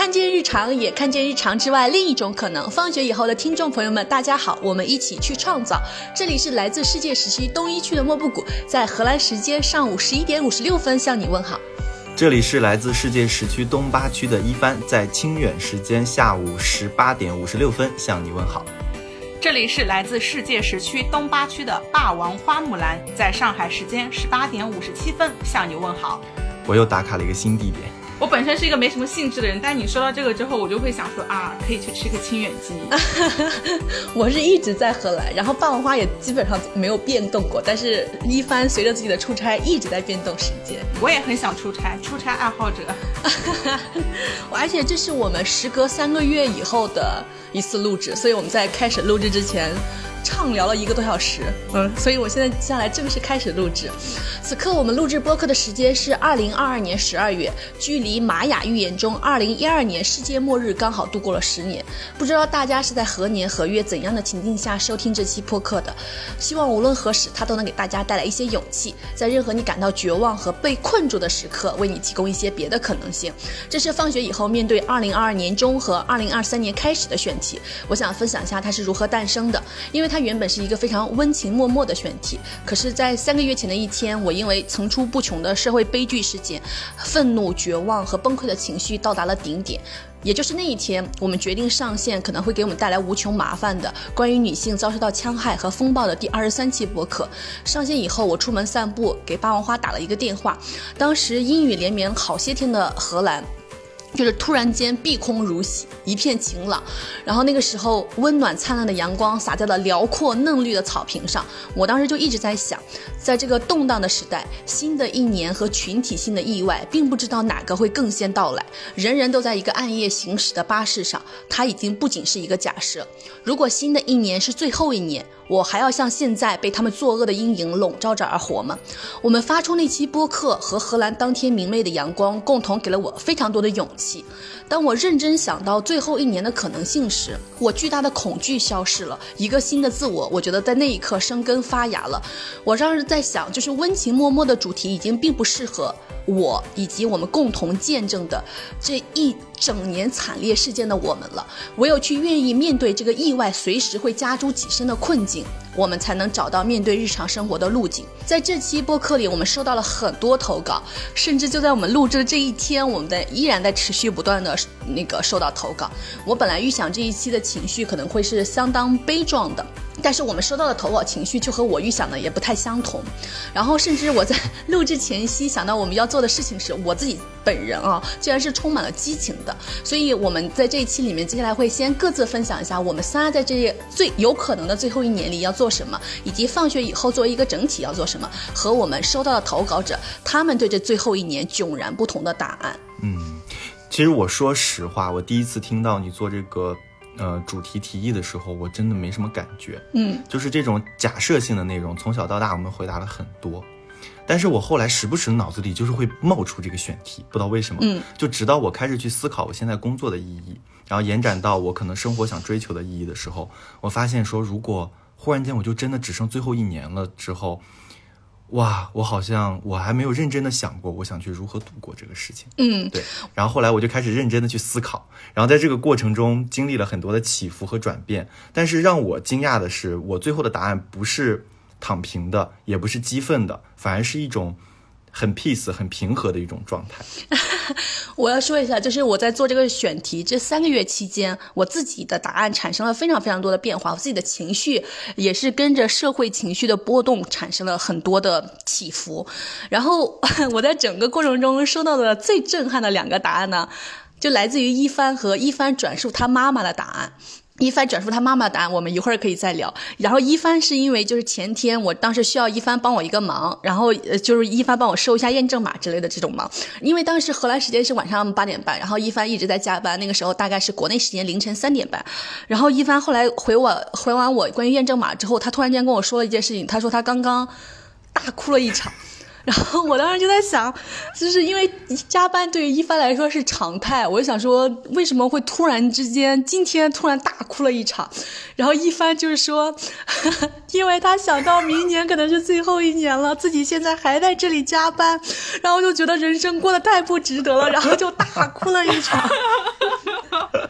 看见日常，也看见日常之外另一种可能。放学以后的听众朋友们，大家好，我们一起去创造。这里是来自世界时区东一区的莫布谷，在荷兰时间上午11点56分向你问好。 这里是来自世界时区东八区的一帆，在清远时间下午18点56分向你问好。 这里是来自世界时区东八区的霸王花木兰，在上海时间18点57分向你问好。 我又打卡了一个新地点。 我本身是一个没什么兴致的人，但你说到这个之后，我就会想说啊，可以去吃个清远鸡。 我是一直在荷兰，然后霸王花也基本上没有变动过，但是一帆随着自己的出差一直在变动时间。 我也很想出差爱好者。 而且这是我们时隔3个月以后的一次录制，所以我们在开始录制之前畅聊了1个多小时，所以我现在接下来正式开始录制。此刻我们录制播客的时间是2022年12月，距离玛雅预言中2012年世界末日刚好度过了10年。不知道大家是在何年何月怎样的情境下收听这期播客的，希望无论何时它都能给大家带来一些勇气，在任何你感到绝望和被困住的时刻为你提供一些别的可能性。这是放学以后面对2022年中和2023年开始的选题，我想分享一下它是如何诞生的。因为它原本是一个非常温情脉脉的选题，可是在3个月前的一天，我因为层出不穷的社会悲剧事件，愤怒、绝望和崩溃的情绪到达了顶点。也就是那一天，我们决定上线可能会给我们带来无穷麻烦的关于女性遭受到戕害和风暴的第23期播客。上线以后，我出门散步，给霸王花打了一个电话。当时阴雨连绵好些天的荷兰就是突然间碧空如洗，一片晴朗，然后那个时候温暖灿烂的阳光洒在了辽阔嫩绿的草坪上。我当时就一直在想，在这个动荡的时代，新的一年和群体性的意外并不知道哪个会更先到来，人人都在一个暗夜行驶的巴士上，它已经不仅是一个假设。如果新的一年是最后一年，我还要像现在被他们作恶的阴影笼罩着而活吗？我们发出那期播客和荷兰当天明媚的阳光共同给了我非常多的勇气。当我认真想到最后一年的可能性时，我巨大的恐惧消失了，一个新的自我觉得在那一刻生根发芽了。我当时在想，就是温情脉脉的主题已经并不适合我以及我们共同见证的这一整年惨烈事件的我们了。唯有去愿意面对这个意外随时会加诸己身的困境，我们才能找到面对日常生活的路径。在这期播客里，我们收到了很多投稿，甚至就在我们录制的这一天，我们依然在持续不断的收到投稿。我本来预想这一期的情绪可能会是相当悲壮的，但是我们收到的投稿情绪就和我预想的也不太相同。然后甚至我在录制前夕想到我们要做的事情时，我自己本人竟然是充满了激情的。所以我们在这一期里面接下来会先各自分享一下我们仨在这最有可能的最后一年里要做什么，以及放学以后作为一个整体要做什么，和我们收到的投稿者他们对这最后一年迥然不同的答案。 其实我说实话，我第一次听到你做这个主题提议的时候，我真的没什么感觉。就是这种假设性的内容，从小到大我们回答了很多，但是我后来时不时脑子里就是会冒出这个选题，不知道为什么。就直到我开始去思考我现在工作的意义，然后延展到我可能生活想追求的意义的时候，我发现说，如果忽然间我就真的只剩最后1年了之后，哇，我还没有认真的想过我想去如何度过这个事情。对。然后后来我就开始认真的去思考，然后在这个过程中经历了很多的起伏和转变。但是让我惊讶的是，我最后的答案不是躺平的，也不是激愤的，反而是一种很 peace 很平和的一种状态。 我要说一下，就是我在做这个选题这3个月期间，我自己的答案产生了非常非常多的变化，我自己的情绪也是跟着社会情绪的波动产生了很多的起伏。然后我在整个过程中收到的最震撼的2个答案呢，就来自于一帆和一帆转述他妈妈的答案。一帆转述他妈妈的答案，我们一会儿可以再聊。然后一帆是因为就是前天我当时需要一帆帮我一个忙，然后就是一帆帮我收一下验证码之类的这种忙。因为当时荷兰时间是晚上8点半，然后一帆一直在加班，那个时候大概是国内时间凌晨3点半。然后一帆后来回完我关于验证码之后，他突然间跟我说了一件事情，他说他刚刚大哭了一场。然后我当时就在想，就是因为加班对于一帆来说是常态，我就想说为什么会突然之间今天突然大哭了一场。然后一帆就是说因为他想到明年可能是最后一年了，自己现在还在这里加班，然后就觉得人生过得太不值得了，然后就大哭了一场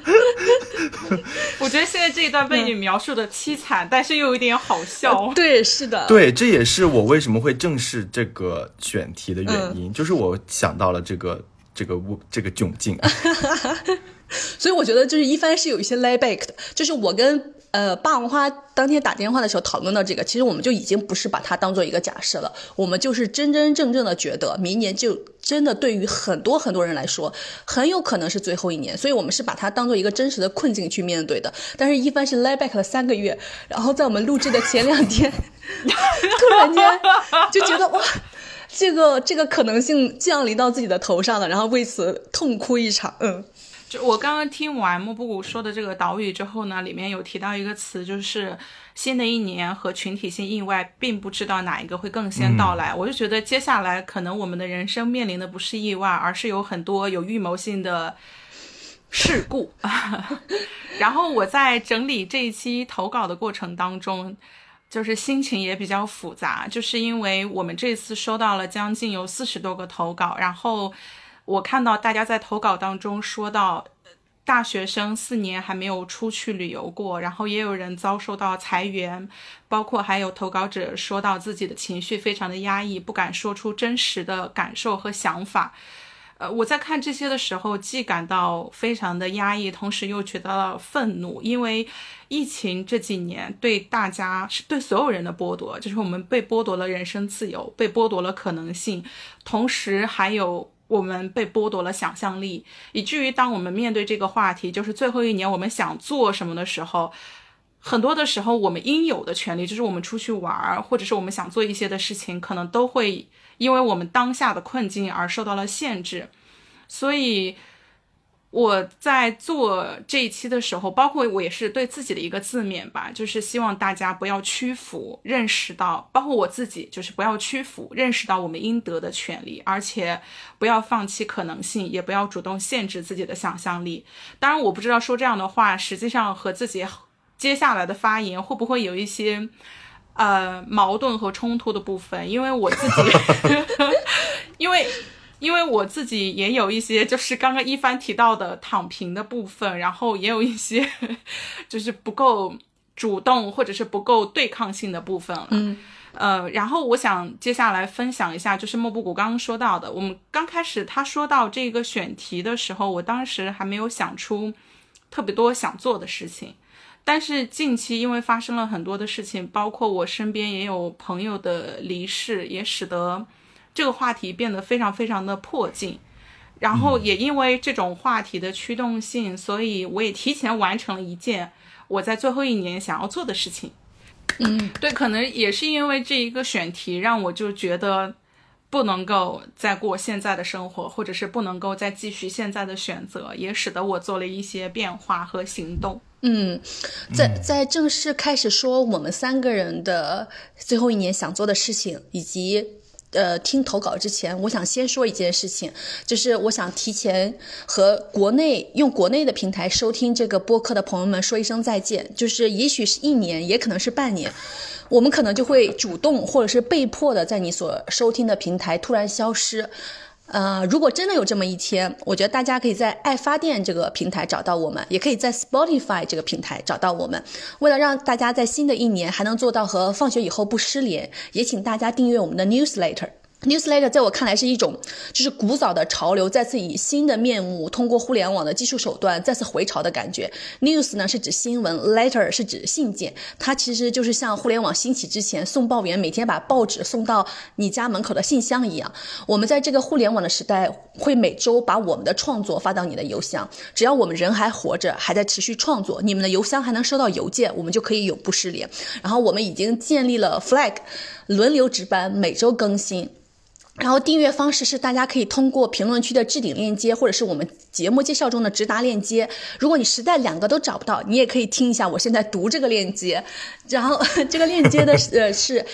我觉得现在这一段被你描述的凄惨，但是又有点好笑。 对，是的， 对，这也是我为什么会正视这个选题的原因，就是我想到了这个窘境。 所以我觉得就是一帆是有一些 lay back 的，就是我跟霸王花当天打电话的时候讨论到这个，其实我们就已经不是把它当做一个假设了，我们就是真真正正的觉得明年就真的对于很多很多人来说很有可能是最后一年，所以我们是把它当做一个真实的困境去面对的。但是一帆是 lay back 了3个月，然后在我们录制的前2天突然间就觉得哇，这个可能性降临到自己的头上了，然后为此痛哭一场。 就我刚刚听完莫布谷说的这个岛屿之后呢，里面有提到一个词，就是新的一年和群体性意外并不知道哪一个会更先到来。我就觉得接下来可能我们的人生面临的不是意外，而是有很多有预谋性的事故。然后我在整理这一期投稿的过程当中，就是心情也比较复杂，就是因为我们这次收到了将近有40多个投稿，然后我看到大家在投稿当中说到大学生4年还没有出去旅游过，然后也有人遭受到裁员，包括还有投稿者说到自己的情绪非常的压抑，不敢说出真实的感受和想法。我在看这些的时候既感到非常的压抑，同时又觉得愤怒，因为疫情这几年对大家是对所有人的剥夺，就是我们被剥夺了人身自由，被剥夺了可能性，同时还有我们被剥夺了想象力，以至于当我们面对这个话题，就是最后一年我们想做什么的时候，很多的时候我们应有的权利，就是我们出去玩，或者是我们想做一些的事情，可能都会因为我们当下的困境而受到了限制。所以我在做这一期的时候，包括我也是对自己的一个自勉吧，就是希望大家不要屈服，认识到，包括我自己，就是不要屈服，认识到我们应得的权利，而且不要放弃可能性，也不要主动限制自己的想象力。当然我不知道说这样的话实际上和自己接下来的发言会不会有一些矛盾和冲突的部分，因为我自己因为我自己也有一些就是刚刚一帆提到的躺平的部分，然后也有一些就是不够主动或者是不够对抗性的部分了。然后我想接下来分享一下，就是莫布谷刚刚说到的，我们刚开始他说到这个选题的时候，我当时还没有想出特别多想做的事情，但是近期因为发生了很多的事情，包括我身边也有朋友的离世，也使得这个话题变得非常非常的迫近，然后也因为这种话题的驱动性，所以我也提前完成了一件我在最后一年想要做的事情。对，可能也是因为这一个选题让我就觉得不能够再过现在的生活，或者是不能够再继续现在的选择，也使得我做了一些变化和行动。 在正式开始说我们3个人的最后一年想做的事情以及听投稿之前，我想先说一件事情，就是我想提前和用国内的平台收听这个播客的朋友们说一声再见，就是也许是1年，也可能是半年，我们可能就会主动或者是被迫的在你所收听的平台突然消失。如果真的有这么一天，我觉得大家可以在爱发电这个平台找到我们，也可以在 Spotify 这个平台找到我们。为了让大家在新的一年还能做到和放学以后不失联，也请大家订阅我们的 newsletter。Newsletter 在我看来是一种就是古早的潮流再次以新的面目通过互联网的技术手段再次回潮的感觉。 News 呢是指新闻， Letter 是指信件，它其实就是像互联网兴起之前送报员每天把报纸送到你家门口的信箱一样。我们在这个互联网的时代会每周把我们的创作发到你的邮箱，只要我们人还活着，还在持续创作，你们的邮箱还能收到邮件，我们就可以永不失联。然后我们已经建立了 flag， 轮流值班，每周更新。然后订阅方式是大家可以通过评论区的置顶链接，或者是我们节目介绍中的直达链接。如果你实在2个都找不到，你也可以听一下我现在读这个链接。然后这个链接的是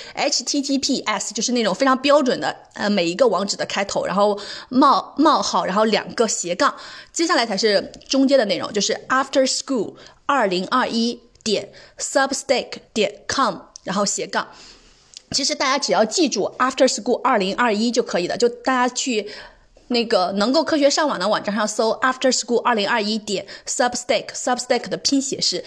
HTTPS， 就是那种非常标准的每一个网址的开头，然后冒号，然后2个斜杠，接下来才是中间的内容，就是 afterschool2021.substack.com 然后斜杠。其实大家只要记住 After School 2021就可以了，就大家去那个能够科学上网的网站上搜 afterschool2021.substack 的拼写是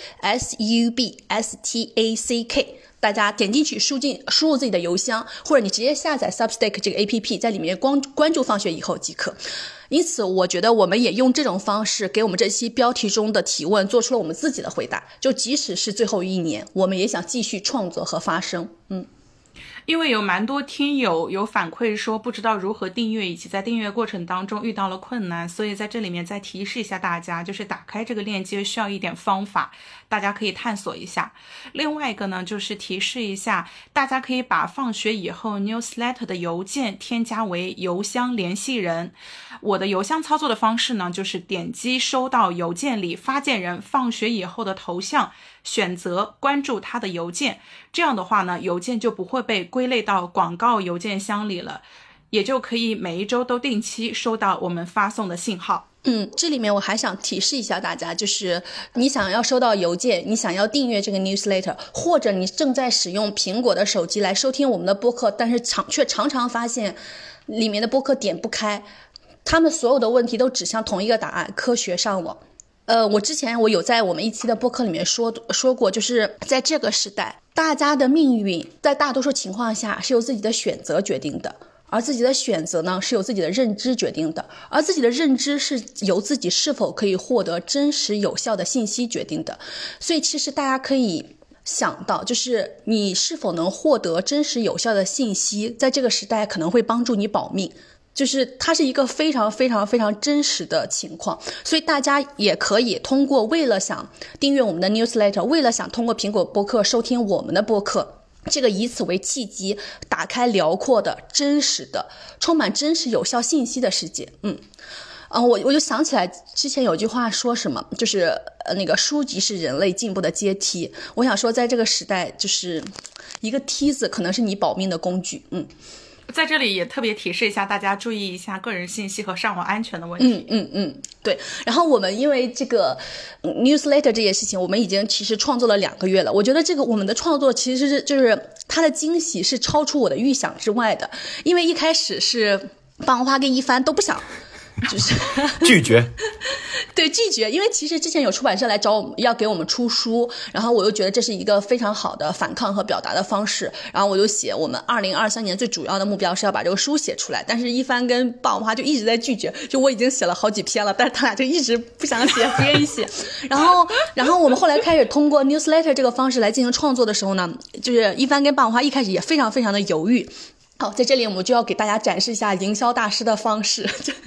substack， 大家点进去输入自己的邮箱，或者你直接下载 Substack 这个 APP， 在里面关注放学以后即可。因此我觉得我们也用这种方式给我们这期标题中的提问做出了我们自己的回答，就即使是最后1年，我们也想继续创作和发声。 因为有蛮多听友有反馈说不知道如何订阅，以及在订阅过程当中遇到了困难，所以在这里面再提示一下大家，就是打开这个链接需要一点方法，大家可以探索一下。另外一个呢，就是提示一下大家可以把放学以后 newsletter 的邮件添加为邮箱联系人。我的邮箱操作的方式呢，就是点击收到邮件里发件人放学以后的头像，选择关注他的邮件，这样的话呢，邮件就不会被归类到广告邮件箱里了，也就可以每一周都定期收到我们发送的信号。 这里面我还想提示一下大家，就是你想要收到邮件，你想要订阅这个 newsletter， 或者你正在使用苹果的手机来收听我们的播客，但是却常常发现里面的播客点不开，他们所有的问题都指向同一个答案：科学上网。我之前有在我们一期的播客里面说过，就是在这个时代，大家的命运在大多数情况下是由自己的选择决定的，而自己的选择呢是由自己的认知决定的，而自己的认知是由自己是否可以获得真实有效的信息决定的。所以其实大家可以想到，就是你是否能获得真实有效的信息，在这个时代可能会帮助你保命，就是它是一个非常非常非常真实的情况。所以大家也可以通过为了想订阅我们的 newsletter， 为了想通过苹果播客收听我们的播客，这个以此为契机，打开辽阔的真实的充满真实有效信息的世界。我就想起来之前有句话说什么，就是那个书籍是人类进步的阶梯。我想说在这个时代，就是一个梯子可能是你保命的工具。 在这里也特别提示一下大家，注意一下个人信息和上网安全的问题。 对。然后我们因为这个 newsletter 这件事情，我们已经其实创作了2个月了。我觉得这个我们的创作其实是就是它的惊喜是超出我的预想之外的，因为一开始是棒花跟一帆都不想。就是拒绝， 对，拒绝。因为其实之前有出版社来找我们要给我们出书，然后我又觉得这是一个非常好的反抗和表达的方式，然后我就写我们2023年最主要的目标是要把这个书写出来，但是一帆跟棒花就一直在拒绝，就我已经写了好几篇了，但是他俩就一直不想写，不愿意写。然后我们后来开始通过 newsletter 这个方式来进行创作的时候呢，就是一帆跟棒花一开始也非常非常的犹豫。好，在这里我们就要给大家展示一下营销大师的方式。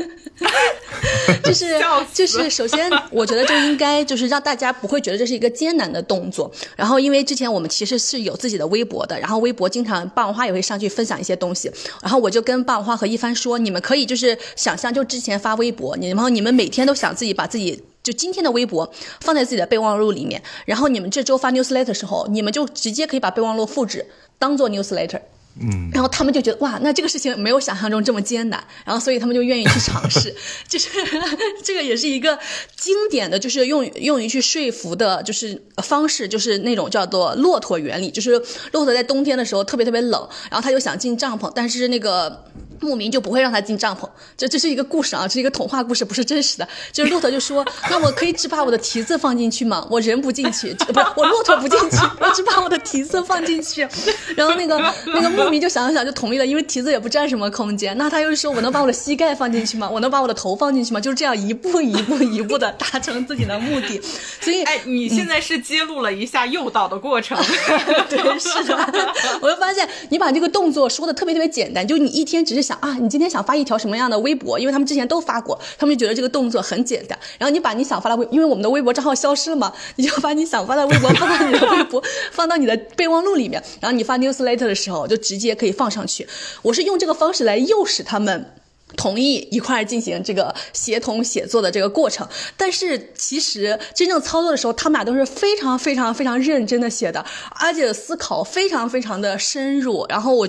就是首先我觉得就应该就是让大家不会觉得这是一个艰难的动作，然后因为之前我们其实是有自己的微博的，然后微博经常棒花也会上去分享一些东西，然后我就跟棒花和一帆说，你们可以就是想象就之前发微博，然后你们每天都想自己把自己就今天的微博放在自己的备忘录里面，然后你们这周发 newsletter 的时候，你们就直接可以把备忘录复制当做 newsletter。然后他们就觉得哇，那这个事情没有想象中这么艰难，然后所以他们就愿意去尝试。就是这个也是一个经典的，就是用于去说服的，就是方式，就是那种叫做骆驼原理。就是骆驼在冬天的时候特别特别冷，然后他就想进帐篷，但是那个牧民就不会让他进帐篷。这是一个故事啊，这是一个童话故事，不是真实的。就是骆驼就说，那我可以只把我的蹄子放进去吗？我人不进去，不是我骆驼不进去，我只把我的蹄子放进去。然后那个牧民就想就同意了，因为蹄子也不占什么空间。那他又说，我能把我的膝盖放进去吗？我能把我的头放进去吗？就是这样一步一步的达成自己的目的。所以你现在是揭露了一下诱导的过程。 对，是的。我就发现你把这个动作说的特别特别简单，就你一天只是想啊，你今天想发一条什么样的微博，因为他们之前都发过，他们就觉得这个动作很简单。然后你把你想发的因为我们的微博账号消失了嘛，你就把你想发的微博放到你的微博，放到你的备忘录里面，然后你发 newsletter 的时候就直接可以放上去。我是用这个方式来诱使他们同意一块进行这个协同写作的这个过程，但是其实真正操作的时候，他们俩都是非常非常非常认真的写的，而且思考非常非常的深入。然后我觉得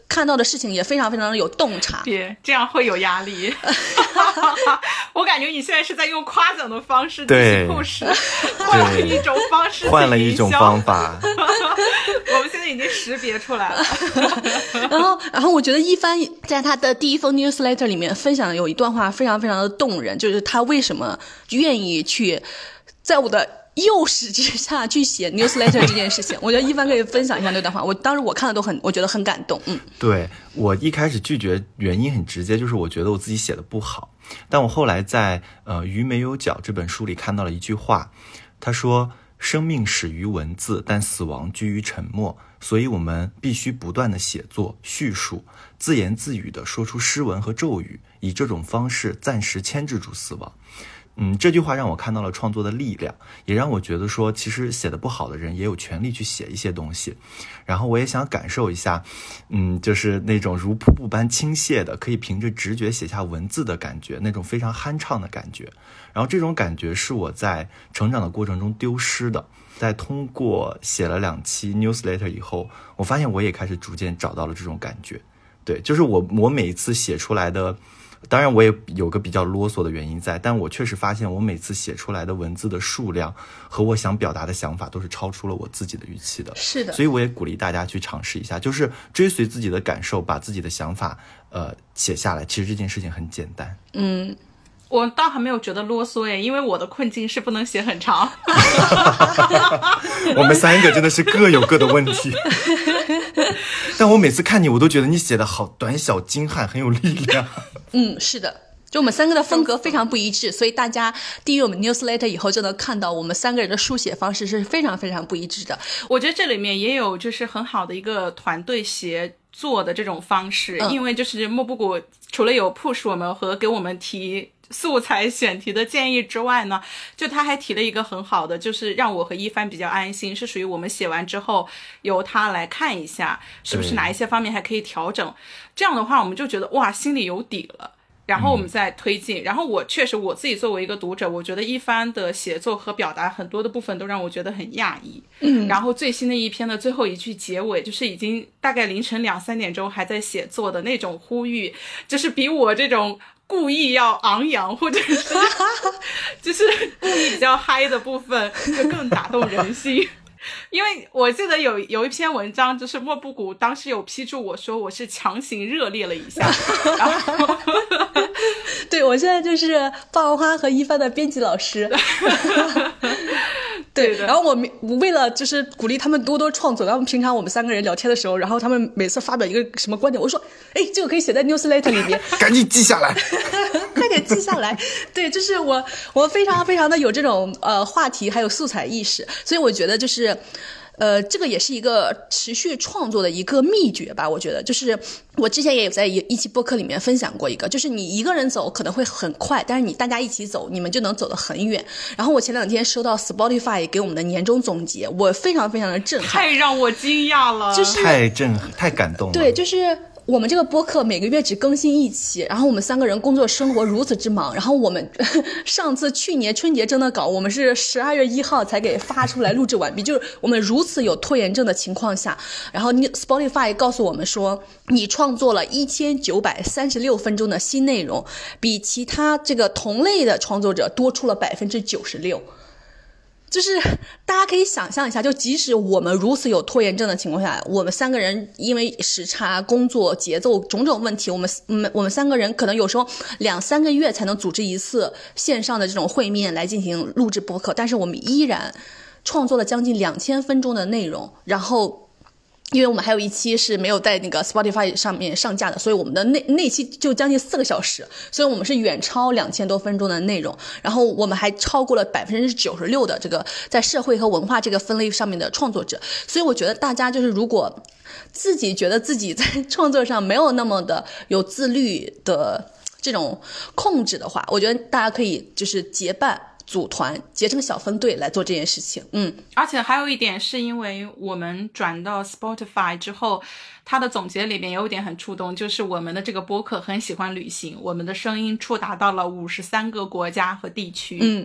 看到的事情也非常非常的有洞察。 别这样会有压力。我感觉你现在是在用夸奖的方式对 push， 换了一种方式， 换了一种方法。 我们现在已经识别出来了。 然后我觉得一帆在他的第一封 newsletter 里面分享的有一段话非常非常的动人，就是他为什么愿意去在我的诱使之下去写 newsletter 这件事情。我觉得一帆可以分享一下那段话，当时我看的我觉得很感动。 对，我一开始拒绝原因很直接，就是我觉得我自己写的不好。但我后来在鱼没有脚这本书里看到了一句话，他说生命始于文字，但死亡居于沉默，所以我们必须不断的写作、叙述，自言自语的说出诗文和咒语，以这种方式暂时牵制住死亡。这句话让我看到了创作的力量，也让我觉得说其实写得不好的人也有权利去写一些东西。然后我也想感受一下就是那种如瀑布般倾泻的可以凭着直觉写下文字的感觉，那种非常酣畅的感觉。然后这种感觉是我在成长的过程中丢失的，在通过写了2期 newsletter 以后，我发现我也开始逐渐找到了这种感觉。对，就是我每一次写出来的，当然我也有个比较啰嗦的原因在，但我确实发现我每次写出来的文字的数量和我想表达的想法都是超出了我自己的预期的。 是的， 所以我也鼓励大家去尝试一下，就是追随自己的感受，把自己的想法写下来，其实这件事情很简单。 我倒还没有觉得啰嗦因为我的困境是不能写很长。 我们3个真的是各有各的问题。但我每次看你，我都觉得你写的好短小精悍，很有力量。 是的，就我们3个的风格非常不一致，所以大家订阅我们 newsletter 以后就能看到我们3个人的书写方式是非常非常不一致的。 我觉得这里面也有就是很好的一个团队协作的这种方式，因为就是莫布谷除了有 push 我们和给我们提素材选题的建议之外呢，就他还提了一个很好的，就是让我和一帆比较安心，是属于我们写完之后由他来看一下是不是哪一些方面还可以调整，这样的话我们就觉得哇心里有底了，然后我们再推进。然后我确实我自己作为一个读者，我觉得一帆的写作和表达很多的部分都让我觉得很讶异。然后最新的一篇的最后一句结尾，就是已经大概凌晨2-3点钟还在写作的那种呼吁，就是比我这种故意要昂扬或者是就是故意比较嗨的部分就更打动人心。因为我记得有一篇文章，就是莫布谷当时有批注我说我是强行热烈了一下，然后对，我现在就是爆花和一帆的编辑老师。对，然后我为了就是鼓励他们多多创作，然后平常我们3个人聊天的时候，然后他们每次发表一个什么观点，我说这个可以写在 newsletter 里面。 赶紧记下来。 快点记下来。对，就是我非常非常的有这种话题还有素材意识，所以我觉得就是这个也是一个持续创作的一个秘诀吧。我觉得就是我之前也有在一期播客里面分享过一个，就是你一个人走可能会很快，但是你大家一起走，你们就能走得很远。然后我前2天收到 Spotify 给我们的年终总结，我非常非常的震撼， 太让我惊讶了， 就是太感动了。 对，就是我们这个播客每个月只更新1期，然后我们3个人工作生活如此之忙，然后我们去年春节征的稿，我们是12月1号才给发出来录制完毕，就是我们如此有拖延症的情况下，然后Spotify 告诉我们说你创作了1936分钟的新内容，比其他这个同类的创作者多出了96%。就是大家可以想象一下，就即使我们如此有拖延症的情况下，我们3个人因为时差、工作节奏种种问题，我们3个人可能有时候2-3个月才能组织一次线上的这种会面来进行录制播客，但是我们依然创作了将近2000分钟的内容。然后因为我们还有一期是没有在那个 Spotify 上面上架的，所以我们的那期就将近4个小时，所以我们是远超2000多分钟的内容。然后我们还超过了96%的这个在社会和文化这个分类上面的创作者。所以我觉得大家就是如果自己觉得自己在创作上没有那么的有自律的这种控制的话，我觉得大家可以就是结伴组团结成小分队来做这件事情。 而且还有一点是因为我们转到 Spotify 之后，它的总结里面有一点很触动，就是我们的这个播客很喜欢旅行，我们的声音触达到了53个国家和地区。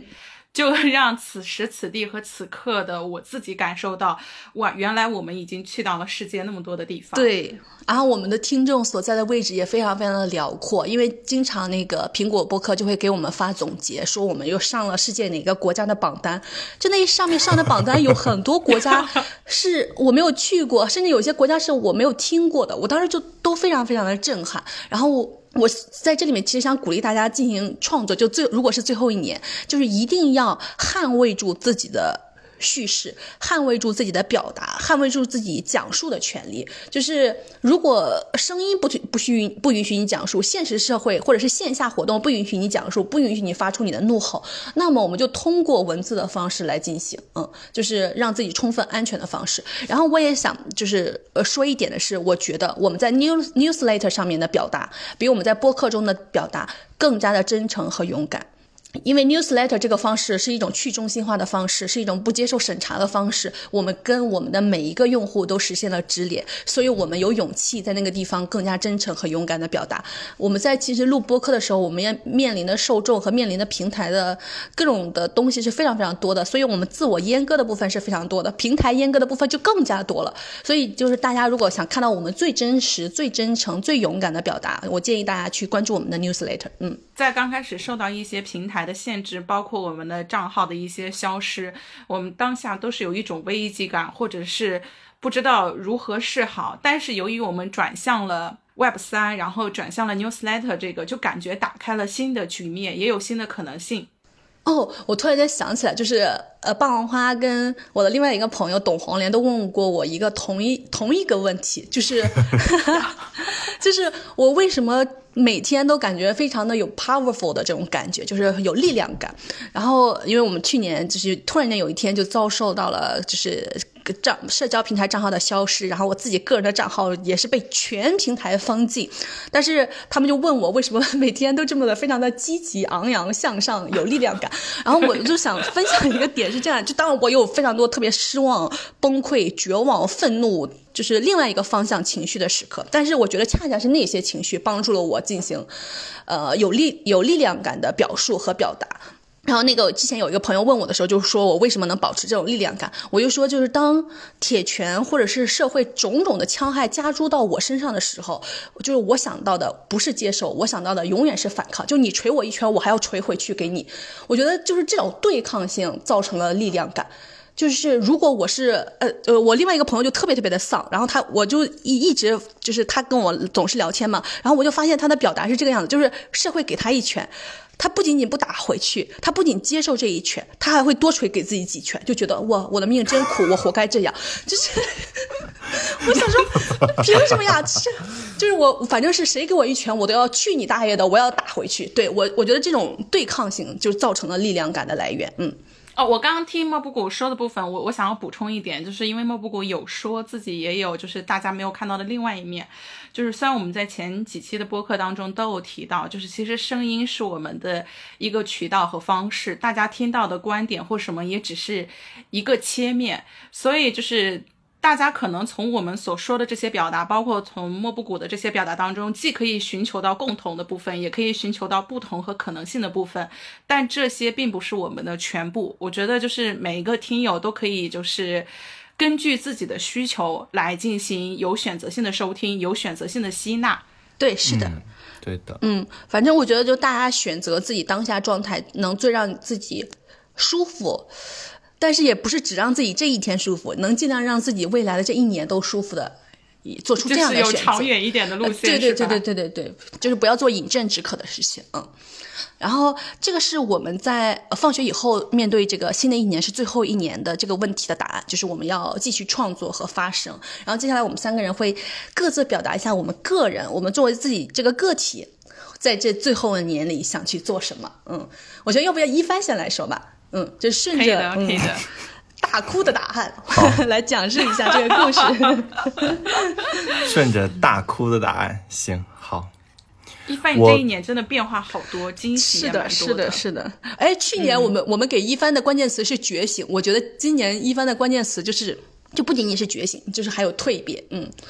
就让此时此地和此刻的我自己感受到，哇，原来我们已经去到了世界那么多的地方。 对，然后我们的听众所在的位置也非常非常的辽阔，因为经常那个苹果播客就会给我们发总结，说我们又上了世界哪个国家的榜单，真的上面上的榜单有很多国家是我没有去过，甚至有些国家是我没有听过的，我当时就都非常非常的震撼。然后我在这里面其实想鼓励大家进行创作，就如果是最后一年，就是一定要捍卫住自己的叙事，捍卫住自己的表达，捍卫住自己讲述的权利。就是如果声音不允许你讲述，现实社会或者是线下活动不允许你讲述，不允许你发出你的怒吼，那么我们就通过文字的方式来进行，就是让自己充分安全的方式。然后我也想就是说一点的是，我觉得我们在 newsletter 上面的表达比我们在播客中的表达更加的真诚和勇敢。因为 newsletter 这个方式是一种去中心化的方式，是一种不接受审查的方式，我们跟我们的每一个用户都实现了直连，所以我们有勇气在那个地方更加真诚和勇敢的表达。我们在其实录播客的时候，我们也面临的受众和面临的平台的各种的东西是非常非常多的，所以我们自我阉割的部分是非常多的，平台阉割的部分就更加多了。所以就是大家如果想看到我们最真实、最真诚、最勇敢的表达，我建议大家去关注我们的 newsletter。 在刚开始受到一些平台的限制，包括我们的账号的一些消失，我们当下都是有一种危机感，或者是不知道如何是好。但是由于我们转向了 Web3， 然后转向了 newsletter 这个，就感觉打开了新的局面，也有新的可能性。 我突然间想起来，就是霸王花跟我的另外一个朋友董黄连都问过我一个同一个问题，就是就是我为什么每天都感觉非常的有 powerful 的这种感觉，就是有力量感。然后因为我们去年就是突然间有一天就遭受到了就是社交平台账号的消失，然后我自己个人的账号也是被全平台封禁，但是他们就问我为什么每天都这么的非常的积极昂扬向上有力量感。然后我就想分享一个点是这样，就当然我有非常多特别失望、崩溃、绝望、愤怒，就是另外一个方向情绪的时刻，但是我觉得恰恰是那些情绪帮助了我进行有力量感的表述和表达。然后那个之前有一个朋友问我的时候，就说我为什么能保持这种力量感，我就说就是当铁拳或者是社会种种的戕害加诸到我身上的时候，就是我想到的不是接受，我想到的永远是反抗，就你捶我一拳我还要捶回去给你。我觉得就是这种对抗性造成了力量感。就是如果我是我另外一个朋友就特别特别的丧，然后我就一直就是他跟我总是聊天嘛，然后我就发现他的表达是这个样子，就是社会给他一拳，他不仅仅不打回去，他不仅接受这一拳，他还会多捶给自己几拳，就觉得哇，我的命真苦，我活该这样。就是我想说凭什么呀，就是我反正是谁给我一拳我都要去你大爷的，我要打回去。对，我觉得这种对抗性就造成了力量感的来源。 我刚刚听莫布谷说的部分，我想要补充一点，就是因为莫布谷有说自己也有就是大家没有看到的另外一面，就是虽然我们在前几期的播客当中都有提到，就是其实声音是我们的一个渠道和方式，大家听到的观点或什么也只是一个切面，所以就是大家可能从我们所说的这些表达，包括从莫布谷的这些表达当中，既可以寻求到共同的部分，也可以寻求到不同和可能性的部分，但这些并不是我们的全部。我觉得就是每一个听友都可以就是根据自己的需求来进行有选择性的收听，有选择性的吸纳。 对，是的。 对的。 反正我觉得就大家选择自己当下状态能最让自己舒服，但是也不是只让自己这一天舒服，能尽量让自己未来的这一年都舒服的做出这样的选择， 就是有长远一点的路线。 对，就是不要做饮鸩止渴的事情。然后这个是我们在放学以后面对这个新的一年是最后一年的这个问题的答案，就是我们要继续创作和发声。然后接下来我们3个人会各自表达一下我们个人，我们作为自己这个个体在这最后的年里想去做什么。我觉得要不要一帆先来说吧。就顺着可以的大哭的答案来讲述一下这个故事。 顺着大哭的答案，行，好。 一帆，你这一年真的变化好多，惊喜也蛮多的。 是的。哎，去年我们给一帆的关键词是觉醒，我觉得今年一帆的关键词就不仅仅是觉醒，就是还有蜕变。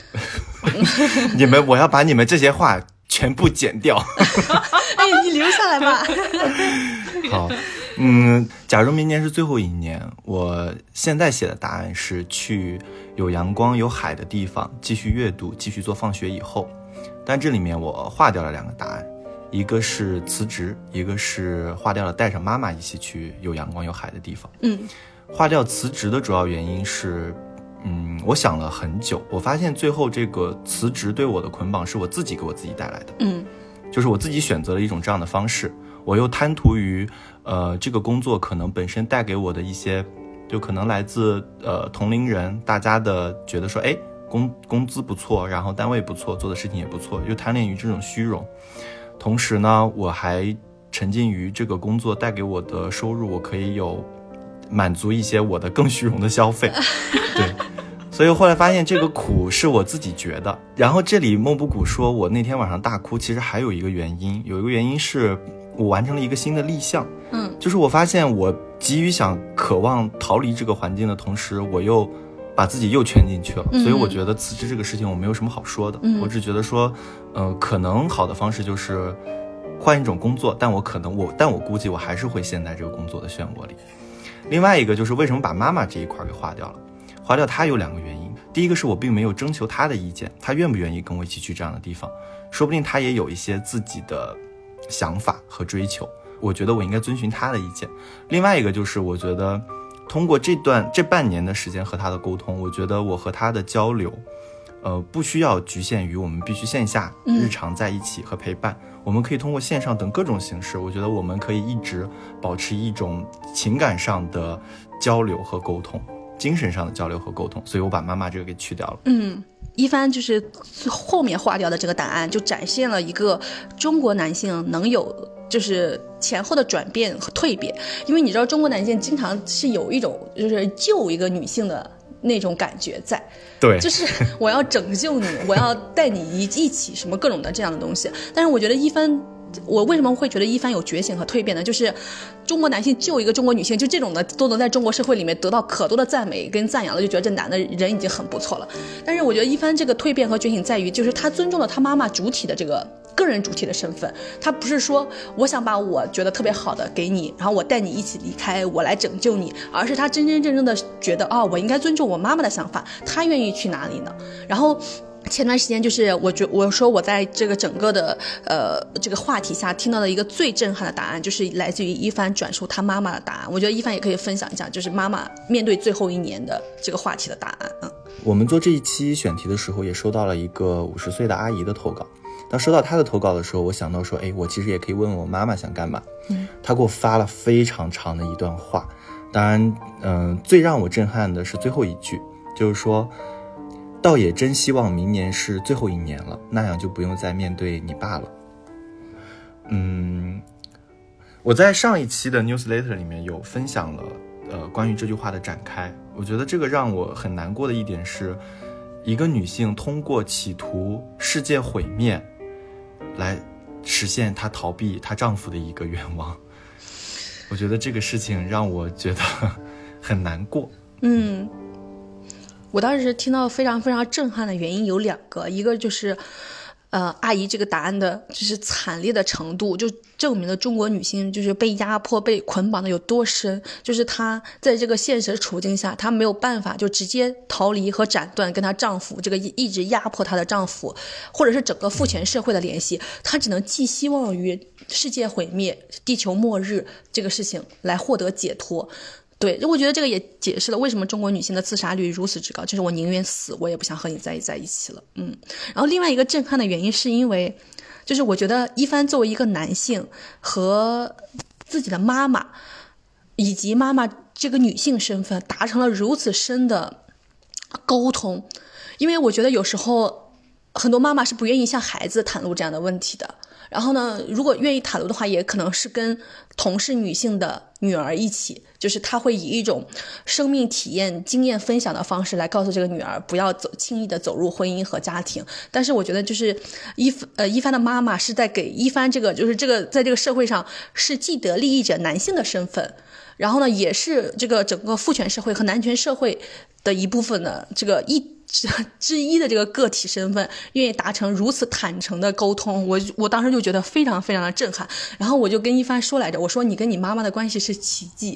我要把你们这些话全部剪掉。 哎，你留下来吧。 好，假如明年是最后一年，我现在写的答案是去有阳光有海的地方继续阅读，继续做放学以后。但这里面我划掉了2个答案，一个是辞职，一个是划掉了带上妈妈一起去有阳光有海的地方。划掉辞职的主要原因是我想了很久，我发现最后这个辞职对我的捆绑是我自己给我自己带来的。就是我自己选择了一种这样的方式，我又贪图于这个工作可能本身带给我的一些，就可能来自同龄人大家的觉得说，哎，工资不错，然后单位不错，做的事情也不错，又贪恋于这种虚荣。同时呢，我还沉浸于这个工作带给我的收入，我可以有满足一些我的更虚荣的消费。对，所以后来发现这个苦是我自己觉得。然后这里梦不谷说我那天晚上大哭，其实还有一个原因，有一个原因是我完成了一个新的立项。就是我发现我急于想渴望逃离这个环境的同时，我又把自己又圈进去了。所以我觉得辞职这个事情我没有什么好说的。我只觉得说可能好的方式就是换一种工作，但我估计我还是会陷在这个工作的漩涡里。另外一个就是为什么把妈妈这一块给划掉了，划掉她有2个原因。第一个是我并没有征求她的意见，她愿不愿意跟我一起去这样的地方，说不定她也有一些自己的想法和追求，我觉得我应该遵循她的意见。另外一个就是我觉得通过这半年的时间和她的沟通，我觉得我和她的交流不需要局限于我们必须线下日常在一起和陪伴，我们可以通过线上等各种形式，我觉得我们可以一直保持一种情感上的交流和沟通，精神上的交流和沟通，所以我把妈妈这个给去掉了。 一帆就是后面划掉的这个答案，就展现了一个中国男性能有就是前后的转变和蜕变。因为你知道中国男性经常是有一种就是救一个女性的那种感觉在， 对， 就是我要拯救你，我要带你一起什么各种的这样的东西。但是我觉得一帆，我为什么会觉得一帆有觉醒和蜕变呢？就是中国男性救一个中国女性，就这种的都能在中国社会里面得到可多的赞美跟赞扬了，就觉得这男的人已经很不错了。但是我觉得一帆这个蜕变和觉醒在于，就是他尊重了他妈妈主体的这个个人主体的身份，他不是说我想把我觉得特别好的给你，然后我带你一起离开，我来拯救你，而是他真真正正的觉得我应该尊重我妈妈的想法，他愿意去哪里呢？然后前段时间就是我说我在这个整个的这个话题下听到的一个最震撼的答案，就是来自于一帆转述他妈妈的答案。我觉得一帆也可以分享一下，就是妈妈面对最后一年的这个话题的答案。 我们做这一期选题的时候也收到了一个50岁的阿姨的投稿，当收到她的投稿的时候，我想到说我其实也可以问问我妈妈想干嘛。她给我发了非常长的一段话，当然最让我震撼的是最后一句，就是说倒也真希望明年是最后一年了，那样就不用再面对你爸了。我在上一期的 newsletter 里面有分享了关于这句话的展开。我觉得这个让我很难过的一点是，一个女性通过企图世界毁灭来实现她逃避她丈夫的一个愿望。我觉得这个事情让我觉得很难过。 我当时听到非常非常震撼的原因有2个，一个就是阿姨这个答案的就是惨烈的程度，就证明了中国女性就是被压迫被捆绑的有多深，就是她在这个现实处境下，她没有办法就直接逃离和斩断跟她丈夫这个一直压迫她的丈夫或者是整个父权社会的联系，她只能寄希望于世界毁灭地球末日这个事情来获得解脱。对，我觉得这个也解释了为什么中国女性的自杀率如此之高，就是我宁愿死，我也不想和你在一起了。然后另外一个震撼的原因是因为，就是我觉得一帆作为一个男性和自己的妈妈以及妈妈这个女性身份达成了如此深的沟通，因为我觉得有时候很多妈妈是不愿意向孩子袒露这样的问题的。然后呢，如果愿意袒露的话，也可能是跟同是女性的女儿一起，就是她会以一种生命体验经验分享的方式来告诉这个女儿不要轻易的走入婚姻和家庭。但是我觉得就是一帆的妈妈是在给一帆这个就是这个在这个社会上是既得利益者男性的身份，然后呢也是这个整个父权社会和男权社会的一部分的这个之一的这个个体身份，愿意达成如此坦诚的沟通，我当时就觉得非常非常的震撼。然后我就跟一帆说来着，我说你跟你妈妈的关系是奇迹。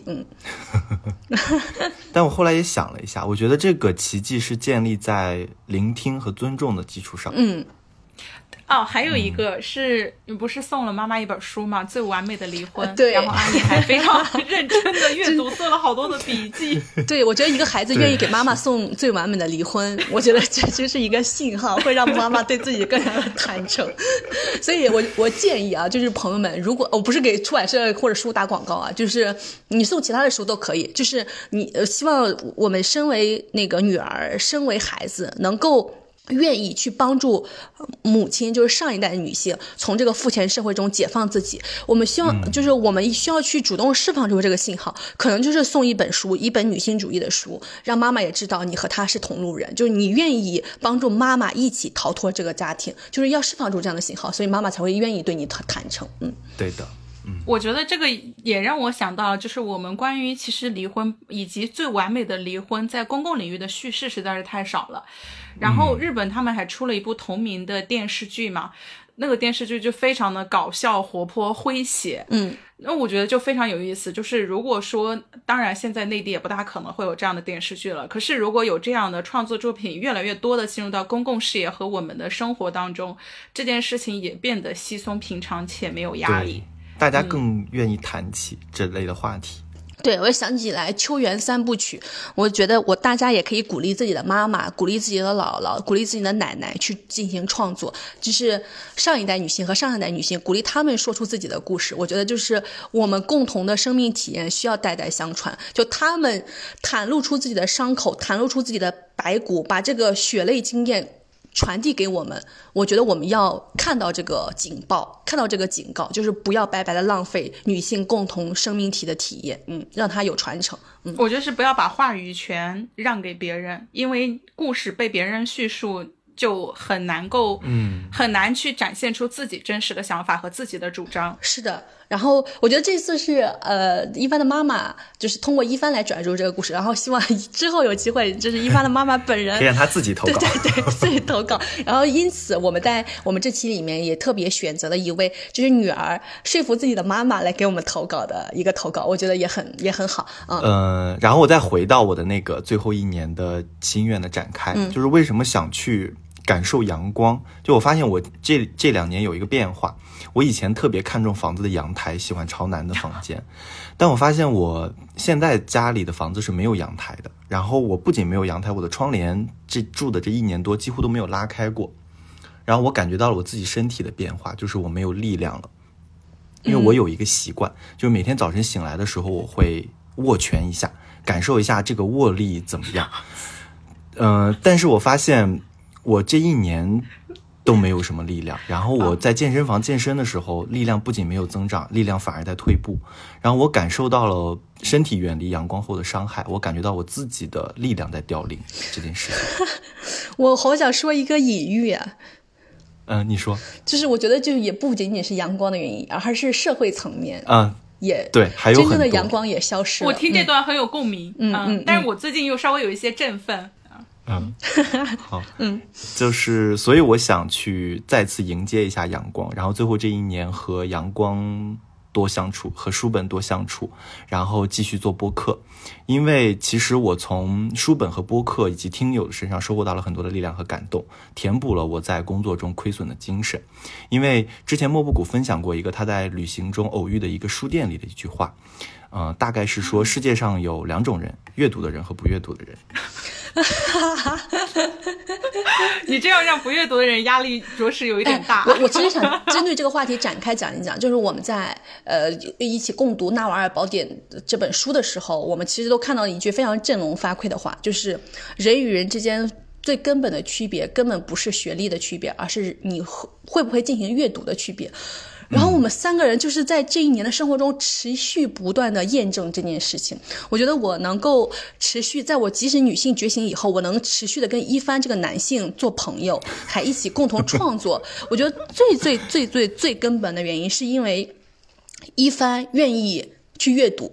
但我后来也想了一下，我觉得这个奇迹是建立在聆听和尊重的基础上。 还有一个是你不是送了妈妈一本书吗？最完美的离婚。 对， 然后阿妮还非常认真的阅读，做了好多的笔记。 对，我觉得一个孩子愿意给妈妈送最完美的离婚，我觉得这就是一个信号，会让妈妈对自己更加的坦诚。所以我建议啊，就是朋友们，如果我不是给出版社或者书打广告啊，就是你送其他的书都可以，就是你希望我们身为那个女儿，身为孩子，能够愿意去帮助母亲，就是上一代的女性，从这个父权社会中解放自己。我们希望，就是我们需要去主动释放出这个信号，可能就是送一本书，一本女性主义的书，让妈妈也知道你和她是同路人，就是你愿意帮助妈妈一起逃脱这个家庭，就是要释放出这样的信号，所以妈妈才会愿意对你坦诚。 对的。 我觉得这个也让我想到，就是我们关于其实离婚以及最完美的离婚在公共领域的叙事实在是太少了。然后日本他们还出了一部同名的电视剧嘛，那个电视剧就非常的搞笑、活泼、诙谐。那我觉得就非常有意思。就是如果说，当然现在内地也不大可能会有这样的电视剧了，可是如果有这样的创作作品越来越多的进入到公共视野和我们的生活当中，这件事情也变得稀松平常且没有压力。 大家更愿意谈起这类的话题。 对，我想起来秋园三部曲，我觉得大家也可以鼓励自己的妈妈，鼓励自己的姥姥，鼓励自己的奶奶去进行创作，就是上一代女性和上一代女性，鼓励她们说出自己的故事。我觉得就是我们共同的生命体验需要代代相传，就她们袒露出自己的伤口，袒露出自己的白骨，把这个血泪经验传递给我们。我觉得我们要看到这个警报，看到这个警告，就是不要白白的浪费女性共同生命体的体验，让它有传承。 我觉得是不要把话语权让给别人，因为故事被别人叙述就很难去展现出自己真实的想法和自己的主张。 是的。然后我觉得这次是一帆的妈妈就是通过一帆来转述这个故事，然后希望之后有机会就是一帆的妈妈本人可以让她自己投稿。 对自己投稿。然后因此我们在我们这期里面也特别选择了一位就是女儿说服自己的妈妈来给我们投稿的一个投稿，我觉得也很好。 然后我再回到我的那个最后一年的心愿的展开，就是为什么想去感受阳光。就我发现我这2年有一个变化，我以前特别看重房子的阳台，喜欢朝南的房间，但我发现我现在家里的房子是没有阳台的，然后我不仅没有阳台，我的窗帘住的这1年多几乎都没有拉开过，然后我感觉到了我自己身体的变化，就是我没有力量了。因为我有一个习惯，就是每天早晨醒来的时候我会握拳一下，感受一下这个握力怎么样。但是我发现我这1年都没有什么力量，然后我在健身房健身的时候，力量不仅没有增长，力量反而在退步，然后我感受到了身体远离阳光后的伤害，我感觉到我自己的力量在凋零这件事情。 我好想说一个隐喻啊。 你说。 就是我觉得就也不仅仅是阳光的原因，而是社会层面也对，还有很多真正的阳光也消失了。 我听这段很有共鸣。但是我最近又稍微有一些振奋。 好，就是所以我想去再次迎接一下阳光，然后最后这1年和阳光多相处，和书本多相处，然后继续做播客。因为其实我从书本和播客以及听友的身上收获到了很多的力量和感动，填补了我在工作中亏损的精神。因为之前莫布谷分享过一个他在旅行中偶遇的一个书店里的一句话，大概是说世界上有2种人，阅读的人和不阅读的人。 你这样让不阅读的人压力着实有一点大。 我其实想针对这个话题展开讲一讲，就是我们在一起共读《纳瓦尔宝典》这本书的时候，我们其实都看到一句非常振聋发聩的话，就是人与人之间最根本的区别根本不是学历的区别，而是你会不会进行阅读的区别。然后我们3个人就是在这1年的生活中持续不断的验证这件事情。我觉得我能够持续，在我即使女性觉醒以后，我能持续的跟一帆这个男性做朋友，还一起共同创作。我觉得最根本的原因是因为一帆愿意去阅读，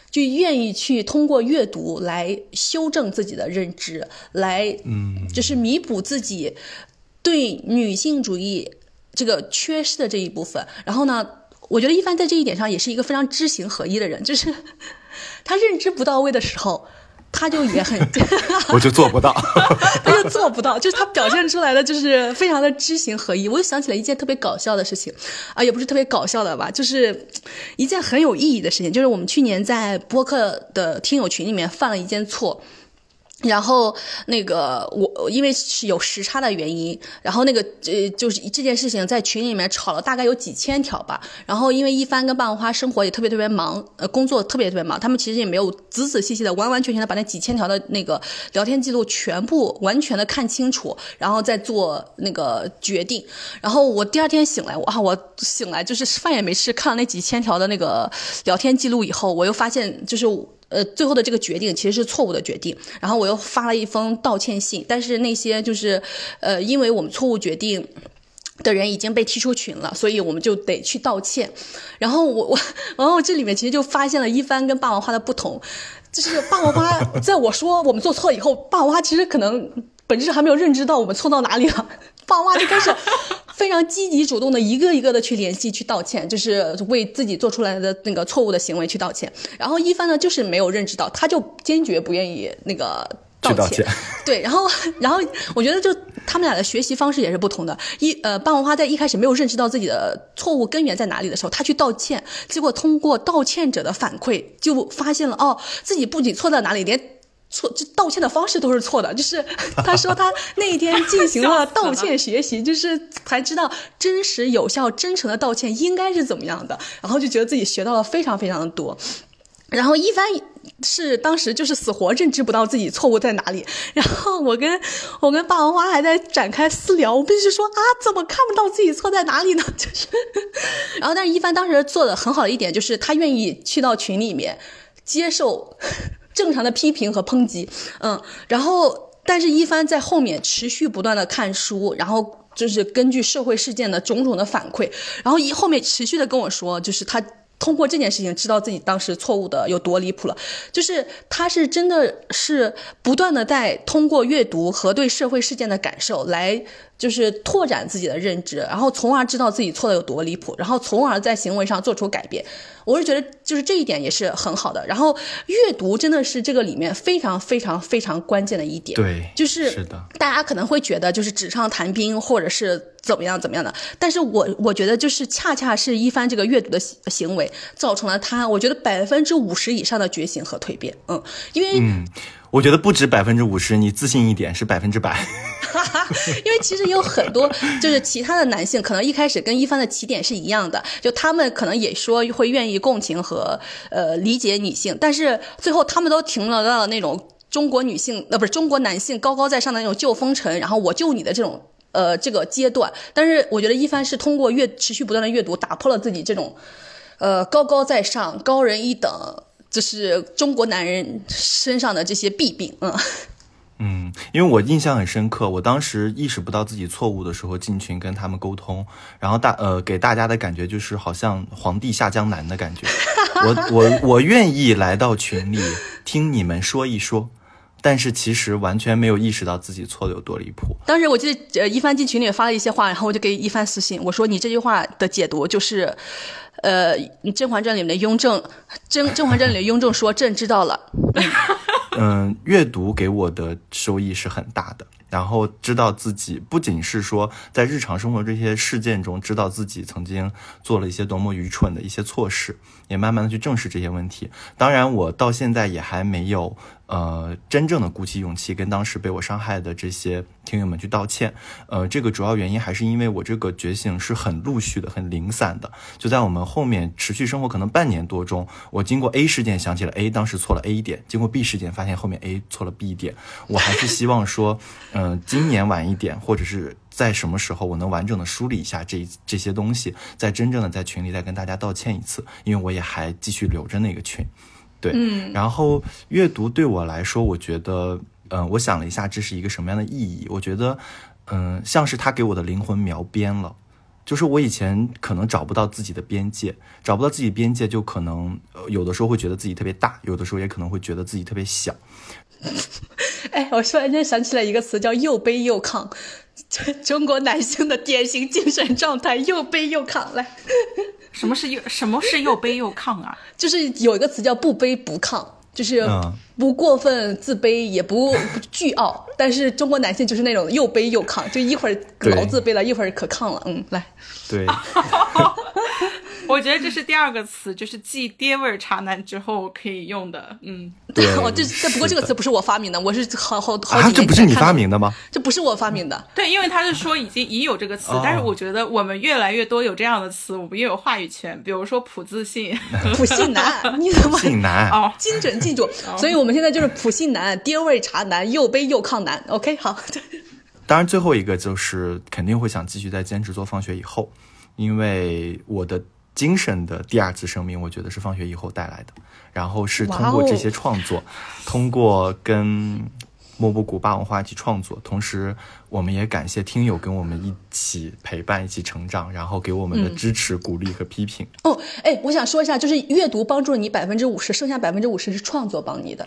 就愿意去通过阅读来修正自己的认知，来就是弥补自己对女性主义这个缺失的这一部分。然后呢，我觉得一帆在这一点上也是一个非常知行合一的人，就是他认知不到位的时候他就也很我就做不到他就做不到，就是他表现出来的就是非常的知行合一。我就想起了一件特别搞笑的事情啊，也不是特别搞笑的吧，就是一件很有意义的事情，就是我们去年在播客的听友群里面犯了一件错。然后那个我因为是有时差的原因，然后那个就是这件事情在群里面吵了大概有几千条吧。然后因为一帆跟霸王花生活也特别特别忙，工作特别特别忙，他们其实也没有仔仔细细的完完全全的把那几千条的那个聊天记录全部完全的看清楚，然后再做那个决定。然后我第二天醒来，我醒来就是饭也没吃，看了那几千条的那个聊天记录以后，我又发现就是最后的这个决定其实是错误的决定，然后我又发了一封道歉信，但是那些就是因为我们错误决定的人已经被踢出群了，所以我们就得去道歉。然后然后这里面其实就发现了一帆跟霸王花的不同，就是霸王花在我说我们做错以后，霸王花其实可能本质上还没有认知到我们错到哪里了，霸王花就开始非常积极主动的一个一个的去联系去道歉，就是为自己做出来的那个错误的行为去道歉。然后一帆呢就是没有认知到，他就坚决不愿意那个道歉。对，然后我觉得就他们俩的学习方式也是不同的。霸王花在一开始没有认识到自己的错误根源在哪里的时候，他去道歉，结果通过道歉者的反馈就发现了自己不仅错在哪里，连这道歉的方式都是错的。就是他说他那一天进行了道歉学习，就是才知道真实有效真诚的道歉应该是怎么样的，然后就觉得自己学到了非常非常的多。然后一帆是当时就是死活认知不到自己错误在哪里，然后我跟霸王花还在展开私聊，我们就说怎么看不到自己错在哪里呢？就是然后但是一帆当时做的很好的一点就是他愿意去到群里面接受正常的批评和抨击，然后但是一帆在后面持续不断的看书，然后就是根据社会事件的种种的反馈，然后后面持续的跟我说，就是他通过这件事情知道自己当时错误的有多离谱了，就是他是真的是不断的在通过阅读和对社会事件的感受来就是拓展自己的认知，然后从而知道自己错的有多离谱，然后从而在行为上做出改变。我是觉得就是这一点也是很好的。然后阅读真的是这个里面非常非常非常关键的一点。 对， 就是大家可能会觉得就是纸上谈兵或者是怎么样怎么样的，但是我觉得就是恰恰是一帆这个阅读的行为造成了他我觉得50%以上的觉醒和蜕变。因为我觉得不止50%，你自信一点是100%。 因为其实有很多就是其他的男性可能一开始跟一帆的起点是一样的，就他们可能也说会愿意共情和理解女性，但是最后他们都停留到了那种中国男性高高在上的那种救风尘，然后我救你的这种这个阶段。但是我觉得一帆是通过持续不断的阅读打破了自己这种高高在上高人一等就是中国男人身上的这些弊病。 因为我印象很深刻，我当时意识不到自己错误的时候进群跟他们沟通，然后给大家的感觉就是好像皇帝下江南的感觉。我愿意来到群里听你们说一说，但是其实完全没有意识到自己错的有多离谱。 当时我记得一帆进群里发了一些话，然后我就给一帆私信，我说你这句话的解读就是甄嬛传里面的雍正，甄嬛传里的雍正说朕知道了。 阅读给我的收益是很大的，然后知道自己不仅是说在日常生活这些事件中知道自己曾经做了一些多么愚蠢的一些错事，也慢慢的去正视这些问题。当然我到现在也还没有真正的鼓起勇气跟当时被我伤害的这些听友们去道歉。这个主要原因还是因为我这个觉醒是很陆续的很零散的，就在我们后面持续生活可能半年多中，我经过 A 事件想起了 A 当时错了 A 点，经过 B 事件发现后面 A 错了 B 点。我还是希望说今年晚一点，或者是在什么时候我能完整的梳理一下这些东西，再真正的在群里再跟大家道歉一次，因为我也还继续留着那个群。对，然后阅读对我来说，我觉得我想了一下这是一个什么样的意义，我觉得像是他给我的灵魂描边了。 就是我以前可能找不到自己的边界，找不到自己边界，就可能有的时候会觉得自己特别大，有的时候也可能会觉得自己特别小。 哎，我突然间想起来一个词叫又卑又亢，中国男性的典型精神状态，又卑又亢。来， 什么是又卑又亢啊？ 就是有一个词叫不卑不亢，就是不过分自卑，也不倨傲，但是中国男性就是那种又卑又亢，就一会儿老自卑了，一会儿可亢了。来， 对。 我觉得这是第二个词，就是继爹味茶男之后可以用的。 对， 不过这个词不是我发明的，我是好几年前这不是你发明的吗？ 这不是我发明的。 对，因为他是说已有这个词，但是我觉得我们越来越多有这样的词，我们越有话语权。比如说普自信、 普信男，你怎么普信男？ 哦， 精准记住。所以我们现在就是普信男、爹味茶男、又卑又亢男。OK， 好。 当然，最后一个就是肯定会想继续再坚持做放学以后，因为我的精神的第二次生命，我觉得是放学以后带来的。然后是通过这些创作，通过跟莫布谷霸王花一起创作，同时我们也感谢听友跟我们一起陪伴、一起成长，然后给我们的支持、鼓励和批评。 我想说一下，就是阅读帮助你50%，剩下50%是创作帮你的。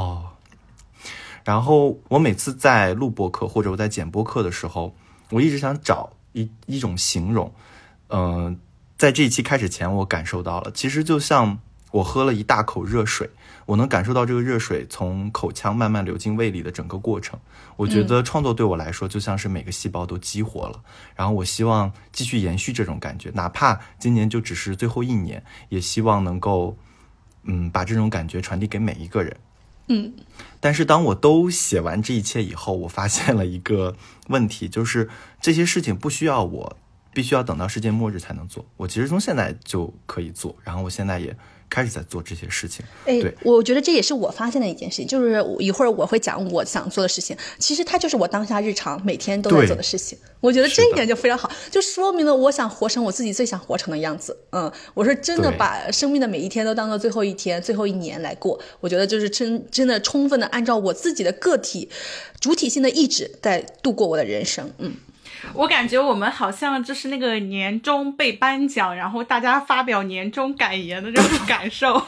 然后我每次在录播客或者我在剪播客的时候，我一直想找一种形容。在这一期开始前，我感受到了，其实就像我喝了一大口热水，我能感受到这个热水从口腔慢慢流进胃里的整个过程。我觉得创作对我来说就像是每个细胞都激活了，然后我希望继续延续这种感觉，哪怕今年就只是最后1年，也希望能够把这种感觉传递给每一个人。但是当我都写完这一切以后，我发现了一个问题，就是这些事情不需要我必须要等到世界末日才能做，我其实从现在就可以做，然后我现在也开始在做这些事情。对， 我觉得这也是我发现的一件事情，就是一会儿我会讲我想做的事情，其实它就是我当下日常每天都在做的事情。我觉得这一点就非常好，就说明了我想活成我自己最想活成的样子。我是真的把生命的每一天都当做最后一天、最后1年来过。我觉得就是真的充分的按照我自己的个体主体性的意志在度过我的人生。 我感觉我们好像就是那个年终被颁奖，然后大家发表年终感言的这种感受。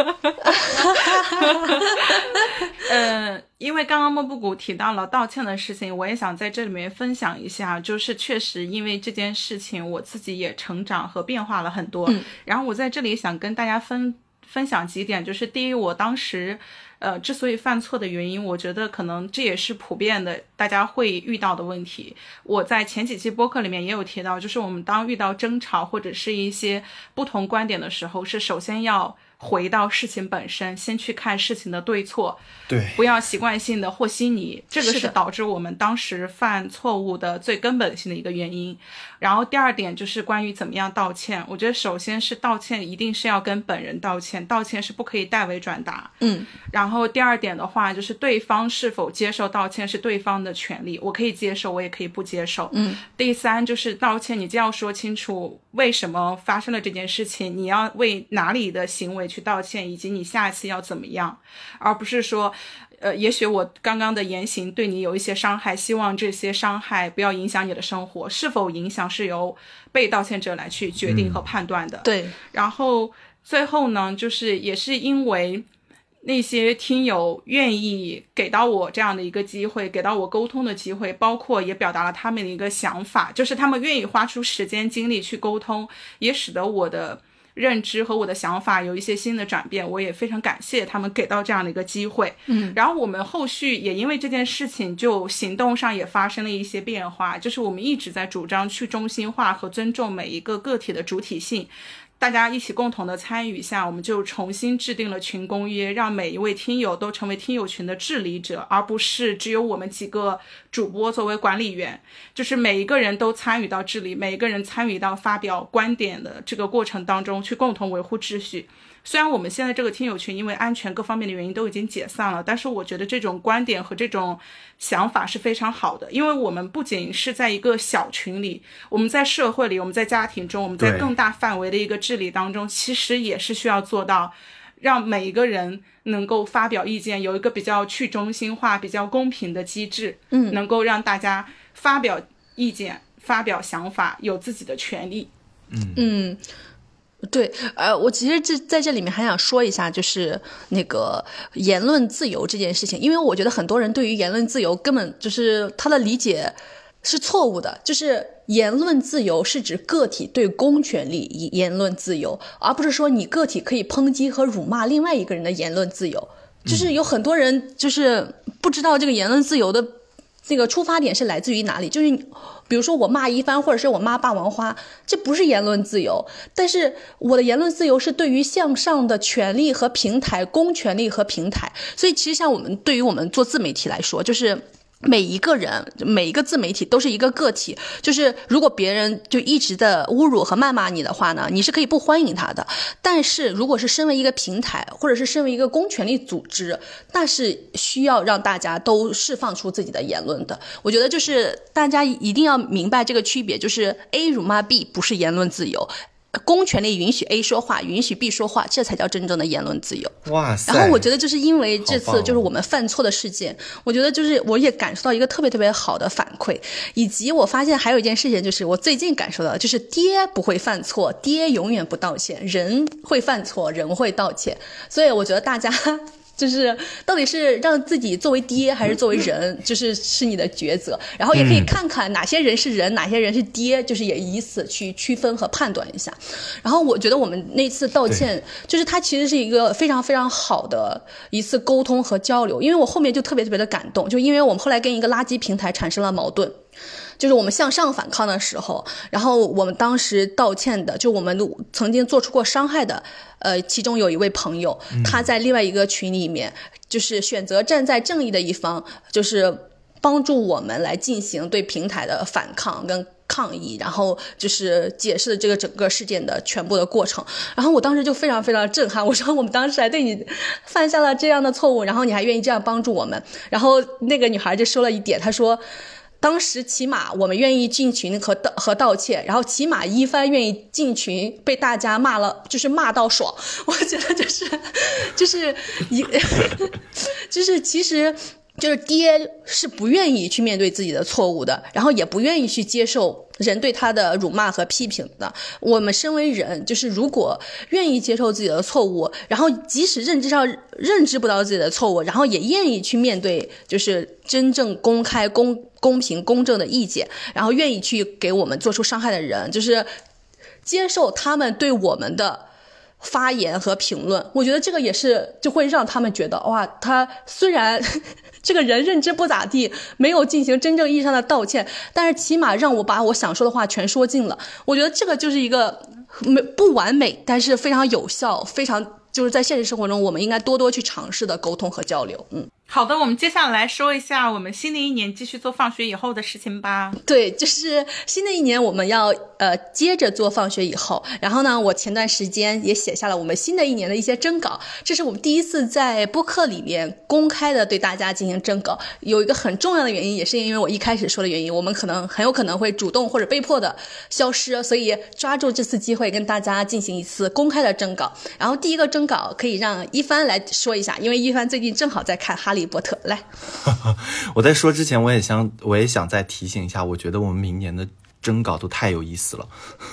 因为刚刚莫布谷提到了道歉的事情，我也想在这里面分享一下，就是确实因为这件事情我自己也成长和变化了很多。然后我在这里想跟大家分享几点，就是第一，我当时之所以犯错的原因，我觉得可能这也是普遍的大家会遇到的问题。我在前几期播客里面也有提到，就是我们当遇到争吵或者是一些不同观点的时候，是首先要回到事情本身，先去看事情的对错， 对， 不要习惯性的和稀泥，这个是导致我们当时犯错误的最根本性的一个原因。然后第二点就是关于怎么样道歉，我觉得首先是道歉一定是要跟本人道歉，道歉是不可以代为转达。然后第二点的话，就是对方是否接受道歉是对方的权利，我可以接受，我也可以不接受。第三就是道歉，你就要说清楚为什么发生了这件事情，你要为哪里的行为去道歉，以及你下一次要怎么样，而不是说也许我刚刚的言行对你有一些伤害，希望这些伤害不要影响你的生活，是否影响是由被道歉者来去决定和判断的。 对。 然后最后呢，就是也是因为那些听友愿意给到我这样的一个机会，给到我沟通的机会，包括也表达了他们的一个想法，就是他们愿意花出时间精力去沟通，也使得我的认知和我的想法有一些新的转变，我也非常感谢他们给到这样的一个机会。然后我们后续也因为这件事情，就行动上也发生了一些变化，就是我们一直在主张去中心化和尊重每一个个体的主体性，大家一起共同的参与下，我们就重新制定了群公约，让每一位听友都成为听友群的治理者，而不是只有我们几个主播作为管理员，就是每一个人都参与到治理，每一个人参与到发表观点的这个过程当中，去共同维护秩序。虽然我们现在这个听友群因为安全各方面的原因都已经解散了，但是我觉得这种观点和这种想法是非常好的，因为我们不仅是在一个小群里，我们在社会里，我们在家庭中，我们在更大范围的一个治理当中，其实也是需要做到让每一个人能够发表意见，有一个比较去中心化、比较公平的机制，能够让大家发表意见， 发表想法，有自己的权利。 对，我其实在这里面还想说一下，就是那个言论自由这件事情，因为我觉得很多人对于言论自由根本就是他的理解是错误的，就是言论自由是指个体对公权力言论自由，而不是说你个体可以抨击和辱骂另外一个人的言论自由。就是有很多人就是不知道这个言论自由的那个出发点是来自于哪里，就是比如说我骂一番，或者是我骂霸王花，这不是言论自由，但是我的言论自由是对于向上的权利和平台，公权力和平台。所以其实像对于我们做自媒体来说，就是每一个人每一个自媒体都是一个个体，就是如果别人就一直的侮辱和谩骂你的话呢，你是可以不欢迎他的，但是如果是身为一个平台或者是身为一个公权力组织，那是需要让大家都释放出自己的言论的。我觉得就是大家一定要明白这个区别，就是 A 辱骂 B 不是言论自由，公权力允许 A 说话，允许 B 说话，这才叫真正的言论自由。 哇塞！ 然后我觉得就是因为这次就是我们犯错的事件，我觉得就是我也感受到一个特别特别好的反馈，以及我发现还有一件事情，就是我最近感受到的，就是爹不会犯错，爹永远不道歉，人会犯错，人会道歉。所以我觉得大家就是到底是让自己作为爹还是作为人，就是你的抉择。然后也可以看看哪些人是人，哪些人是爹，就是也以此去区分和判断一下。然后我觉得我们那次道歉，就是它其实是一个非常非常好的一次沟通和交流。因为我后面就特别特别的感动，就因为我们后来跟一个垃圾平台产生了矛盾。就是我们向上反抗的时候，然后我们当时道歉的，就我们曾经做出过伤害的，其中有一位朋友，他在另外一个群里面，就是选择站在正义的一方，就是帮助我们来进行对平台的反抗跟抗议，然后就是解释了这个整个事件的全部的过程。然后我当时就非常非常震撼，我说我们当时还对你犯下了这样的错误，然后你还愿意这样帮助我们。然后那个女孩就说了一点，她说当时起码我们愿意进群和道歉，然后起码一帆愿意进群被大家骂了，就是骂到爽。我觉得就是其实就是爹是不愿意去面对自己的错误的，然后也不愿意去接受人对他的辱骂和批评的。我们身为人，就是如果愿意接受自己的错误，然后即使认知不到自己的错误，然后也愿意去面对就是真正公开公平公正的意见，然后愿意去给我们做出伤害的人，就是接受他们对我们的发言和评论。我觉得这个也是就会让他们觉得哇，他虽然这个人认知不咋地，没有进行真正意义上的道歉，但是起码让我把我想说的话全说尽了。我觉得这个就是一个不完美但是非常有效，非常就是在现实生活中我们应该多多去尝试的沟通和交流。 好的，我们接下来说一下我们新的一年继续做放学以后的事情吧。 对，就是新的一年我们要接着做放学以后。然后呢，我前段时间也写下了我们新的一年的一些征稿，这是我们第一次在播客里面公开的对大家进行征稿。有一个很重要的原因，也是因为我一开始说的原因，我们很有可能会主动或者被迫的消失，所以抓住这次机会跟大家进行一次公开的征稿。然后第一个征稿可以让一帆来说一下，因为一帆最近正好在看哈利波特。来我在说之前我也想再提醒一下，我觉得我们明年的征稿都太有意思了。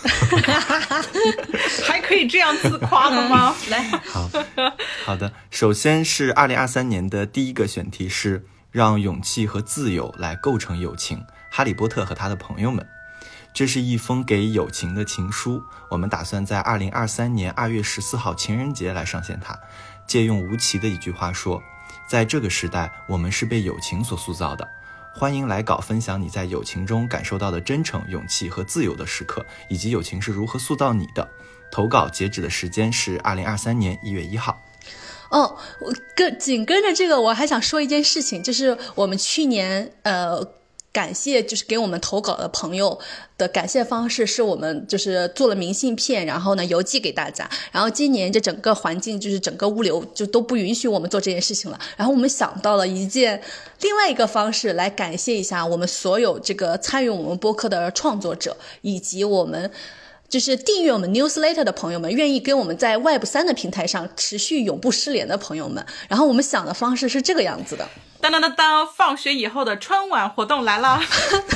还可以这样自夸的吗？来， 好的。首先是2023年的第一个选题是让勇气和自由来构成友情，哈利波特和他的朋友们。这是一封给友情的情书，我们打算在2023年2月14号情人节来上线它。借用吴奇的一句话说，在这个时代，我们是被友情所塑造的。欢迎来稿分享你在友情中感受到的真诚、勇气和自由的时刻，以及友情是如何塑造你的。投稿截止的时间是2023年1月1号。 紧跟着这个，我还想说一件事情，就是我们去年感谢就是给我们投稿的朋友的感谢方式是我们就是做了明信片，然后呢邮寄给大家。然后今年这整个环境就是整个物流就都不允许我们做这件事情了，然后我们想到了另外一个方式来感谢一下我们所有这个参与我们播客的创作者，以及我们就是订阅我们 newsletter 的朋友们，愿意跟我们在 Web3 的平台上持续永不失联的朋友们。然后我们想的方式是这个样子的。 当当当当，放学以后的春晚活动来了。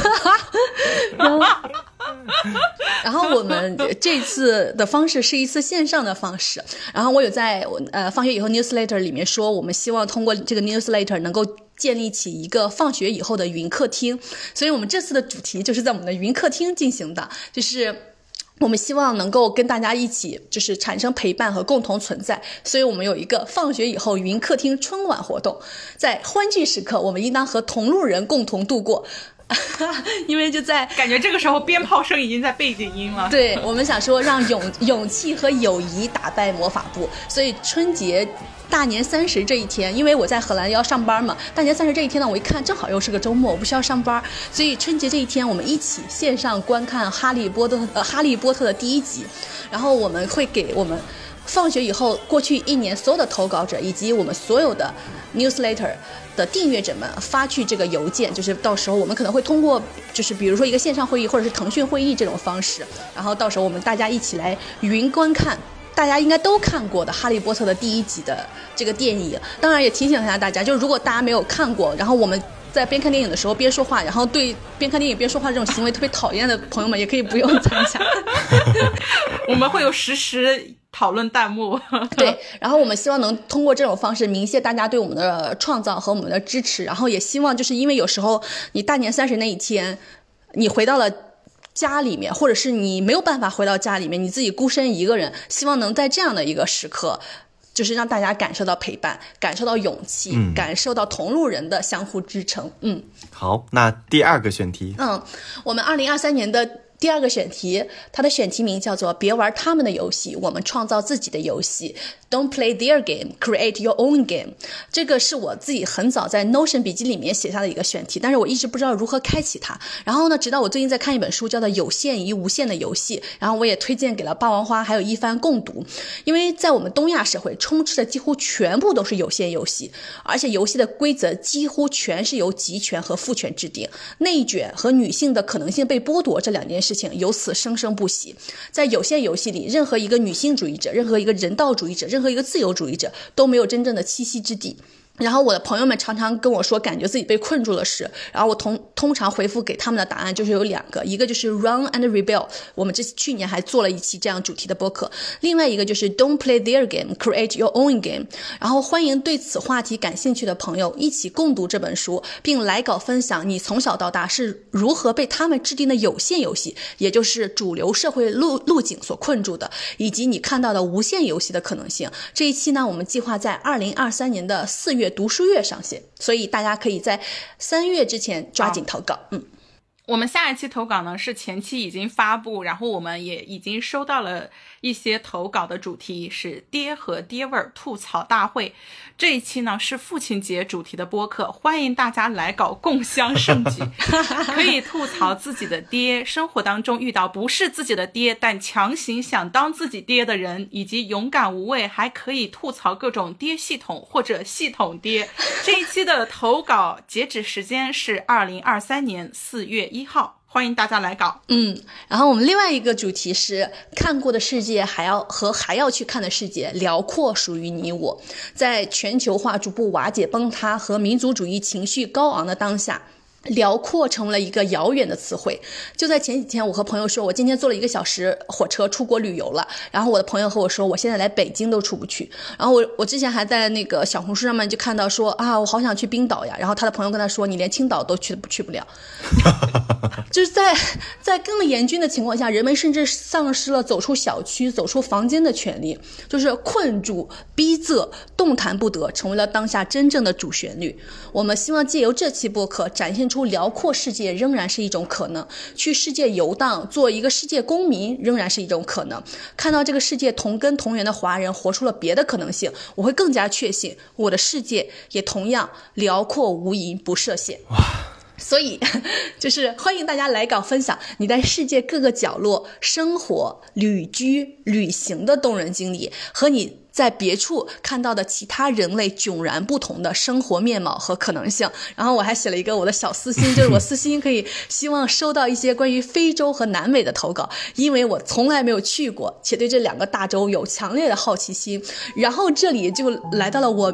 然后我们这次的方式是一次线上的方式，然后我有在放学以后 newsletter 里面说，我们希望通过这个 newsletter 能够建立起一个放学以后的云客厅，所以我们这次的主题就是在我们的云客厅进行的，就是我们希望能够跟大家一起就是产生陪伴和共同存在，所以我们有一个放学以后云客厅春晚活动，在欢聚时刻我们应当和同路人共同度过。因为就在感觉这个时候鞭炮声已经在背景音了。 对，我们想说让勇气和友谊打败魔法部，所以春节大年30这一天，因为我在荷兰要上班嘛，大年30这一天呢，我一看正好又是个周末，我不需要上班，所以春节这一天我们一起线上观看哈利波特的第1集，然后我们会给我们放学以后过去1年所有的投稿者以及我们所有的 newsletter 的订阅者们发去这个邮件，就是到时候我们可能会通过就是比如说一个线上会议或者是腾讯会议这种方式，然后到时候我们大家一起来云观看大家应该都看过的哈利波特的第1集的这个电影。当然也提醒一下大家，就是如果大家没有看过，然后我们在边看电影的时候边说话，然后对边看电影边说话这种行为特别讨厌的朋友们也可以不用参加。 我们会有实时讨论弹幕。 对，然后我们希望能通过这种方式鸣谢大家对我们的创造和我们的支持，然后也希望就是因为有时候你大年30那一天你回到了家里面，或者是你没有办法回到家里面，你自己孤身一个人，希望能在这样的一个时刻就是让大家感受到陪伴，感受到勇气，感受到同路人的相互支撑。 好，那第2个选题， 我们2023年的第2个选题，它的选题名叫做别玩他们的游戏，我们创造自己的游戏。Don't play their game, create your own game。 这个是我自己很早在 Notion 笔记里面写下的一个选题，但是我一直不知道如何开启它。然后呢，直到我最近在看一本书叫做《有限与无限的游戏》，然后我也推荐给了霸王花还有一帆共读。因为在我们东亚社会充斥的几乎全部都是有限游戏，而且游戏的规则几乎全是由集权和父权制定，内卷和女性的可能性被剥夺这2件事情由此生生不息。在有限游戏里，任何一个女性主义者，任何一个人道主义者，任何一个自由主义者都没有真正的栖息之地。然后我的朋友们常常跟我说感觉自己被困住了时，然后我通常回复给他们的答案就是有2个，一个就是 Run and Rebel， 我们去年还做了一期这样主题的播客，另外一个就是 Don't play their game, create your own game。 然后欢迎对此话题感兴趣的朋友一起共读这本书，并来稿分享你从小到大是如何被他们制定的有限游戏，也就是主流社会路径所困住的，以及你看到的无限游戏的可能性。这一期呢，我们计划在2023年的4月读书月上线，所以大家可以在3月之前抓紧投稿。 我们下一期投稿呢是前期已经发布，然后我们也已经收到了一些投稿的主题是爹和爹味儿吐槽大会。这一期呢是父亲节主题的播客，欢迎大家来稿共襄盛举。可以吐槽自己的爹，生活当中遇到不是自己的爹但强行想当自己爹的人，以及勇敢无畏，还可以吐槽各种爹系统或者系统爹。这一期的投稿截止时间是2023年4月1号，欢迎大家来稿。 然后我们另外一个主题是看过的世界还要去看的世界，辽阔属于你我。在全球化逐步瓦解崩塌和民族主义情绪高昂的当下，辽阔成为了一个遥远的词汇。就在前几天，我和朋友说我今天坐了1个小时火车出国旅游了，然后我的朋友和我说我现在来北京都出不去。然后我之前还在那个小红书上面就看到说我好想去冰岛呀，然后他的朋友跟他说你连青岛都去不了。就是在更严峻的情况下，人们甚至丧失了走出小区走出房间的权利，就是困住逼仄动弹不得成为了当下真正的主旋律。我们希望借由这期播客展现出辽阔世界仍然是一种可能，去世界游荡做一个世界公民仍然是一种可能，看到这个世界同根同源的华人活出了别的可能性，我会更加确信我的世界也同样辽阔无垠不设限。所以就是欢迎大家来稿分享你在世界各个角落生活、旅居、旅行的动人经历，和你在别处看到的其他人类迥然不同的生活面貌和可能性。然后我还写了一个我的小私心，就是我私心可以希望收到一些关于非洲和南美的投稿，因为我从来没有去过，且对这2个大洲有强烈的好奇心。然后这里就来到了我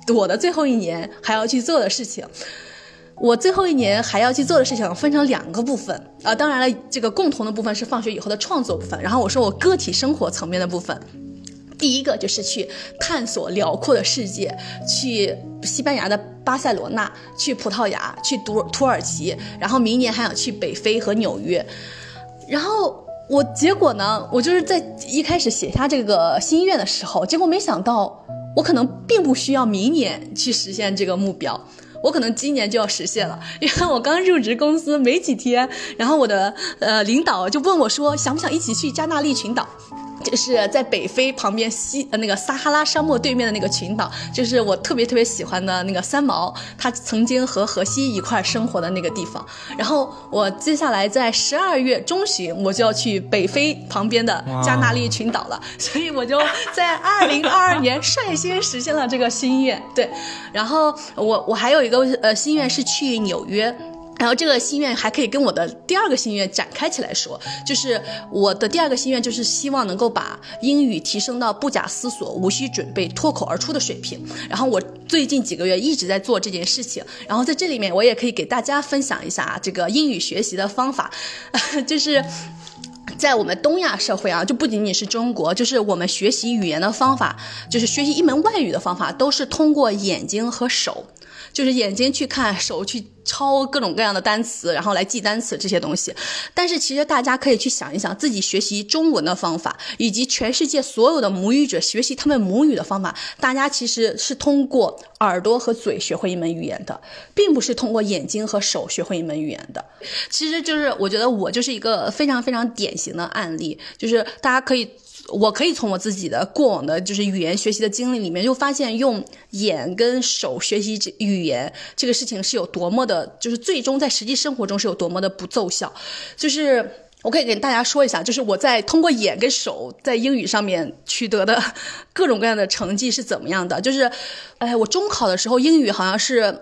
我的最后一年还要去做的事情。我最后一年还要去做的事情分成2个部分当然了，这个共同的部分是放学以后的创作部分，然后我说我个体生活层面的部分。第一个就是去探索辽阔的世界，去西班牙的巴塞罗那，去葡萄牙，去土耳其，然后明年还想去北非和纽约。然后结果呢，我就是在一开始写下这个心愿的时候，结果没想到我可能并不需要明年去实现这个目标，我可能今年就要实现了。因为我刚入职公司没几天，然后我的领导就问我说想不想一起去加那利群岛，就是在北非旁边那个撒哈拉沙漠对面的那个群岛，就是我特别特别喜欢的那个三毛，他曾经和荷西一块生活的那个地方。然后我接下来在12月中旬我就要去北非旁边的加那利群岛了，所以我就在2022年率先实现了这个心愿。对，然后我还有一个心愿是去纽约。然后这个心愿还可以跟我的第2个心愿展开起来说，就是我的第2个心愿就是希望能够把英语提升到不假思索、无需准备、脱口而出的水平。然后我最近几个月一直在做这件事情，然后在这里面我也可以给大家分享一下这个英语学习的方法，就是在我们东亚社会就不仅仅是中国，就是我们学习语言的方法，就是学习一门外语的方法都是通过眼睛和手，就是眼睛去看，手去抄各种各样的单词，然后来记单词这些东西。但是其实大家可以去想一想自己学习中文的方法，以及全世界所有的母语者学习他们母语的方法，大家其实是通过耳朵和嘴学会一门语言的，并不是通过眼睛和手学会一门语言的。其实就是我觉得我就是一个非常非常典型的案例，就是大家我可以从我自己的过往的就是语言学习的经历里面就发现，用眼跟手学习语言这个事情是有多么的，就是最终在实际生活中是有多么的不奏效。就是我可以给大家说一下，就是我在通过眼跟手在英语上面取得的各种各样的成绩是怎么样的。就是我中考的时候英语好像是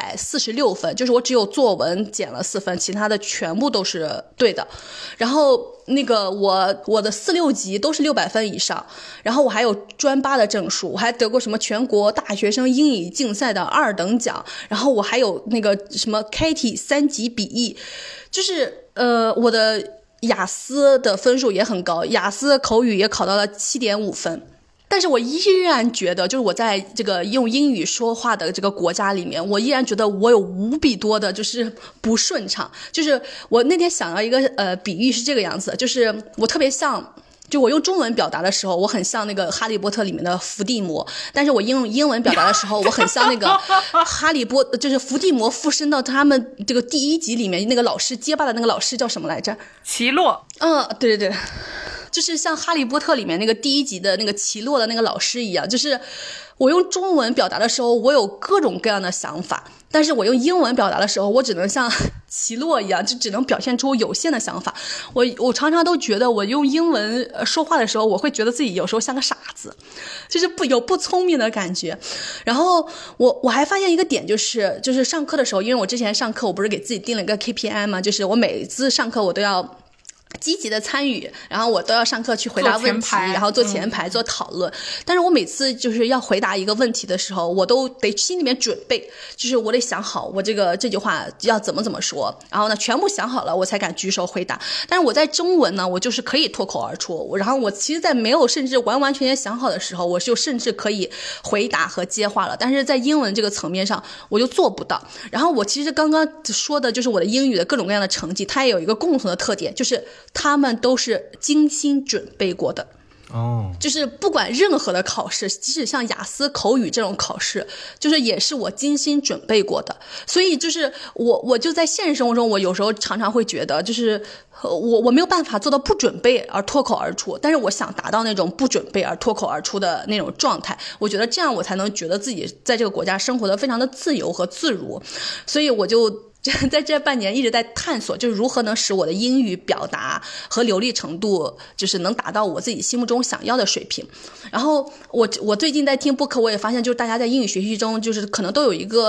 146分，就是我只有作文减了4分，其他的全部都是对的。然后那个我的4、6级都是600分以上，然后我还有专8的证书，我还得过什么全国大学生英语竞赛的2等奖，然后我还有那个什么 KT 3级笔译，就是我的雅思的分数也很高，雅思口语也考到了7.5分。但是我依然觉得，就是我在这个用英语说话的这个国家里面，我依然觉得我有无比多的就是不顺畅。就是我那天想到一个比喻是这个样子，就是我特别像，就我用中文表达的时候我很像那个哈利波特里面的伏地魔，但是我用英文表达的时候我很像那个就是伏地魔附身到他们这个第1集里面那个老师结巴的那个老师叫什么来着？ 奇洛。 对对对，就是像哈利波特里面那个第1集的那个奇洛的那个老师一样，就是我用中文表达的时候我有各种各样的想法，但是我用英文表达的时候我只能像奇洛一样，就只能表现出有限的想法。我常常都觉得我用英文说话的时候，我会觉得自己有时候像个傻子，就是不聪明的感觉。然后我还发现一个点，就是上课的时候，因为我之前上课我不是给自己定了一个 KPI 嘛，就是我每次上课我都要积极的参与，然后我都要上课去回答问题，然后做前排做讨论。但是我每次就是要回答一个问题的时候，我都得心里面准备，就是我得想好我这句话要怎么说，然后呢全部想好了我才敢举手回答。但是我在中文呢，我就是可以脱口而出，然后我其实在没有甚至完全想好的时候，我就甚至可以回答和接话了。但是在英文这个层面上我就做不到。然后我其实刚刚说的就是我的英语的各种各样的成绩，它也有一个共同的特点，就是他们都是精心准备过的。就是不管任何的考试，即使像雅思口语这种考试，就是也是我精心准备过的。所以就是我就在现实生活中，我有时候常常会觉得，就是我没有办法做到不准备而脱口而出，但是我想达到那种不准备而脱口而出的那种状态，我觉得这样我才能觉得自己在这个国家生活的非常的自由和自如。所以我就在这半年一直在探索，就是如何能使我的英语表达和流利程度就是能达到我自己心目中想要的水平。然后我最近在听播客，我也发现就是大家在英语学习中就是可能都有一个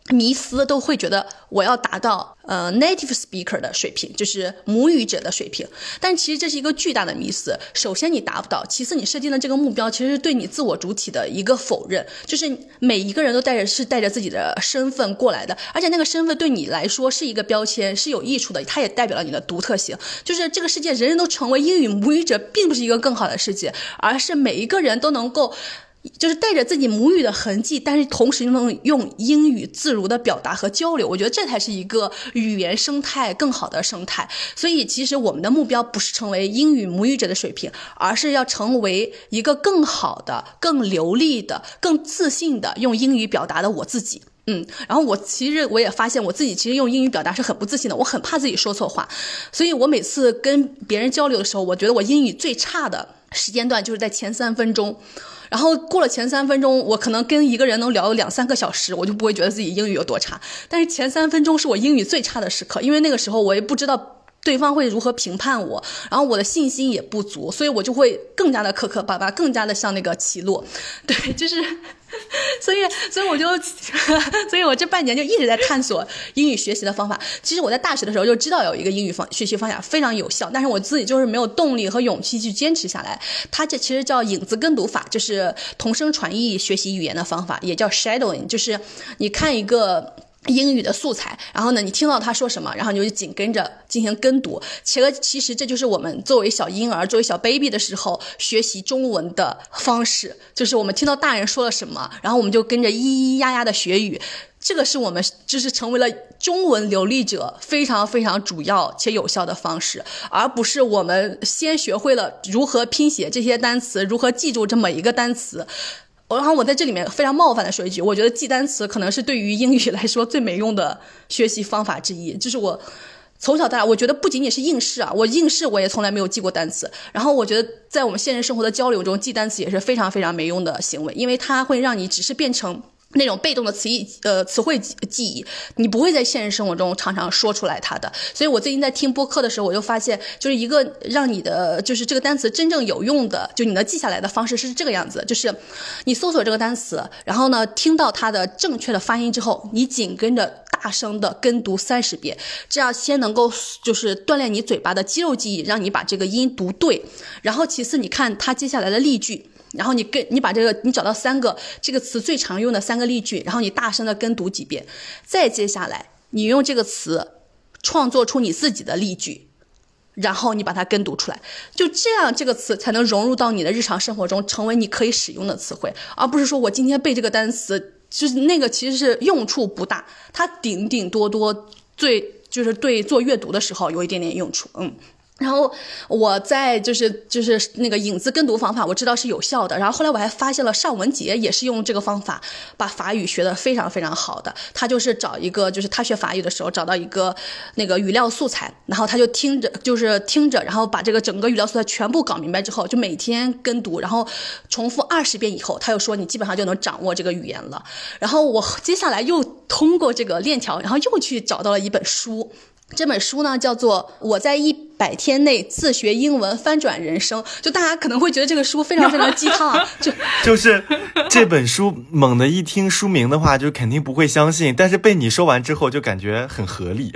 迷思都会觉得我要达到native speaker 的水平，就是母语者的水平，但其实这是一个巨大的迷思。首先你达不到，其次你设定的这个目标其实是对你自我主体的一个否认，就是每一个人都带着自己的身份过来的，而且那个身份对你来说是一个标签，是有益处的，它也代表了你的独特性。就是这个世界人人都成为英语母语者并不是一个更好的世界，而是每一个人都能够就是带着自己母语的痕迹，但是同时能用英语自如的表达和交流，我觉得这才是一个语言生态更好的生态。所以其实我们的目标不是成为英语母语者的水平，而是要成为一个更好的、更流利的、更自信的用英语表达的我自己。然后我也发现我自己其实用英语表达是很不自信的，我很怕自己说错话，所以我每次跟别人交流的时候，我觉得我英语最差的时间段就是在前3分钟，然后过了前3分钟，我可能跟一个人能聊2-3个小时，我就不会觉得自己英语有多差，但是前3分钟是我英语最差的时刻，因为那个时候我也不知道对方会如何评判我，然后我的信心也不足，所以我就会更加的磕磕巴巴，更加的像那个奇洛。对，就是所以我这半年就一直在探索英语学习的方法。其实我在大学的时候就知道有一个英语学习方法非常有效，但是我自己就是没有动力和勇气去坚持下来。它这其实叫影子跟读法，就是同声传译学习语言的方法，也叫 shadowing， 就是你看一个英语的素材，然后呢你听到他说什么，然后你就紧跟着进行跟读。其实这就是我们作为小婴儿作为小 baby 的时候学习中文的方式，就是我们听到大人说了什么，然后我们就跟着咿咿呀呀的学语。这个是我们就是成为了中文流利者非常非常主要且有效的方式，而不是我们先学会了如何拼写这些单词，如何记住这么一个单词。然后我在这里面非常冒犯的说一句，我觉得记单词可能是对于英语来说最没用的学习方法之一。就是我从小到大，我觉得不仅仅是应试啊，我应试我也从来没有记过单词。然后我觉得在我们现实生活的交流中，记单词也是非常非常没用的行为，因为它会让你只是变成那种被动的词汇记忆，你不会在现实生活中常常说出来它的。所以我最近在听播客的时候，我就发现就是一个让你的就是这个单词真正有用的，就你能记下来的方式是这个样子，就是你搜索这个单词，然后呢听到它的正确的发音之后，你紧跟着大声的跟读30遍，这样先能够就是锻炼你嘴巴的肌肉记忆，让你把这个音读对。然后其次你看它接下来的例句，然后你把你找到3个这个词最常用的3个例句，然后你大声的跟读几遍，再接下来你用这个词创作出你自己的例句，然后你把它跟读出来，就这样这个词才能融入到你的日常生活中，成为你可以使用的词汇，而不是说我今天背这个单词，就是那个其实是用处不大，它顶多就是对做阅读的时候有一点点用处。然后我在就是那个影子跟读方法我知道是有效的，然后后来我还发现了尚雯婕也是用这个方法把法语学得非常非常好的。他就是找一个，就是他学法语的时候找到一个那个语料素材，然后他就听着，然后把这个整个语料素材全部搞明白之后，就每天跟读，然后重复20遍以后，他又说你基本上就能掌握这个语言了。然后我接下来又通过这个链条，然后又去找到了一本书，这本书呢叫做《我在100天内自学英文翻转人生》，就大家可能会觉得这个书非常非常鸡汤啊， 就是这本书猛的一听书名的话就肯定不会相信，但是被你说完之后就感觉很合理。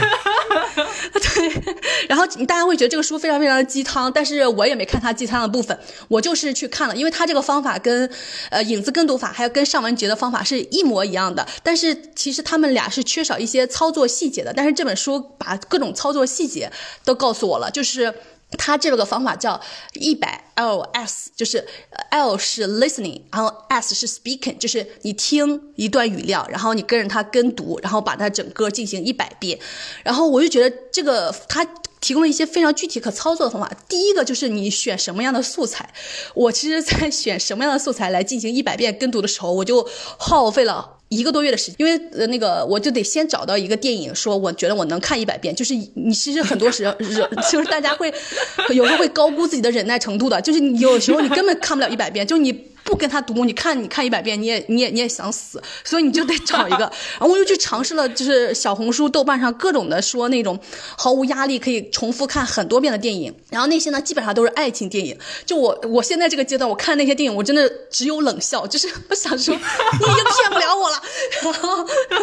对，然后大家会觉得这个书非常非常的鸡汤，但是我也没看它鸡汤的部分，我就是去看了，因为它这个方法跟影子跟读法还有跟尚雯婕的方法是一模一样的，但是其实他们俩是缺少一些操作细节的，但是这本书把各种操作细节都告诉我了。就是它这个方法叫100LS， 就是 L 是 listening， 然后 S 是 speaking， 就是你听一段语料，然后你跟着它跟读，然后把它整个进行100遍。然后我就觉得这个它提供了一些非常具体可操作的方法。第一个就是你选什么样的素材，我其实在选什么样的素材来进行100遍跟读的时候，我就耗费了1个多月的时间，因为那个我就得先找到一个电影，说我觉得我能看100遍。就是你其实很多时候就是大家会有时候会高估自己的忍耐程度的，就是你有时候你根本看不了100遍，就是你不跟他读，你看100遍，你也想死，所以你就得找一个。然后我就去尝试了，就是小红书、豆瓣上各种的说那种毫无压力可以重复看很多遍的电影，然后那些呢基本上都是爱情电影。就我现在这个阶段，我看那些电影，我真的只有冷笑，就是我想说你已经骗不了我了。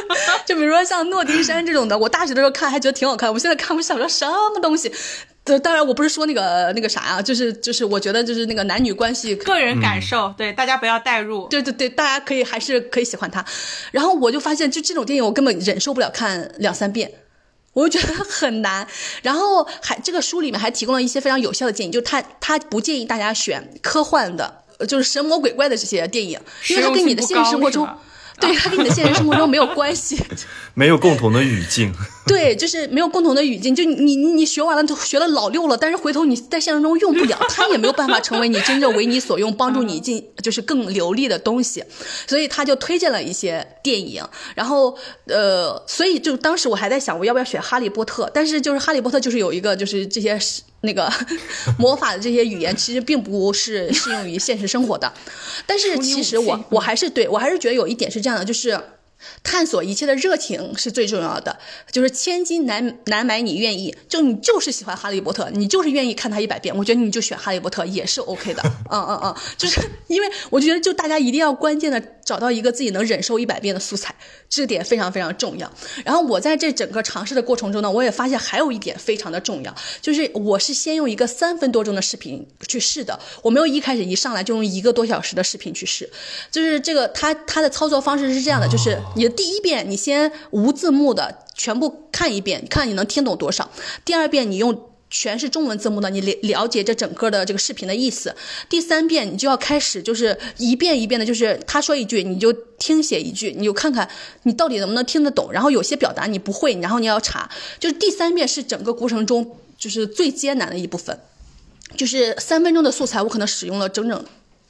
就比如说像诺丁山这种的，我大学的时候看还觉得挺好看，我现在看我想说什么东西。当然我不是说那个啥呀，就是我觉得就是那个男女关系个人感受，对大家不要代入， 对，大家还是可以喜欢他。然后我就发现就这种电影我根本忍受不了看2-3遍，我就觉得很难。然后这个书里面还提供了一些非常有效的建议，就是他不建议大家选科幻的，就是神魔鬼怪的这些电影，因为它跟你的现实生活中，对，它跟你的现实生活中没有关系， 没有共同的语境。 对，就是没有共同的语境，就你学完了学了老六了，但是回头你在现实中用不了，它也没有办法成为你真正为你所用，帮助你就是更流利的东西。所以他就推荐了一些电影，然后所以就当时我还在想我要不要选哈利波特，但是就是哈利波特就是有一个就是这些那个魔法的这些语言其实并不是适用于现实生活的。但是其实我还是觉得有一点是这样的，就是探索一切的热情是最重要的，就是千金难买你愿意，就你就是喜欢哈利波特，你就是愿意看他100遍，我觉得你就选哈利波特也是 OK 的。就是因为我觉得就大家一定要关键的找到一个自己能忍受100遍的素材，这点非常非常重要。然后我在这整个尝试的过程中呢，我也发现还有一点非常的重要，就是我是先用一个3分多钟的视频去试的，我没有一开始一上来就用1个多小时的视频去试。就是这个它的操作方式是这样的，就是你的第一遍你先无字幕的全部看一遍，看你能听懂多少。第二遍你用全是中文字幕的，你了解这整个的这个视频的意思。第3遍你就要开始就是一遍一遍的，就是他说一句你就听写一句，你就看看你到底能不能听得懂，然后有些表达你不会，然后你要查。就是第3遍是整个过程中就是最艰难的一部分，就是3分钟的素材我可能使用了整整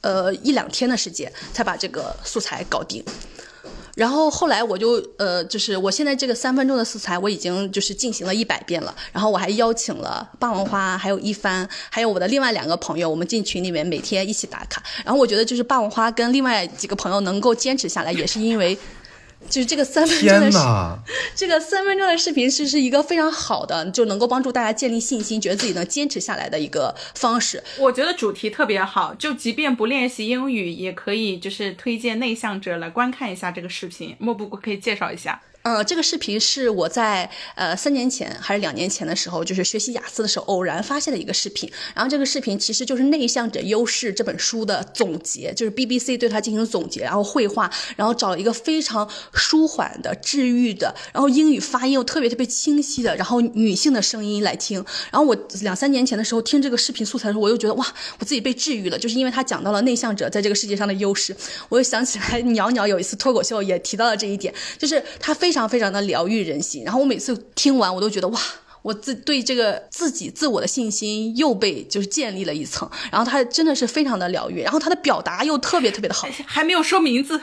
1-2天的时间才把这个素材搞定。然后后来我就是我现在这个3分钟的素材我已经就是进行了100遍了，然后我还邀请了霸王花还有一帆还有我的另外2个朋友，我们进群里面每天一起打卡。然后我觉得就是霸王花跟另外几个朋友能够坚持下来，也是因为就是这个3分钟的视频是一个非常好的，就能够帮助大家建立信心，觉得自己能坚持下来的一个方式。 我觉得主题特别好，就即便不练习英语也可以就是推荐内向者来观看一下这个视频。莫布谷可以介绍一下。 这个视频是我在3年前还是2年前的时候，就是学习雅思的时候偶然发现的一个视频。然后这个视频其实就是《内向者优势》这本书的总结，就是 BBC 对它进行总结，然后绘画，然后找了一个非常舒缓的、治愈的，然后英语发音又特别特别清晰的，然后女性的声音来听。然后我2-3年前的时候听这个视频素材的时候，我又觉得哇，我自己被治愈了，就是因为他讲到了内向者在这个世界上的优势。我又想起来鸟鸟有一次脱口秀也提到了这一点，就是他非常非常的疗愈人心。然后我每次听完我都觉得哇，我对这个自我的信心又被就是建立了一层。然后他真的是非常的疗愈，然后他的表达又特别特别的好。 还没有说名字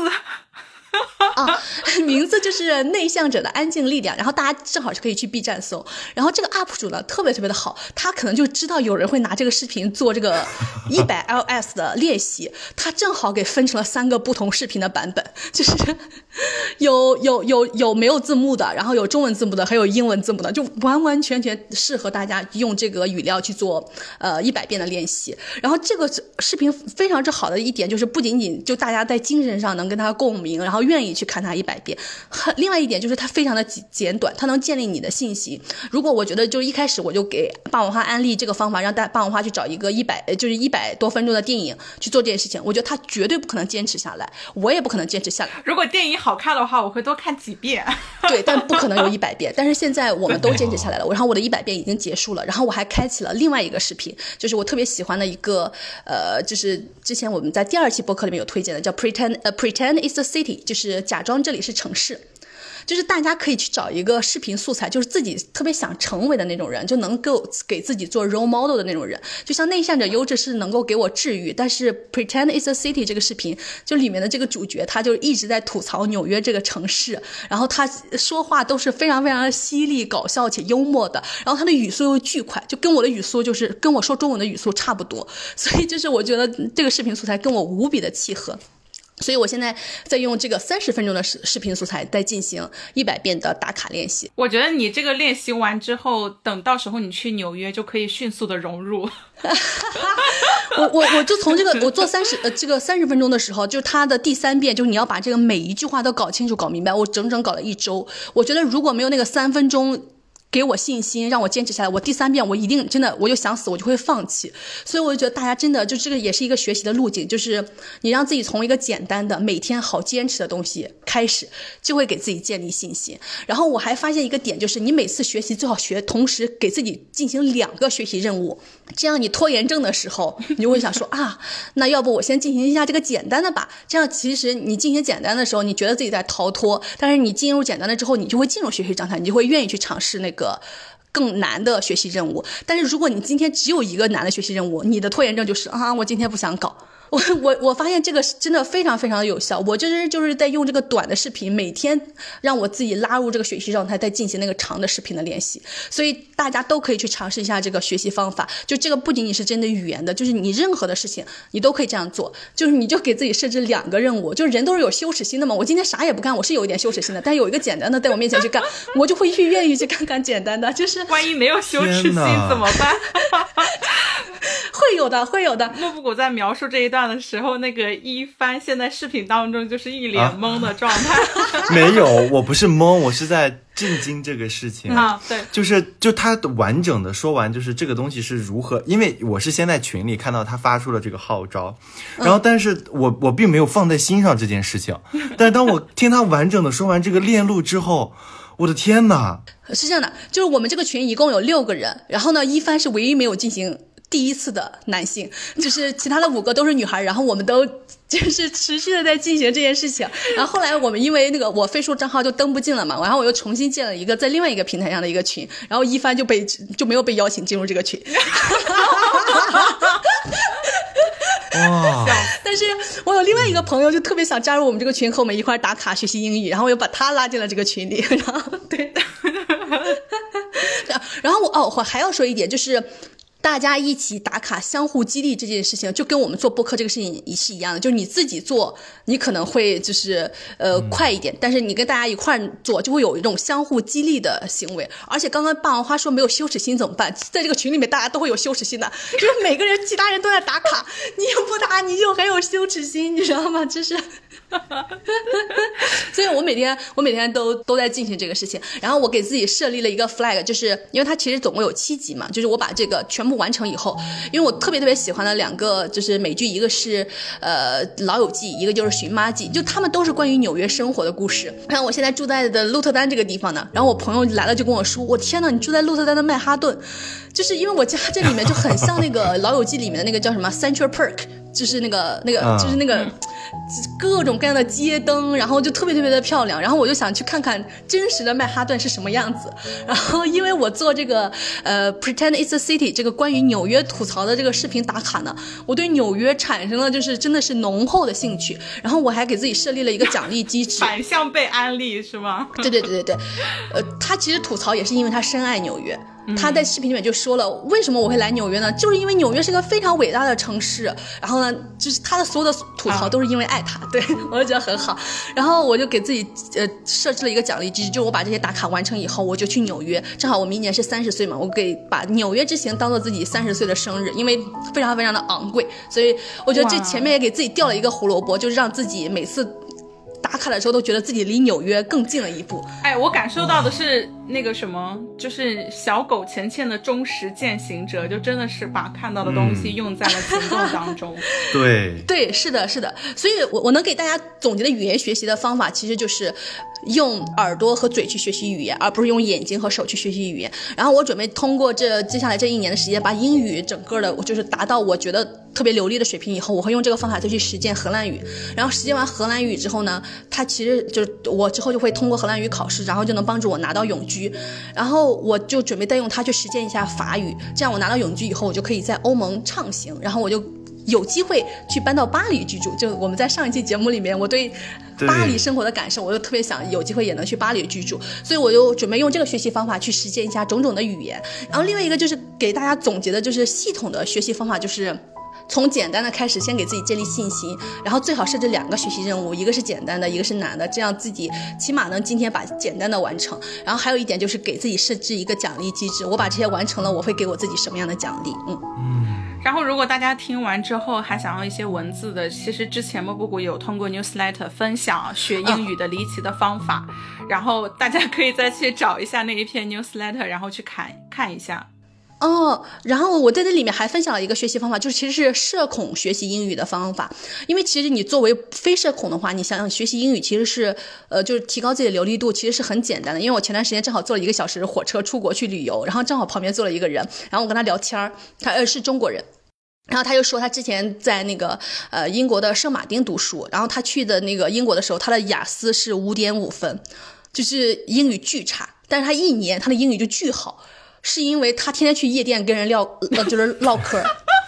名字就是内向者的安静力量，然后大家正好是可以去 B 站搜。然后这个 UP 主呢特别特别的好，他可能就知道有人会拿这个视频做这个100 LS 的练习，他正好给分成了3个不同视频的版本，就是有没有字幕的，然后有中文字幕的，还有英文字幕的，就完完全全适合大家用这个语料去做100遍的练习。然后这个视频非常之好的一点就是不仅仅就大家在精神上能跟他共鸣，然后愿意去看它100遍。另外一点就是它非常的简短，它能建立你的信心。如果我觉得就一开始我就给霸王花安利这个方法，让霸王花去找一个100多分钟的电影去做这件事情，我觉得他绝对不可能坚持下来，我也不可能坚持下来。 如果电影好看的话，我会多看几遍。 对，但不可能有100遍。但是现在我们都坚持下来了，然后我的100遍已经结束了，然后我还开启了另外一个视频，就是我特别喜欢的一个就是之前我们在第2期播客里面有推荐的，叫 Pretend is a City， 就是假装这里是城市。就是大家可以去找一个视频素材，就是自己特别想成为的那种人，就能够给自己做 role model 的那种人。就像内向者优质是能够给我治愈，但是 Pretend is a City 这个视频，就里面的这个主角他就一直在吐槽纽约这个城市，然后他说话都是非常非常的犀利搞笑且幽默的，然后他的语速又巨快，就跟我的语速就是跟我说中文的语速差不多，所以就是我觉得这个视频素材跟我无比的契合。 所以我现在在用这个30分钟的视频素材在进行100遍的打卡练习。 我觉得你这个练习完之后，等到时候你去纽约就可以迅速的融入。 我就从这个我做30分钟的时候，就它的第3遍，就是你要把这个每一句话都搞清楚搞明白，我整整搞了1周。我觉得如果没有那个3分钟给我信心让我坚持下来，我第3遍我一定真的我就想死，我就会放弃。所以我就觉得大家真的就这个也是一个学习的路径，就是你让自己从一个简单的每天好坚持的东西开始，就会给自己建立信心。然后我还发现一个点，就是你每次学习最好同时给自己进行2个学习任务，这样你拖延症的时候你就会想说啊，那要不我先进行一下这个简单的吧。这样其实你进行简单的时候你觉得自己在逃脱，但是你进入简单了之后你就会进入学习状态，你就会愿意去尝试那个更难的学习任务。但是如果你今天只有一个难的学习任务，你的拖延症就是啊，我今天不想搞。我发现这个真的非常非常的有效。我就是在用这个短的视频，每天让我自己拉入这个学习状态，再进行那个长的视频的练习。所以大家都可以去尝试一下这个学习方法。就这个不仅仅是针对语言的，就是你任何的事情你都可以这样做。就是你就给自己设置2个任务，就是人都是有羞耻心的嘛。我今天啥也不干，我是有一点羞耻心的，但是有一个简单的在我面前去干，我就会愿意去干干简单的。就是万一没有羞耻心怎么办？ 会有的。 莫布谷在描述这一段的时候，那个一帆现在视频当中就是一脸懵的状态。 没有，我不是懵，我是在震惊这个事情啊。对， 就他完整的说完，就是这个东西是如何，因为我是先在群里看到他发出了这个号召，然后但是我并没有放在心上这件事情，但是当我听他完整的说完这个链路之后，我的天哪！ 是这样的，就是我们这个群一共有6个人，然后呢，一帆是唯一没有进行第一次的男性，就是其他的5个都是女孩，然后我们都就是持续的在进行这件事情。然后后来我们因为那个我飞书账号就登不进了嘛，然后我又重新建了一个在另外一个平台上的一个群，然后一帆就没有被邀请进入这个群。 哇！ 但是我有另外一个朋友就特别想加入我们这个群，和我们一块打卡学习英语，然后我又把他拉进了这个群里。然后对，然后我还要说一点，就是大家一起打卡相互激励这件事情，就跟我们做播客这个事情是一样的。就是你自己做你可能会就是快一点，但是你跟大家一块做就会有一种相互激励的行为。而且刚刚霸王花说没有羞耻心怎么办，在这个群里面大家都会有羞耻心的，就是每个人其他人都在打卡，你不打你就很有羞耻心，你知道吗？就是所以我每天都在进行这个事情。然后我给自己设立了一个 flag， 就是因为它其实总共有7集嘛，就是我把这个全部完成以后，因为我特别特别喜欢的2个就是美剧，一个是老友记，一个就是寻妈记，就他们都是关于纽约生活的故事。然后我现在住在的鹿特丹这个地方呢，然后我朋友来了就跟我说，我天哪，你住在鹿特丹的曼哈顿，就是因为我家这里面就很像那个老友记里面的那个叫什么 Central Park， 就是那个就是那个各种各样的街灯，然后就特别特别的漂亮。然后我就想去看看真实的曼哈顿是什么样子。然后因为我做这个Pretend It's a City 这个关于纽约吐槽的这个视频打卡呢，我对纽约产生了就是真的是浓厚的兴趣。然后我还给自己设立了一个奖励机制， 反向被安利是吗？ 对，他其实吐槽也是因为他深爱纽约。他在视频里面就说了，为什么我会来纽约呢？就是因为纽约是个非常伟大的城市。然后呢，就是他的所有的吐槽都是因为爱他。对，我就觉得很好。然后我就给自己设置了一个奖励机制，就我把这些打卡完成以后，我就去纽约。正好我明年是30岁嘛，我把纽约之行当做自己30岁的生日，因为非常非常的昂贵，所以我觉得这前面也给自己掉了一个胡萝卜，就是让自己每次打卡的时候都觉得自己离纽约更近了一步。 哎，我感受到的是那个什么，就是小狗钱钱的忠实践行者，就真的是把看到的东西用在了行动当中。 对，是的。所以我能给大家总结的语言学习的方法，其实就是用耳朵和嘴去学习语言，而不是用眼睛和手去学习语言。然后我准备通过接下来这1年的时间，把英语整个的就是达到我觉得特别流利的水平以后，我会用这个方法再去实践荷兰语。然后实践完荷兰语之后呢，它其实就是我之后就会通过荷兰语考试，然后就能帮助我拿到永居。然后我就准备再用它去实践一下法语，这样我拿到永居以后，我就可以在欧盟畅行，然后我就有机会去搬到巴黎居住。就我们在上一期节目里面，我对巴黎生活的感受，我就特别想有机会也能去巴黎居住，所以我就准备用这个学习方法去实践一下种种的语言。然后另外一个就是给大家总结的就是系统的学习方法，就是从简单的开始，先给自己建立信心，然后最好设置2个学习任务，一个是简单的，一个是难的，这样自己起码能今天把简单的完成。然后还有一点就是给自己设置一个奖励机制，我把这些完成了，我会给我自己什么样的奖励？ 然后如果大家听完之后还想要一些文字的，其实之前莫布谷有通过 newsletter 分享学英语的离奇的方法，然后大家可以再去找一下那一篇 newsletter， 然后去看一下。 然后我在这里面还分享了一个学习方法，就是其实是社恐学习英语的方法。因为其实你作为非社恐的话，你想想学习英语其实是就是提高自己的流利度，其实是很简单的。因为我前段时间正好坐了1个小时火车出国去旅游，然后正好旁边坐了一个人，然后我跟他聊天，他是中国人。然后他就说他之前在那个英国的圣马丁读书，然后他去的那个英国的时候，他的雅思是5.5分，就是英语巨差，但是他1年他的英语就巨好，是因为他天天去夜店跟人就是唠嗑。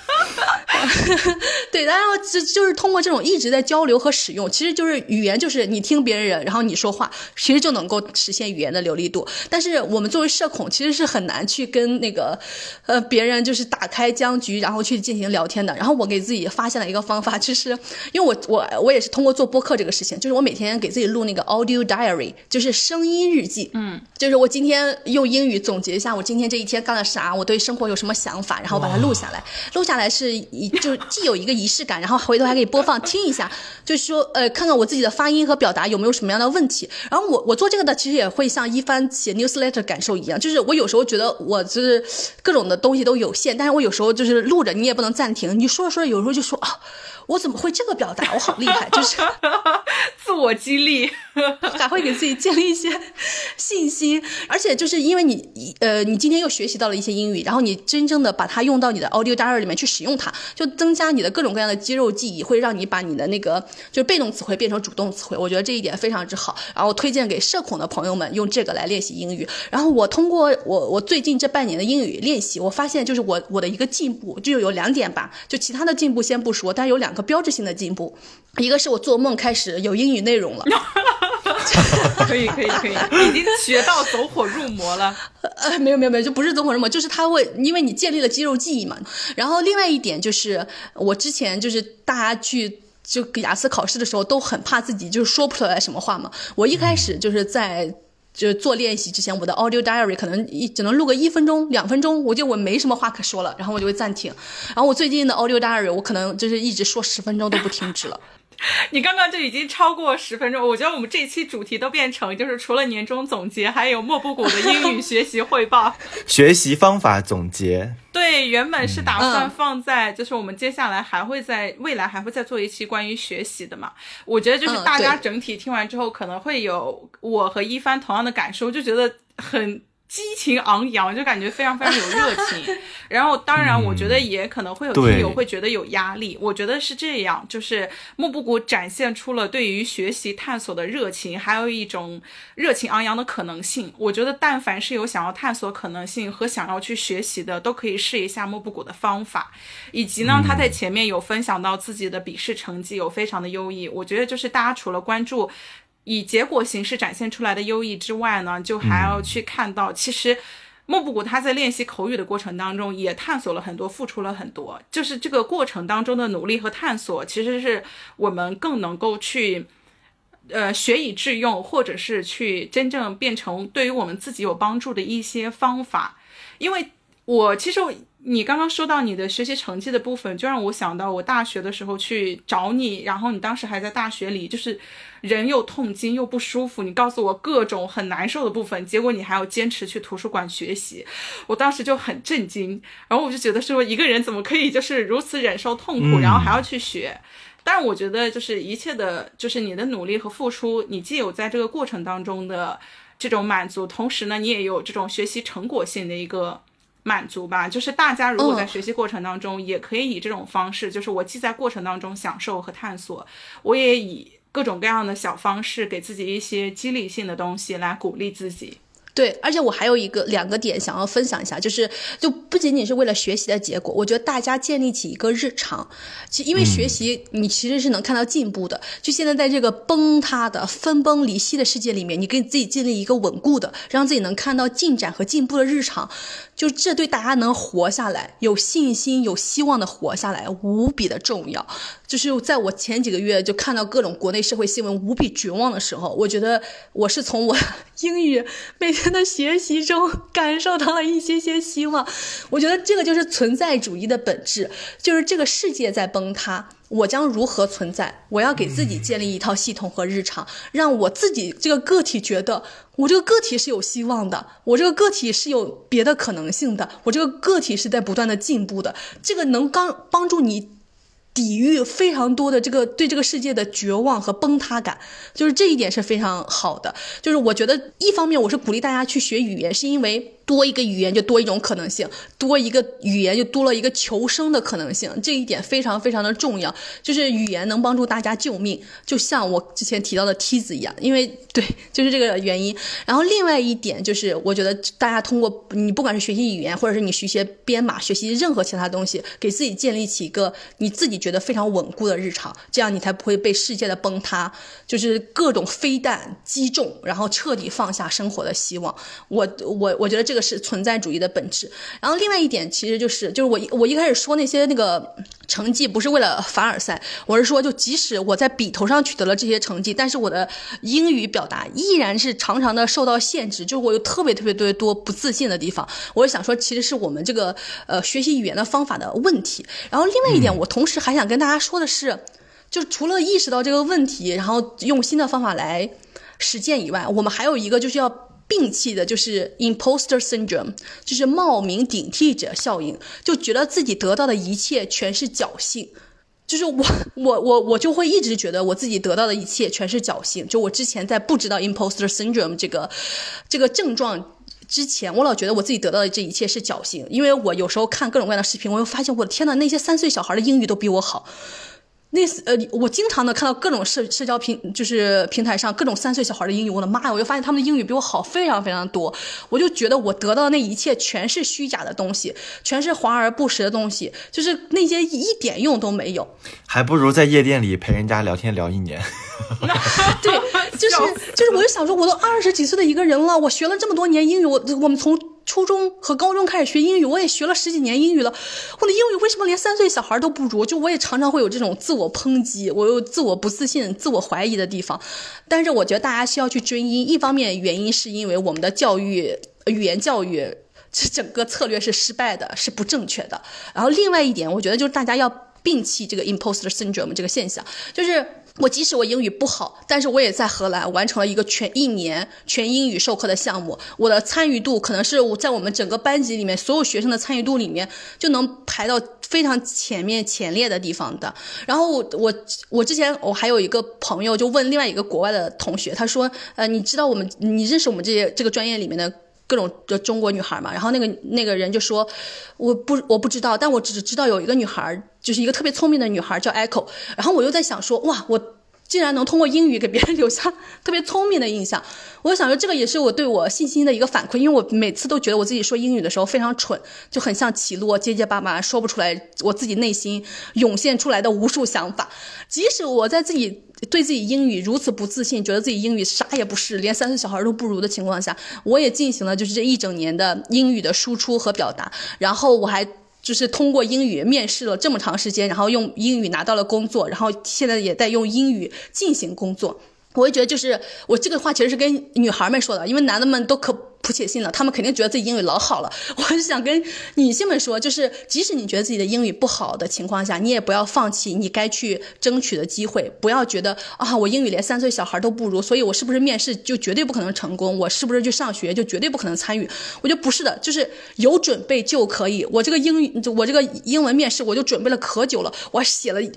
对，然后就是通过这种一直在交流和使用，其实就是语言，就是你听别人，然后你说话，其实就能够实现语言的流利度。但是我们作为社恐，其实是很难去跟那个别人就是打开僵局，然后去进行聊天的。然后我给自己发现了一个方法，就是因为我也是通过做播客这个事情，就是我每天给自己录那个 audio diary， 就是声音日记。就是我今天用英语总结一下我今天这一天干了啥，我对生活有什么想法，然后把它录下来。录下来是就既有一个仪式感，然后回头还可以播放听一下，就是说看看我自己的发音和表达有没有什么样的问题。然后我做这个的其实也会像一帆写 newsletter 感受一样，就是我有时候觉得我就是各种的东西都有限，但是我有时候就是录着你也不能暂停，你说着说着有时候就说我怎么会这个表达，我好厉害，就是自我激励， 还会给自己建立一些信心。而且就是因为你今天又学习到了一些英语，然后你真正的把它用到你的 audio diary 里面去使用它，就增加你的各种各样的肌肉记忆，会让你把你的那个就是被动词汇变成主动词汇。我觉得这一点非常之好，然后推荐给社恐的朋友们用这个来练习英语。然后我通过我最近这半年的英语练习，我发现就是我的一个进步就有2点吧，就其他的进步先不说，但是有2个标志性的进步。一个是我做梦开始有英语内容了。 可以，已经学到走火入魔了。 没有，就不是走火入魔，就是它会因为你建立了肌肉记忆嘛。然后另外一点就是我之前就是大家去就雅思考试的时候都很怕自己就是说不出来什么话嘛。我一开始就是在就是做练习之前，我的 audio diary 可能只能录个1分钟2分钟，我没什么话可说了，然后我就会暂停。然后我最近的 audio diary 我可能就是一直说10分钟都不停止了。 你刚刚就已经超过10分钟，我觉得我们这期主题都变成就是除了年终总结，还有莫布谷的英语学习汇报、 学习方法总结。 对，原本是打算放在就是我们接下来未来还会再做一期关于学习的嘛。我觉得就是大家整体听完之后可能会有我和一帆同样的感受，就觉得很激情昂扬，就感觉非常非常有热情。然后当然我觉得也可能会有听友会觉得有压力，我觉得是这样，就是莫布谷展现出了对于学习探索的热情，还有一种热情昂扬的可能性。我觉得但凡是有想要探索可能性和想要去学习的，都可以试一下莫布谷的方法。以及呢他在前面有分享到自己的笔试成绩有非常的优异，我觉得就是大家除了关注以结果形式展现出来的优异之外呢，就还要去看到其实莫布谷他在练习口语的过程当中也探索了很多，付出了很多，就是这个过程当中的努力和探索其实是我们更能够去学以致用，或者是去真正变成对于我们自己有帮助的一些方法。因为其实你刚刚说到你的学习成绩的部分，就让我想到我大学的时候去找你，然后你当时还在大学里，就是人又痛经又不舒服，你告诉我各种很难受的部分，结果你还要坚持去图书馆学习，我当时就很震惊。然后我就觉得说一个人怎么可以就是如此忍受痛苦，然后还要去学。但是我觉得就是一切的就是你的努力和付出，你既有在这个过程当中的这种满足，同时呢你也有这种学习成果性的一个满足吧。就是大家如果在学习过程当中也可以以这种方式，就是我既在过程当中享受和探索，我也以各种各样的小方式给自己一些激励性的东西来鼓励自己。 对，而且我还有两个点想要分享一下，就不仅仅是为了学习的结果，我觉得大家建立起一个日常，因为学习你其实是能看到进步的。就现在在这个崩塌的分崩离析的世界里面，你给自己建立一个稳固的，让自己能看到进展和进步的日常，就这对大家能活下来、有信心、有希望的活下来无比的重要。就是在我前几个月就看到各种国内社会新闻无比绝望的时候，我觉得我是从我英语每天的学习中感受到了一些希望。我觉得这个就是存在主义的本质，就是这个世界在崩塌，我将如何存在？我要给自己建立一套系统和日常，让我自己这个个体觉得我这个个体是有希望的，我这个个体是有别的可能性的，我这个个体是在不断的进步的。这个能帮助你抵御非常多的对这个世界的绝望和崩塌感，就是这一点是非常好的。就是我觉得一方面我是鼓励大家去学语言，是因为多一个语言就多一种可能性，多一个语言就多了一个求生的可能性，这一点非常非常的重要。就是语言能帮助大家救命，就像我之前提到的梯子一样，因为对，就是这个原因。然后另外一点就是，我觉得大家通过你不管是学习语言，或者是你学习编码，学习任何其他东西，给自己建立起一个你自己觉得非常稳固的日常，这样你才不会被世界的崩塌，就是各种飞弹击中，然后彻底放下生活的希望。我觉得这个是存在主义的本质。然后另外一点其实就是我一开始说那个成绩不是为了凡尔赛，我是说就即使我在笔头上取得了这些成绩，但是我的英语表达依然是常常的受到限制，就是我有特别多不自信的地方。我想说其实是我们这个学习语言的方法的问题。然后另外一点我同时还想跟大家说的是，就除了意识到这个问题，然后用新的方法来实践以外，我们还有一个就是要摒弃的，就是 imposter syndrome， 就是冒名顶替者效应，就觉得自己得到的一切全是侥幸。就是我就会一直觉得我自己得到的一切全是侥幸。就我之前在不知道 imposter syndrome 这个症状之前，我老觉得我自己得到的这一切是侥幸，因为我有时候看各种各样的视频，我又发现我的天哪，那些3岁小孩的英语都比我好。我经常的看到各种社交平台上各种3岁小孩的英语，我的妈呀！我就发现他们的英语比我好非常非常多。我就觉得我得到的那一切全是虚假的东西，全是华而不实的东西，就是那些一点用都没有。还不如在夜店里陪人家聊天聊1年。对，就是我就想说，我都20几岁的一个人了，我学了这么多年英语，我们从初中和高中开始学英语，我也学了10几年英语了，我的英语为什么连3岁小孩都不如？就我也常常会有这种自我抨击，我有自我不自信、自我怀疑的地方。但是我觉得大家需要去追因，一方面原因是因为我们的语言教育这整个策略是失败的，是不正确的。然后另外一点，我觉得就是大家要摒弃这个 imposter syndrome 这个现象，就是即使我英语不好，但是我也在荷兰完成了一个1年全英语授课的项目，我的参与度可能是在我们整个班级里面所有学生的参与度里面就能排到非常前列的地方的。然后我之前我还有一个朋友就问另外一个国外的同学，他说你知道你认识我们这个专业里面的各种的中国女孩嘛？然后那个人就说我不知道，但我只知道有一个女孩，就是一个特别聪明的女孩叫 Echo。 然后我又在想说，哇，我竟然能通过英语给别人留下特别聪明的印象，我就想说这个也是我对我信心的一个反馈。因为我每次都觉得我自己说英语的时候非常蠢，就很像起落结结巴巴，说不出来我自己内心涌现出来的无数想法。即使我在对自己英语如此不自信，觉得自己英语啥也不是，连3岁小孩都不如的情况下，我也进行了就是这1整年的英语的输出和表达。然后我还就是通过英语面试了这么长时间，然后用英语拿到了工作，然后现在也在用英语进行工作。我会觉得就是我这个话其实是跟女孩们说的，因为男的们都可不且信了，他们肯定觉得自己英语老好了。我是想跟女性们说，就是即使你觉得自己的英语不好的情况下，你也不要放弃你该去争取的机会，不要觉得我英语连3岁小孩都不如，所以我是不是面试就绝对不可能成功，我是不是去上学就绝对不可能参与。我觉得不是的，就是有准备就可以。我这个英文面试我就准备了可久了，我写了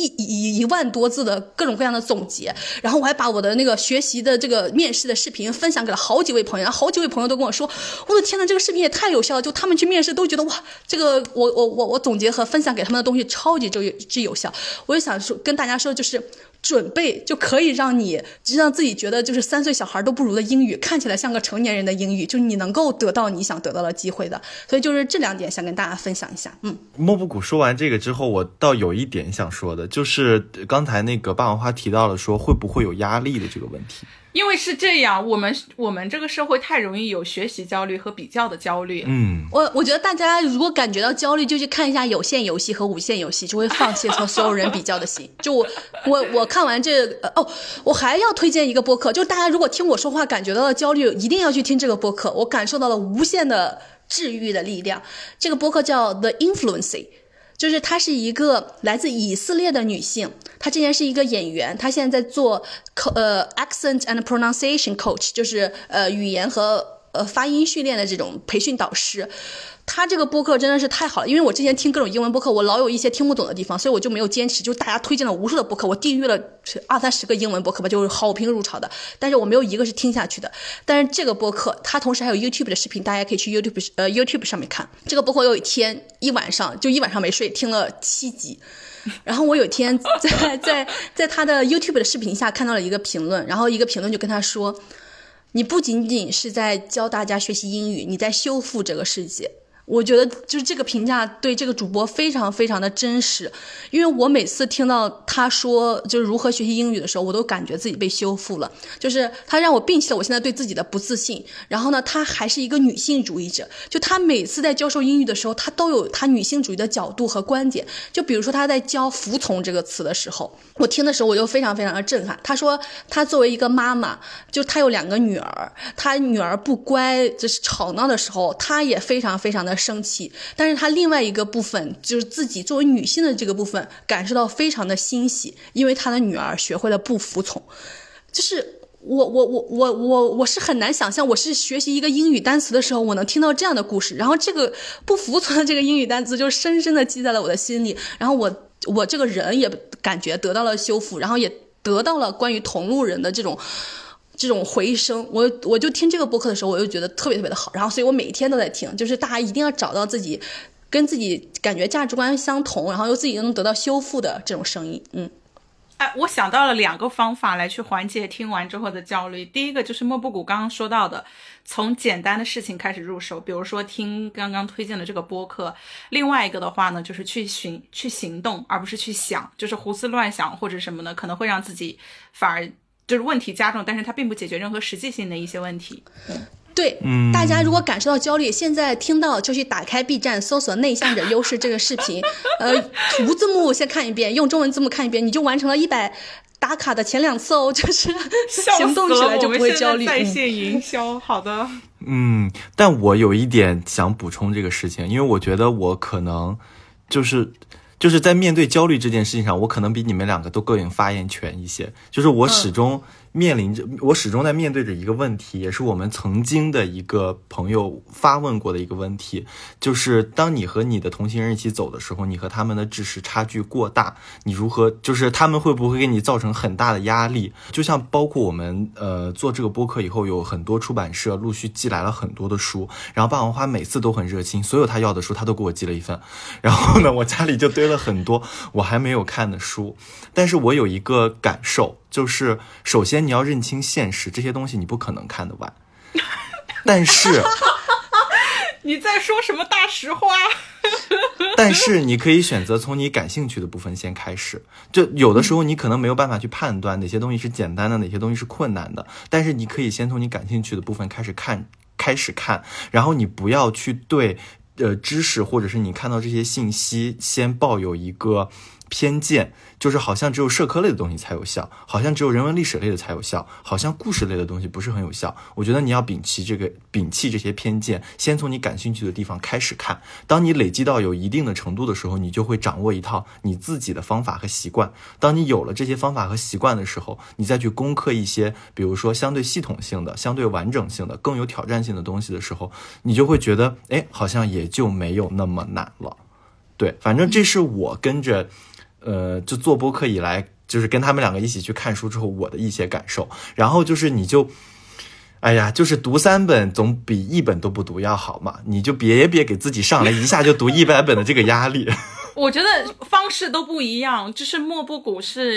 1万多字的各种各样的总结，然后我还把我的那个学习的这个面试的视频分享给了好几位朋友，然后好几位朋友都跟我说，我的天哪，这个视频也太有效了，就他们去面试都觉得哇，这个我总结和分享给他们的东西超级之有效。我就想说跟大家说，就是准备就可以让自己觉得就是3岁小孩都不如的英语看起来像个成年人的英语，就是你能够得到你想得到的机会的。所以就是这2点想跟大家分享一下。 莫布谷说完这个之后，我倒有一点想说的，就是刚才那个霸王花提到了说会不会有压力的这个问题。 因为是这样，我们这个社会太容易有学习焦虑和比较的焦虑。 我觉得大家如果感觉到焦虑，就去看一下有线游戏和无线游戏，就会放弃和所有人比较的心。就我看完这个我还要推荐一个播客，就大家如果听我说话感觉到了焦虑，一定要去听这个播客，我感受到了无限的治愈的力量。这个播客叫 The Influencer，就是她是一个来自以色列的女性，她之前是一个演员，她现在在做accent and pronunciation coach， 就是语言和发音训练的这种培训导师。他这个播客真的是太好了，因为我之前听各种英文播客，我老有一些听不懂的地方，所以我就没有坚持。就大家推荐了无数的播客，我订阅了20-30个英文播客吧，就是好评如潮的，但是我没有一个是听下去的。但是这个播客它同时还有 YouTube 的视频，大家可以去 YouTube 上面看。这个播客有一天一晚上没睡，听了7集。然后我有一天在他的 YouTube 的视频下看到了一个评论，然后一个评论就跟他说，你不仅仅是在教大家学习英语，你在修复这个世界。我觉得就是这个评价对这个主播非常非常的真实，因为我每次听到他说就是如何学习英语的时候，我都感觉自己被修复了，就是他让我摒弃了我现在对自己的不自信。然后呢，他还是一个女性主义者，就他每次在教授英语的时候，他都有他女性主义的角度和观点。就比如说他在教服从这个词的时候，我听的时候我就非常非常的震撼。他说他作为一个妈妈，就他有2个女儿，他女儿不乖就是吵闹的时候，他也非常非常的生气，但是他另外一个部分就是自己作为女性的这个部分感受到非常的欣喜，因为他的女儿学会了不服从。就是我是很难想象，我是学习一个英语单词的时候，我能听到这样的故事，然后这个不服从的这个英语单词就深深的记在了我的心里，然后我这个人也感觉得到了修复，然后也得到了关于同路人的这种回声。我就听这个播客的时候，我就觉得特别特别的好，然后所以我每一天都在听。就是大家一定要找到自己跟自己感觉价值观相同，然后又自己能得到修复的这种声音。 我想到了2个方法来去缓解听完之后的焦虑。第一个就是莫布谷刚刚说到的，从简单的事情开始入手，比如说听刚刚推荐的这个播客。另外一个的话呢，就是去行动，而不是去想，就是胡思乱想或者什么呢，可能会让自己反而就是问题加重，但是它并不解决任何实际性的一些问题。 对，大家如果感受到焦虑，现在听到就去打开 B 站搜索内向者优势这个视频，无字幕先看一遍，用中文字幕看一遍，你就完成了100打卡的前2次哦，就是行动起来就不会焦虑。 我们现在在线营销，好的。 但我有一点想补充这个事情，因为我觉得我可能就是在面对焦虑这件事情上，我可能比你们2个都更有发言权一些。就是我始终在面对着一个问题，也是我们曾经的一个朋友发问过的一个问题，就是当你和你的同行人一起走的时候，你和他们的知识差距过大，你如何，就是他们会不会给你造成很大的压力？就像包括我们做这个播客以后，有很多出版社陆续寄来了很多的书，然后霸王花每次都很热心，所有他要的书他都给我寄了一份，然后呢，我家里就堆了很多我还没有看的书。但是我有一个感受，就是首先你要认清现实，这些东西你不可能看得完。但是你在说什么大实话？ 但是你可以选择从你感兴趣的部分先开始。就有的时候你可能没有办法去判断哪些东西是简单的，哪些东西是困难的，但是你可以先从你感兴趣的部分开始看，然后你不要去对知识或者是你看到这些信息先抱有一个偏见，就是好像只有社科类的东西才有效，好像只有人文历史类的才有效，好像故事类的东西不是很有效。我觉得你要摒弃这些偏见，先从你感兴趣的地方开始看。当你累积到有一定的程度的时候，你就会掌握一套你自己的方法和习惯。当你有了这些方法和习惯的时候，你再去攻克一些比如说相对系统性的、相对完整性的、更有挑战性的东西的时候，你就会觉得好像也就没有那么难了。对，反正这是我跟着就做播客以来，就是跟他们2个一起去看书之后我的一些感受。然后就是你就就是读3本总比1本都不读要好嘛，你就别给自己上来一下就读100本的这个压力。 我觉得方式都不一样，就是莫布谷是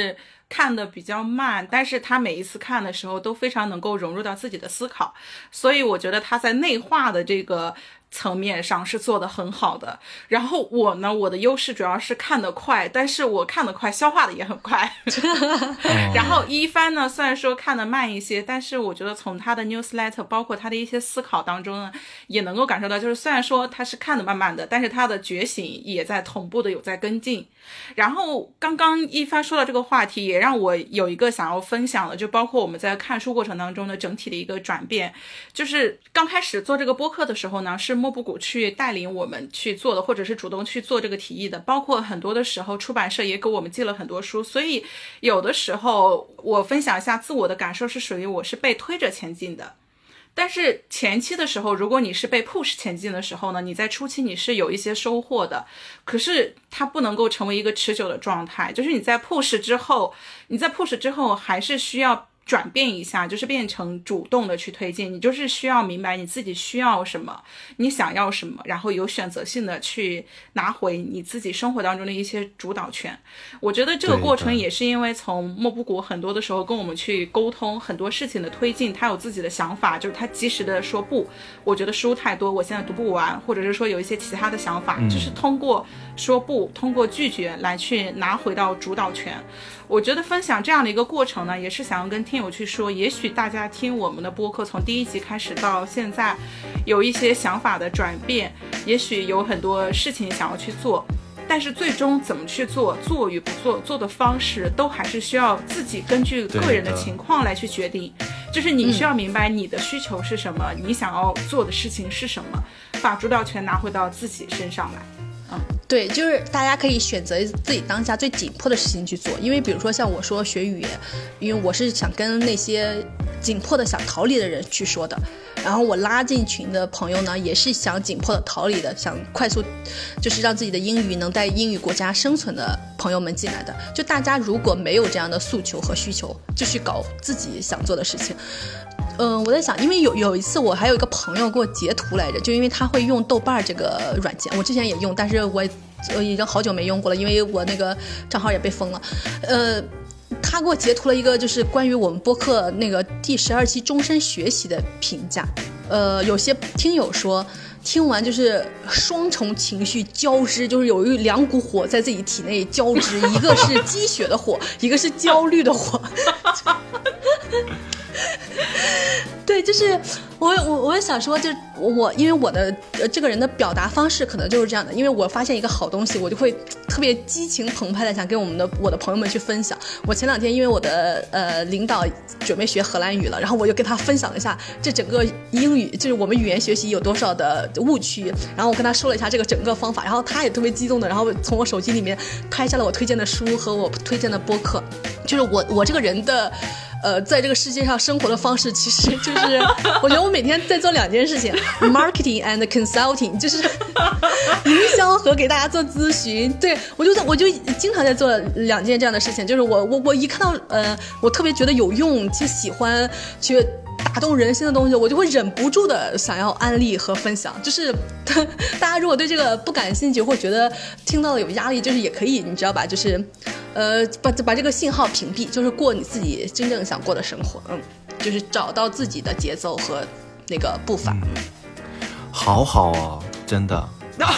看得比较慢，但是他每一次看的时候都非常能够融入到自己的思考，所以我觉得他在内化的这个层面上是做得很好的。然后我呢，我的优势主要是看得快，但是我看得快消化的也很快然后一帆呢，虽然说看得慢一些，但是我觉得从他的 newsletter 包括他的一些思考当中呢，也能够感受到，就是虽然说他是看得慢慢的，但是他的觉醒也在同步的有在跟进。然后刚刚一帆说到这个话题，也让我有一个想要分享的，就包括我们在看书过程当中的整体的一个转变。就是刚开始做这个播客的时候呢，是莫布谷去带领我们去做的，或者是主动去做这个提议的，包括很多的时候出版社也给我们寄了很多书，所以有的时候我分享一下自我的感受，是属于我是被推着前进的。但是前期的时候，如果你是被 push 前进的时候呢，你在初期你是有一些收获的，可是它不能够成为一个持久的状态，就是你在 push 之后还是需要转变一下，就是变成主动的去推进，你就是需要明白你自己需要什么，你想要什么，然后有选择性的去拿回你自己生活当中的一些主导权。我觉得这个过程也是因为从莫布谷很多的时候跟我们去沟通很多事情的推进，他有自己的想法，就是他及时的说不，我觉得书太多我现在读不完，或者是说有一些其他的想法，就是通过说不，通过拒绝来去拿回到主导权。我觉得分享这样的一个过程呢，也是想要跟听友去说，也许大家听我们的播客从第一集开始到现在有一些想法的转变，也许有很多事情想要去做，但是最终怎么去做，做与不做，做的方式都还是需要自己根据个人的情况来去决定。就是你需要明白你的需求是什么，你想要做的事情是什么，把主导权拿回到自己身上来。 对，就是大家可以选择自己当下最紧迫的事情去做。因为比如说像我说学语言，因为我是想跟那些紧迫的想逃离的人去说的，然后我拉进群的朋友呢，也是想紧迫的逃离的，想快速就是让自己的英语能在英语国家生存的朋友们进来的。就大家如果没有这样的诉求和需求，就去搞自己想做的事情。我在想，因为有一次我还有一个朋友给我截图来着，就因为他会用豆瓣这个软件，我之前也用，但是我已经好久没用过了，因为我那个账号也被封了。他给我截图了一个就是关于我们播客那个第12期终身学习的评价。有些听友说听完就是双重情绪交织，就是有两股火在自己体内交织，一个是积雪的火，一个是焦虑的火。对，就是我也想说，就因为我的这个人的表达方式可能就是这样的，因为我发现一个好东西，我就会特别激情澎湃的想跟我的朋友们去分享。我前2天因为我的领导准备学荷兰语了，然后我就跟他分享了一下这整个英语，就是我们语言学习有多少的误区，然后我跟他说了一下这个整个方法，然后他也特别激动的，然后从我手机里面拍下了我推荐的书和我推荐的播客。就是我这个人的在这个世界上生活的方式，其实就是我觉得我每天在做2件事情，marketing and consulting， 就是营销和给大家做咨询。对，我就经常在做2件这样的事情，就是我一看到我特别觉得有用，就喜欢去打动人心的东西，我就会忍不住的想要安利和分享。就是大家如果对这个不感兴趣，或觉得听到了有压力，就是也可以，你知道吧？就是把这个信号屏蔽，就是过你自己真正想过的生活。就是找到自己的节奏和那个步伐。 好好哦，真的。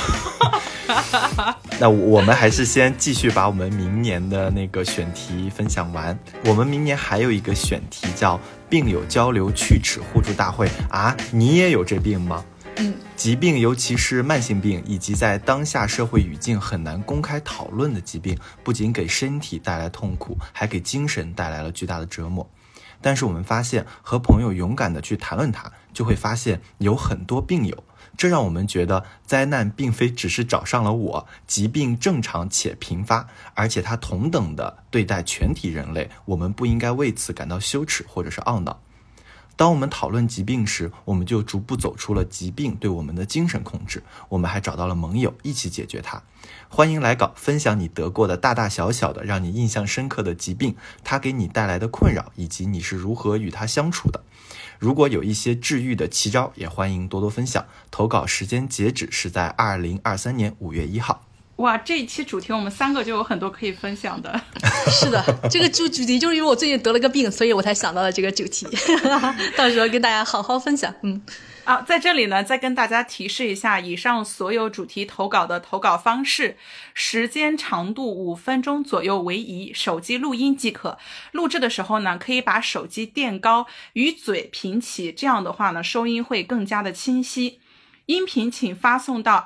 那我们还是先继续把我们明年的那个选题分享完。我们明年还有一个选题叫病友交流去齿互助大会啊，你也有这病吗？疾病，尤其是慢性病，以及在当下社会语境很难公开讨论的疾病，不仅给身体带来痛苦，还给精神带来了巨大的折磨。但是我们发现，和朋友勇敢地去谈论它，就会发现有很多病友，这让我们觉得灾难并非只是找上了我，疾病正常且频发，而且它同等地对待全体人类，我们不应该为此感到羞耻或者是懊恼。当我们讨论疾病时，我们就逐步走出了疾病对我们的精神控制，我们还找到了盟友一起解决它。欢迎来稿分享你得过的大大小小的让你印象深刻的疾病，它给你带来的困扰，以及你是如何与它相处的。如果有一些治愈的奇招，也欢迎多多分享。投稿时间截止是在2023年5月1号。 哇，这一期主题我们3个就有很多可以分享的。 是的，这个主题就是因为我最近得了个病，所以我才想到了这个主题，到时候跟大家好好分享。 在这里呢，再跟大家提示一下，以上所有主题投稿的投稿方式，时间长度5分钟左右为宜，手机录音即可。录制的时候呢，可以把手机垫高，与嘴平齐，这样的话呢，收音会更加的清晰。音频请发送到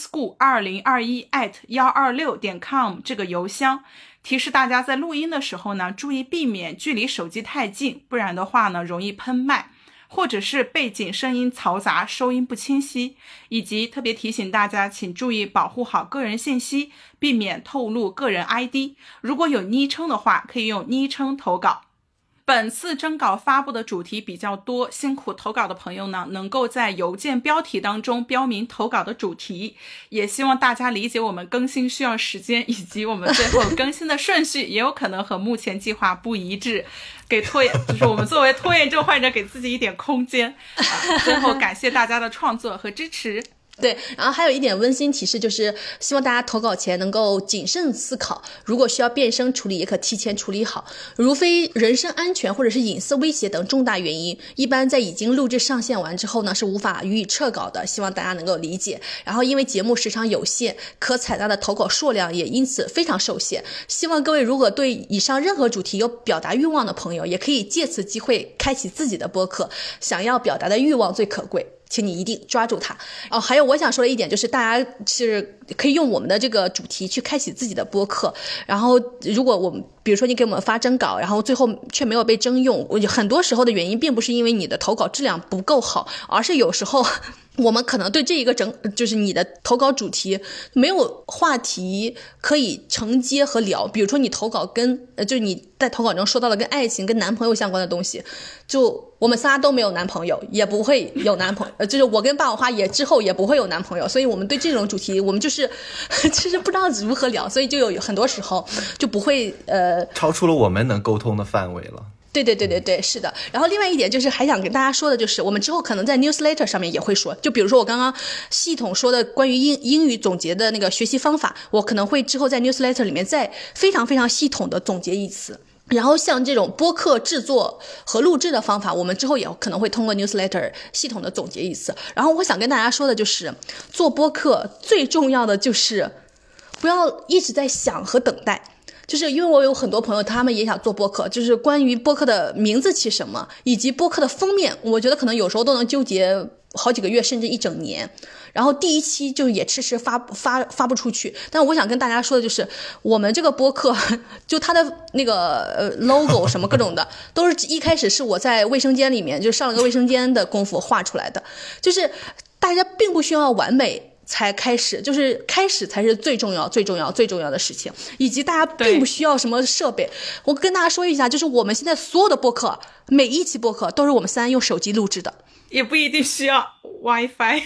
afterschool2021@126.com 这个邮箱。提示大家在录音的时候呢，注意避免距离手机太近，不然的话呢，容易喷麦，或者是背景声音嘈杂，收音不清晰。以及特别提醒大家，请注意保护好个人信息，避免透露个人 ID。如果有昵称的话，可以用昵称投稿。本次征稿发布的主题比较多，辛苦投稿的朋友呢，能够在邮件标题当中标明投稿的主题，也希望大家理解我们更新需要时间，以及我们最后更新的顺序也有可能和目前计划不一致，就是我们作为拖延症患者给自己一点空间。最后感谢大家的创作和支持。 对，然后还有一点温馨提示，就是希望大家投稿前能够谨慎思考，如果需要变声处理也可提前处理好，如非人身安全或者是隐私威胁等重大原因，一般在已经录制上线完之后呢，是无法予以撤稿的，希望大家能够理解。然后因为节目时长有限，可采纳的投稿数量也因此非常受限，希望各位如果对以上任何主题有表达欲望的朋友，也可以借此机会开启自己的播客，想要表达的欲望最可贵，请你一定抓住它。还有我想说的一点就是，大家是可以用我们的这个主题去开启自己的播客。然后如果比如说你给我们发征稿，然后最后却没有被征用，很多时候的原因并不是因为你的投稿质量不够好，而是有时候我们可能对这一个就是你的投稿主题没有话题可以承接和聊。比如说你投稿就是你在投稿中说到了跟爱情跟男朋友相关的东西，就我们仨都没有男朋友，也不会有男朋友，就是我跟霸王花之后也不会有男朋友，所以我们对这种主题我们就是不知道如何聊，所以就有很多时候就不会超出了我们能沟通的范围了。 对，是的。然后另外一点就是还想跟大家说的就是，我们之后可能在 newsletter 上面也会说，就比如说我刚刚系统说的关于英语总结的那个学习方法，我可能会之后在 newsletter 里面再非常非常系统的总结一次。然后像这种播客制作和录制的方法，我们之后也可能会通过 newsletter 系统的总结一次。然后我想跟大家说的就是，做播客最重要的就是不要一直在想和等待。就是因为我有很多朋友他们也想做播客，就是关于播客的名字起什么以及播客的封面，我觉得可能有时候都能纠结好几个月甚至一整年，然后第一期就也迟迟发不出去。但我想跟大家说的就是，我们这个播客就它的那个logo 什么各种的都是一开始是我在卫生间里面就上了个卫生间的功夫画出来的，就是大家并不需要完美才开始，就是开始才是最重要的事情，以及大家并不需要什么设备。我跟大家说一下，就是我们现在所有的播客，每一期播客都是我们3用手机录制的， 也不一定需要 WiFi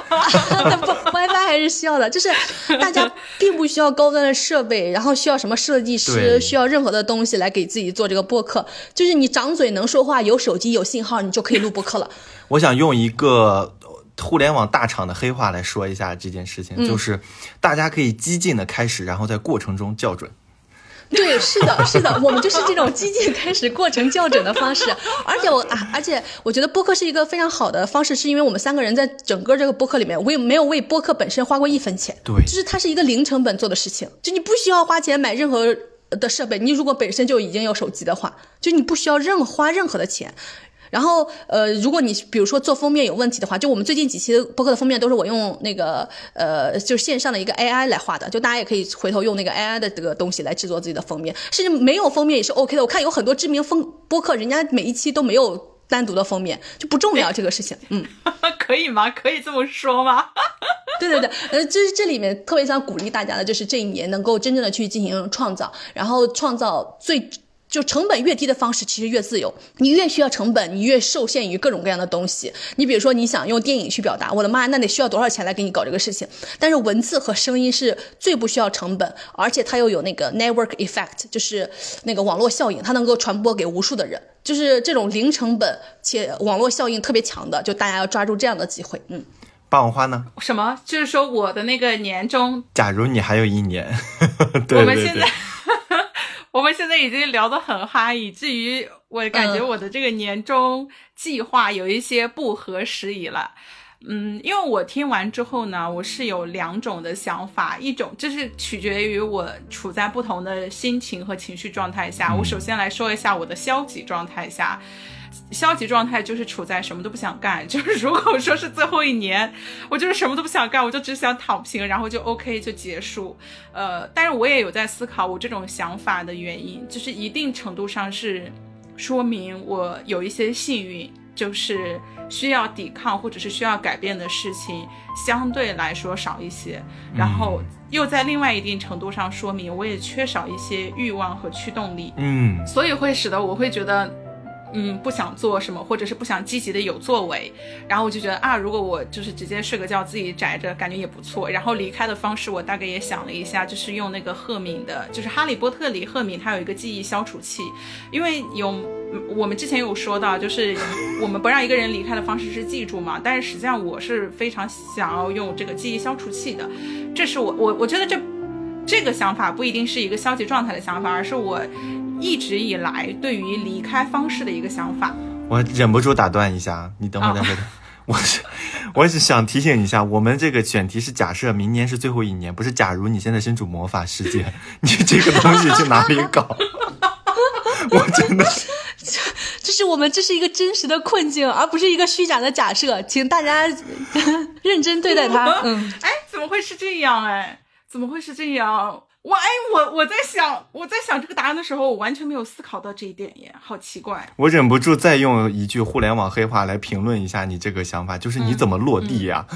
WiFi 还是需要的，就是大家并不需要高端的设备，然后需要什么设计师，需要任何的东西来给自己做这个播客，就是你张嘴能说话，有手机有信号，你就可以录播客了。 我想用一个互联网大厂的黑话来说一下这件事情，就是大家可以激进的开始，然后在过程中校准。 对，是的，我们就是这种激进开始过程校准的方式。而且我觉得播客是一个非常好的方式，是因为我们3个人在整个这个播客里面没有为播客本身花过1分钱。 对， 就是它是一个零成本做的事情，就你不需要花钱买任何的设备，你如果本身就已经有手机的话，就你不需要花任何的钱。然后如果你比如说做封面有问题的话，就我们最近几期的播客的封面都是我用那个就是线上的一个 AI 来画的，就大家也可以回头用那个 AI 的这个东西来制作自己的封面，甚至没有封面也是 OK 的。我看有很多知名播客人家每一期都没有单独的封面，就不重要这个事情。 可以吗？可以这么说吗？ 对，这里面特别想鼓励大家的就是这一年能够真正的去进行创造，然后创造就成本越低的方式其实越自由，你越需要成本，你越受限于各种各样的东西。你比如说你想用电影去表达，我的妈，那得需要多少钱来给你搞这个事情。但是文字和声音是最不需要成本，而且它又有那个 network effect， 就是那个网络效应，它能够传播给无数的人，就是这种零成本且网络效应特别强的，就大家要抓住这样的机会。 霸王花呢？ 什么？就是说我的那个年终， 假如你还有1年。对， 我们现在我们现在已经聊得很嗨，以至于我感觉我的这个年终计划有一些不合时宜了。因为我听完之后呢，我是有2种的想法，一种就是取决于我处在不同的心情和情绪状态下。我首先来说一下我的消极状态下。消极状态就是处在什么都不想干，就是如果说是最后1年，我就是什么都不想干，我就只想躺平，然后就 OK 就结束。但是我也有在思考我这种想法的原因，就是一定程度上是说明我有一些幸运，就是需要抵抗或者是需要改变的事情相对来说少一些，然后又在另外一定程度上说明我也缺少一些欲望和驱动力，所以会使得我会觉得不想做什么，或者是不想积极的有作为，然后我就觉得如果我就是直接睡个觉自己宅着感觉也不错。然后离开的方式我大概也想了一下，就是用那个赫敏的，就是哈利波特里赫敏他有一个记忆消除器，因为我们之前有说到，就是我们不让一个人离开的方式是记住嘛，但是实际上我是非常想要用这个记忆消除器的。这是我觉得这个想法不一定是一个消极状态的想法，而是我一直以来对于离开方式的一个想法。 我忍不住打断一下，你等会儿。我是想提醒一下，我们这个选题是假设明年是最后1年，不是假如你现在身处魔法世界，你这个东西去哪里搞？我真的是， 这是一个真实的困境，而不是一个虚假的假设，请大家认真对待它。 怎么会是这样？怎么会是这样？我在想这个答案的时候，我完全没有思考到这一点耶，好奇怪。 我忍不住再用一句互联网黑话来评论一下你这个想法，就是你怎么落地呀？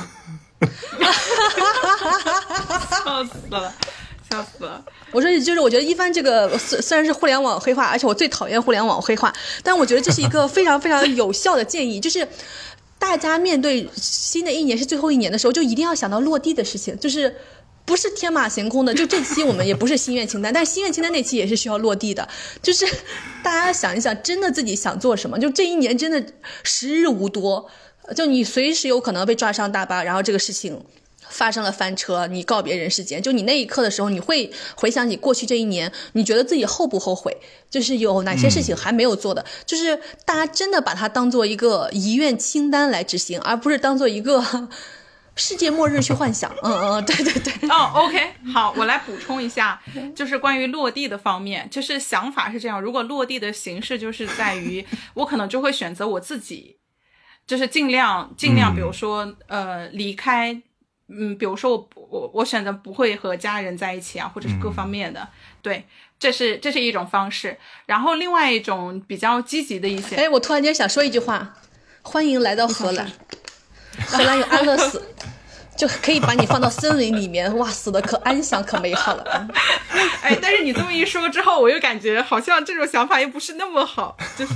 笑死了！ 我说就是，我觉得一帆这个虽然是互联网黑话，而且我最讨厌互联网黑话，但我觉得这是一个非常非常有效的建议，就是大家面对新的1年是最后1年的时候，就一定要想到落地的事情，就是不是天马行空的。就这期我们也不是心愿清单，但是心愿清单那期也是需要落地的，就是大家想一想，真的自己想做什么。就这1年真的时日无多，就你随时有可能被抓上大巴，然后这个事情发生了翻车，你告别人世间。就你那一刻的时候，你会回想起过去这1年，你觉得自己后不后悔，就是有哪些事情还没有做的，就是大家真的把它当做一个遗愿清单来执行，而不是当做一个世界末日去幻想。对。 OK， 好，我来补充一下，就是关于落地的方面，就是想法是这样，如果落地的形式就是在于我可能就会选择我自己，就是尽量比如说离开，比如说我选择不会和家人在一起啊，或者是各方面的，对，这是一种方式。然后另外一种比较积极的一些， 我突然间想说一句话，欢迎来到荷兰，荷兰有安乐死，就可以把你放到森林里面，哇，死的可安详可美好了。 但是你这么一说之后，我又感觉好像这种想法又不是那么好，就是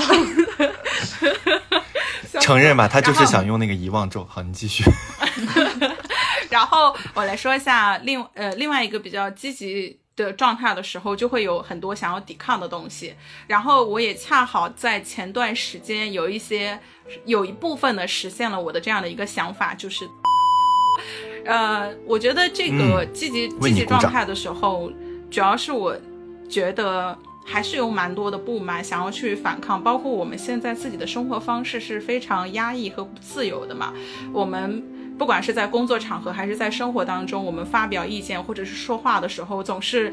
承认吧，他就是想用那个遗忘咒。好，你继续。 然后我来说一下另外一个比较积极的状态的时候，就会有很多想要抵抗的东西。然后我也恰好在前段时间有一部分的实现了我的这样的一个想法，就是我觉得这个积极状态的时候，主要是我觉得还是有蛮多的不满想要去反抗，包括我们现在自己的生活方式是非常压抑和不自由的嘛。我们不管是在工作场合还是在生活当中，我们发表意见或者是说话的时候，总是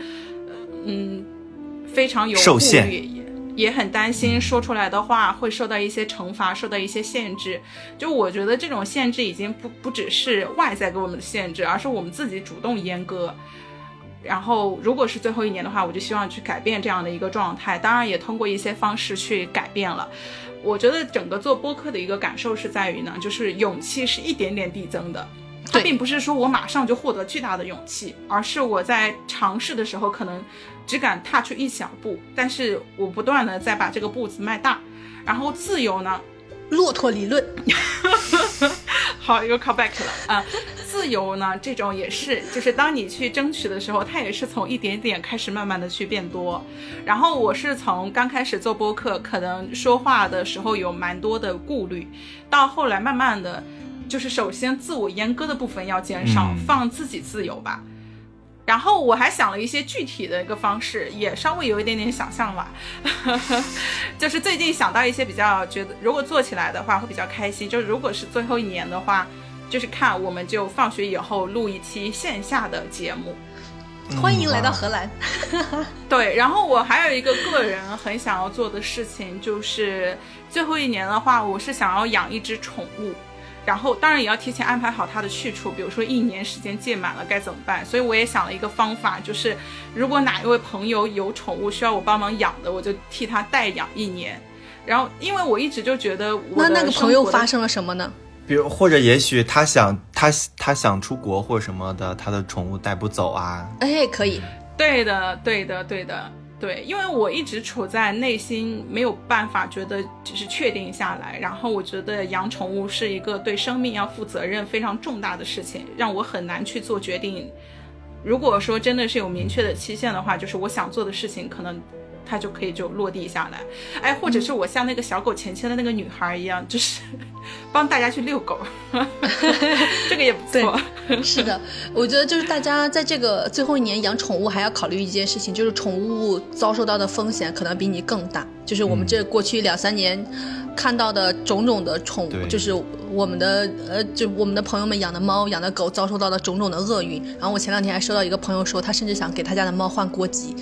非常有顾虑，也很担心说出来的话会受到一些惩罚，受到一些限制。就我觉得这种限制已经不只是外在给我们的限制，而是我们自己主动阉割。然后如果是最后1年的话，我就希望去改变这样的一个状态，当然也通过一些方式去改变了。我觉得整个做播客的一个感受是在于呢，就是勇气是一点点递增的，它并不是说我马上就获得巨大的勇气，而是我在尝试的时候可能只敢踏出一小步，但是我不断的在把这个步子迈大。然后自由呢， 骆驼理论好，又 call back 了自由呢，这种也是，就是当你去争取的时候，它也是从一点点开始慢慢的去变多。然后我是从刚开始做播客，可能说话的时候有蛮多的顾虑，到后来慢慢的就是首先自我阉割的部分要减少，放自己自由吧。然后我还想了一些具体的一个方式，也稍微有一点点想象吧就是最近想到一些比较觉得如果做起来的话会比较开心，就如果是最后一年的话，就是看我们就放学以后录一期线下的节目。 欢迎来到荷兰对，然后我还有一个个人很想要做的事情，就是最后一年的话，我是想要养一只宠物，然后当然也要提前安排好它的去处，比如说1年时间届满了该怎么办。所以我也想了一个方法，就是如果哪一位朋友有宠物需要我帮忙养的，我就替他代养1年。然后因为我一直就觉得那个朋友发生了什么呢？ 比如或者也许他想出国或者什么的，他的宠物带不走啊。 哎，可以。 对的，因为我一直处在内心没有办法觉得只是确定下来，然后我觉得养宠物是一个对生命要负责任非常重大的事情，让我很难去做决定。如果说真的是有明确的期限的话，就是我想做的事情可能它就可以就落地下来。哎，或者是我像那个小狗钱钱的那个女孩一样，就是帮大家去遛狗这个也不错。 是的，我觉得就是大家在这个最后一年养宠物还要考虑一件事情，就是宠物遭受到的风险可能比你更大。就是我们这过去2-3年看到的种种的宠物，就是我们的朋友们养的猫养的狗遭受到的种种的厄运。然后我前2天还收到一个朋友说，他甚至想给他家的猫换国籍。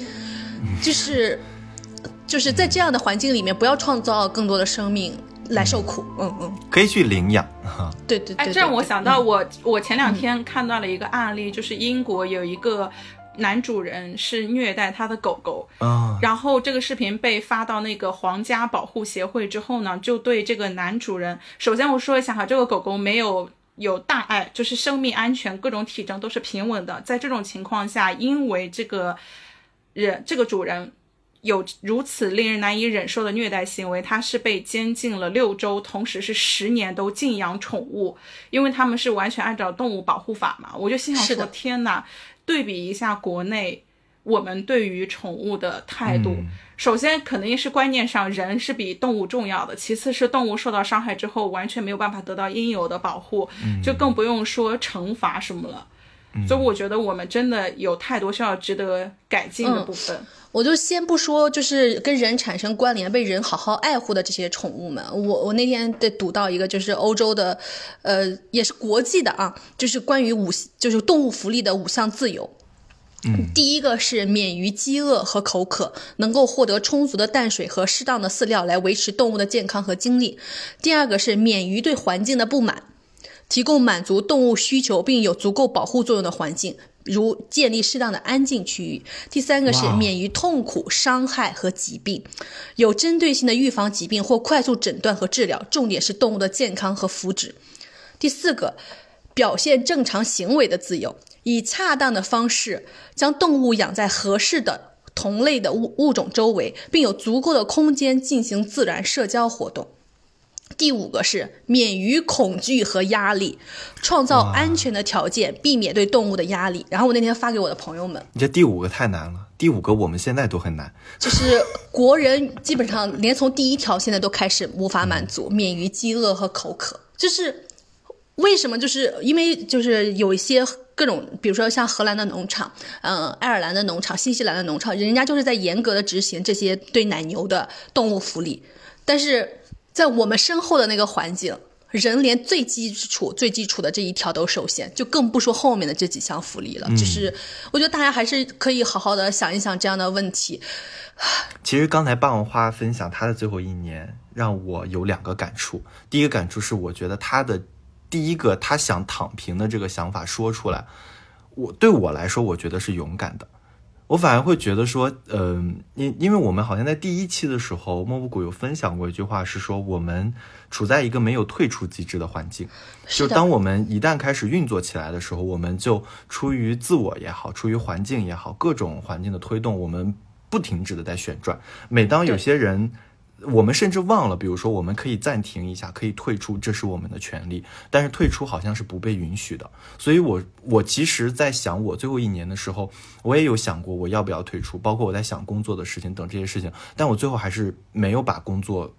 就是在这样的环境里面，不要创造更多的生命来受苦。 可以去领养。 对。哎， 这让我想到我前2天看到了一个案例，就是英国有一个男主人是虐待他的狗狗，然后这个视频被发到那个皇家保护协会之后呢，就对这个男主人，首先我说一下哈，这个狗狗没有大碍，就是生命安全各种体征都是平稳的。在这种情况下，因为这个主人有如此令人难以忍受的虐待行为，他是被监禁了6周，同时是10年都禁养宠物，因为他们是完全按照动物保护法嘛。我就心想说，天哪，对比一下国内我们对于宠物的态度，首先肯定是观念上人是比动物重要的，其次是动物受到伤害之后完全没有办法得到应有的保护，就更不用说惩罚什么了。所以我觉得我们真的有太多需要值得改进的部分。 我就先不说就是跟人产生关联被人好好爱护的这些宠物们，我那天读到一个就是欧洲的也是国际的啊，就是关于就是动物福利的5项自由。第一个是免于饥饿和口渴，能够获得充足的淡水和适当的饲料来维持动物的健康和精力。第二个是免于对环境的不满，提供满足动物需求并有足够保护作用的环境，如建立适当的安静区域。第三个是免于痛苦、伤害和疾病，有针对性的预防疾病或快速诊断和治疗，重点是动物的健康和福祉。第四个，表现正常行为的自由，以恰当的方式将动物养在合适的同类的物种周围，并有足够的空间进行自然社交活动。第5个是免于恐惧和压力，创造安全的条件，避免对动物的压力。然后我那天发给我的朋友们， 你这第5个太难了，第5个我们现在都很难， 就是国人基本上连从第1条现在都开始无法满足，免于饥饿和口渴。就是为什么？就是因为就是有一些各种，比如说像荷兰的农场，爱尔兰的农场，新西兰的农场，人家就是在严格的执行这些对奶牛的动物福利，但是在我们身后的那个环境，人连最基础的这一条都受限，就更不说后面的这几项福利了。就是我觉得大家还是可以好好的想一想这样的问题。 其实刚才霸王花分享他的最后1年，让我有2个感触。第一个感触是，我觉得他的第一个他想躺平的这个想法说出来，对我来说，我觉得是勇敢的。我反而会觉得说，因为我们好像在第1期的时候，莫布谷有分享过一句话，是说我们处在一个没有退出机制的环境，就当我们一旦开始运作起来的时候，我们就出于自我也好，出于环境也好，各种环境的推动，我们不停止的在旋转。每当有些人我们甚至忘了，比如说我们可以暂停一下，可以退出，这是我们的权利，但是退出好像是不被允许的。所以我其实在想我最后1年的时候，我也有想过我要不要退出，包括我在想工作的事情等这些事情，但我最后还是没有把工作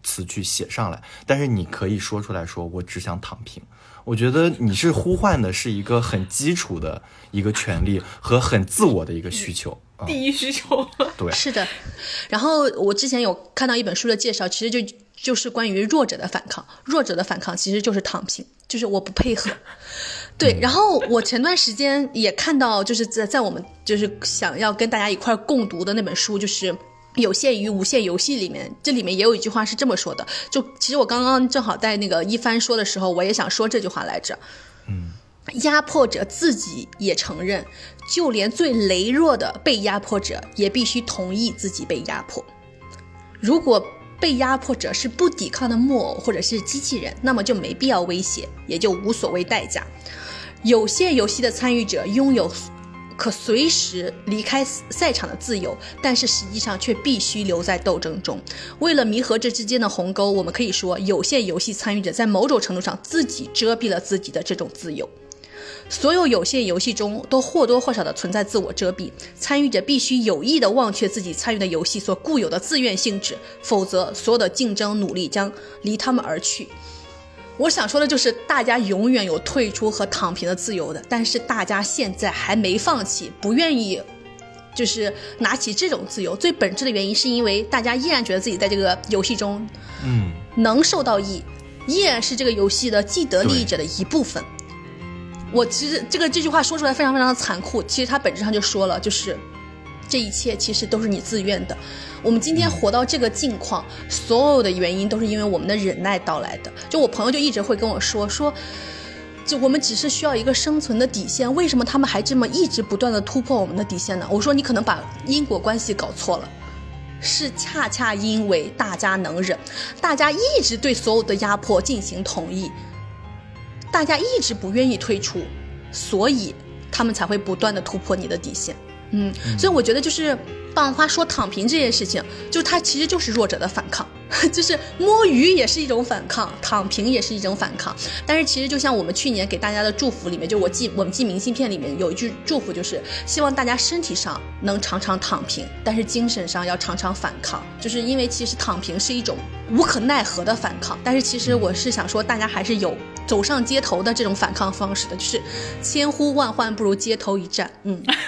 词去写上来，但是你可以说出来说我只想躺平。我觉得你是呼唤的是一个很基础的一个权利和很自我的一个需求， 第一需求。 对， 是的。然后我之前有看到一本书的介绍，其实就是关于弱者的反抗。弱者的反抗其实就是躺平，就是我不配合。对，然后我前段时间也看到，就是在我们就是想要跟大家一块共读的那本书，就是有限于无限游戏里面，这里面也有一句话是这么说的，就其实我刚刚正好在那个一帆说的时候，我也想说这句话来着。压迫者自己也承认，就连最羸弱的被压迫者也必须同意自己被压迫。如果被压迫者是不抵抗的木偶或者是机器人，那么就没必要威胁，也就无所谓代价。有些游戏的参与者拥有可随时离开赛场的自由，但是实际上却必须留在斗争中。为了弥合这之间的鸿沟，我们可以说，有些游戏参与者在某种程度上自己遮蔽了自己的这种自由。所有有限游戏中都或多或少的存在自我遮蔽，参与者必须有意的忘却自己参与的游戏所固有的自愿性质，否则所有的竞争努力将离他们而去。我想说的就是，大家永远有退出和躺平的自由的，但是大家现在还没放弃，不愿意就是拿起这种自由。最本质的原因是因为大家依然觉得自己在这个游戏中能受到益，依然是这个游戏的既得利益者的一部分。我其实这句话说出来非常非常的残酷，其实它本质上就说了，就是这一切其实都是你自愿的。我们今天活到这个境况，所有的原因都是因为我们的忍耐到来的。就我朋友就一直会跟我说，就我们只是需要一个生存的底线，为什么他们还这么一直不断的突破我们的底线呢？我说你可能把因果关系搞错了，是恰恰因为大家能忍，大家一直对所有的压迫进行同意，大家一直不愿意退出，所以他们才会不断的突破你的底线。所以我觉得就是棒花说躺平这件事情，就是它其实就是弱者的反抗，就是摸鱼也是一种反抗，躺平也是一种反抗。但是其实就像我们去年给大家的祝福里面，就我们寄明信片里面有一句祝福，就是希望大家身体上能常常躺平，但是精神上要常常反抗。就是因为其实躺平是一种无可奈何的反抗，但是其实我是想说大家还是有走上街头的这种反抗方式的，就是千呼万唤不如街头一战。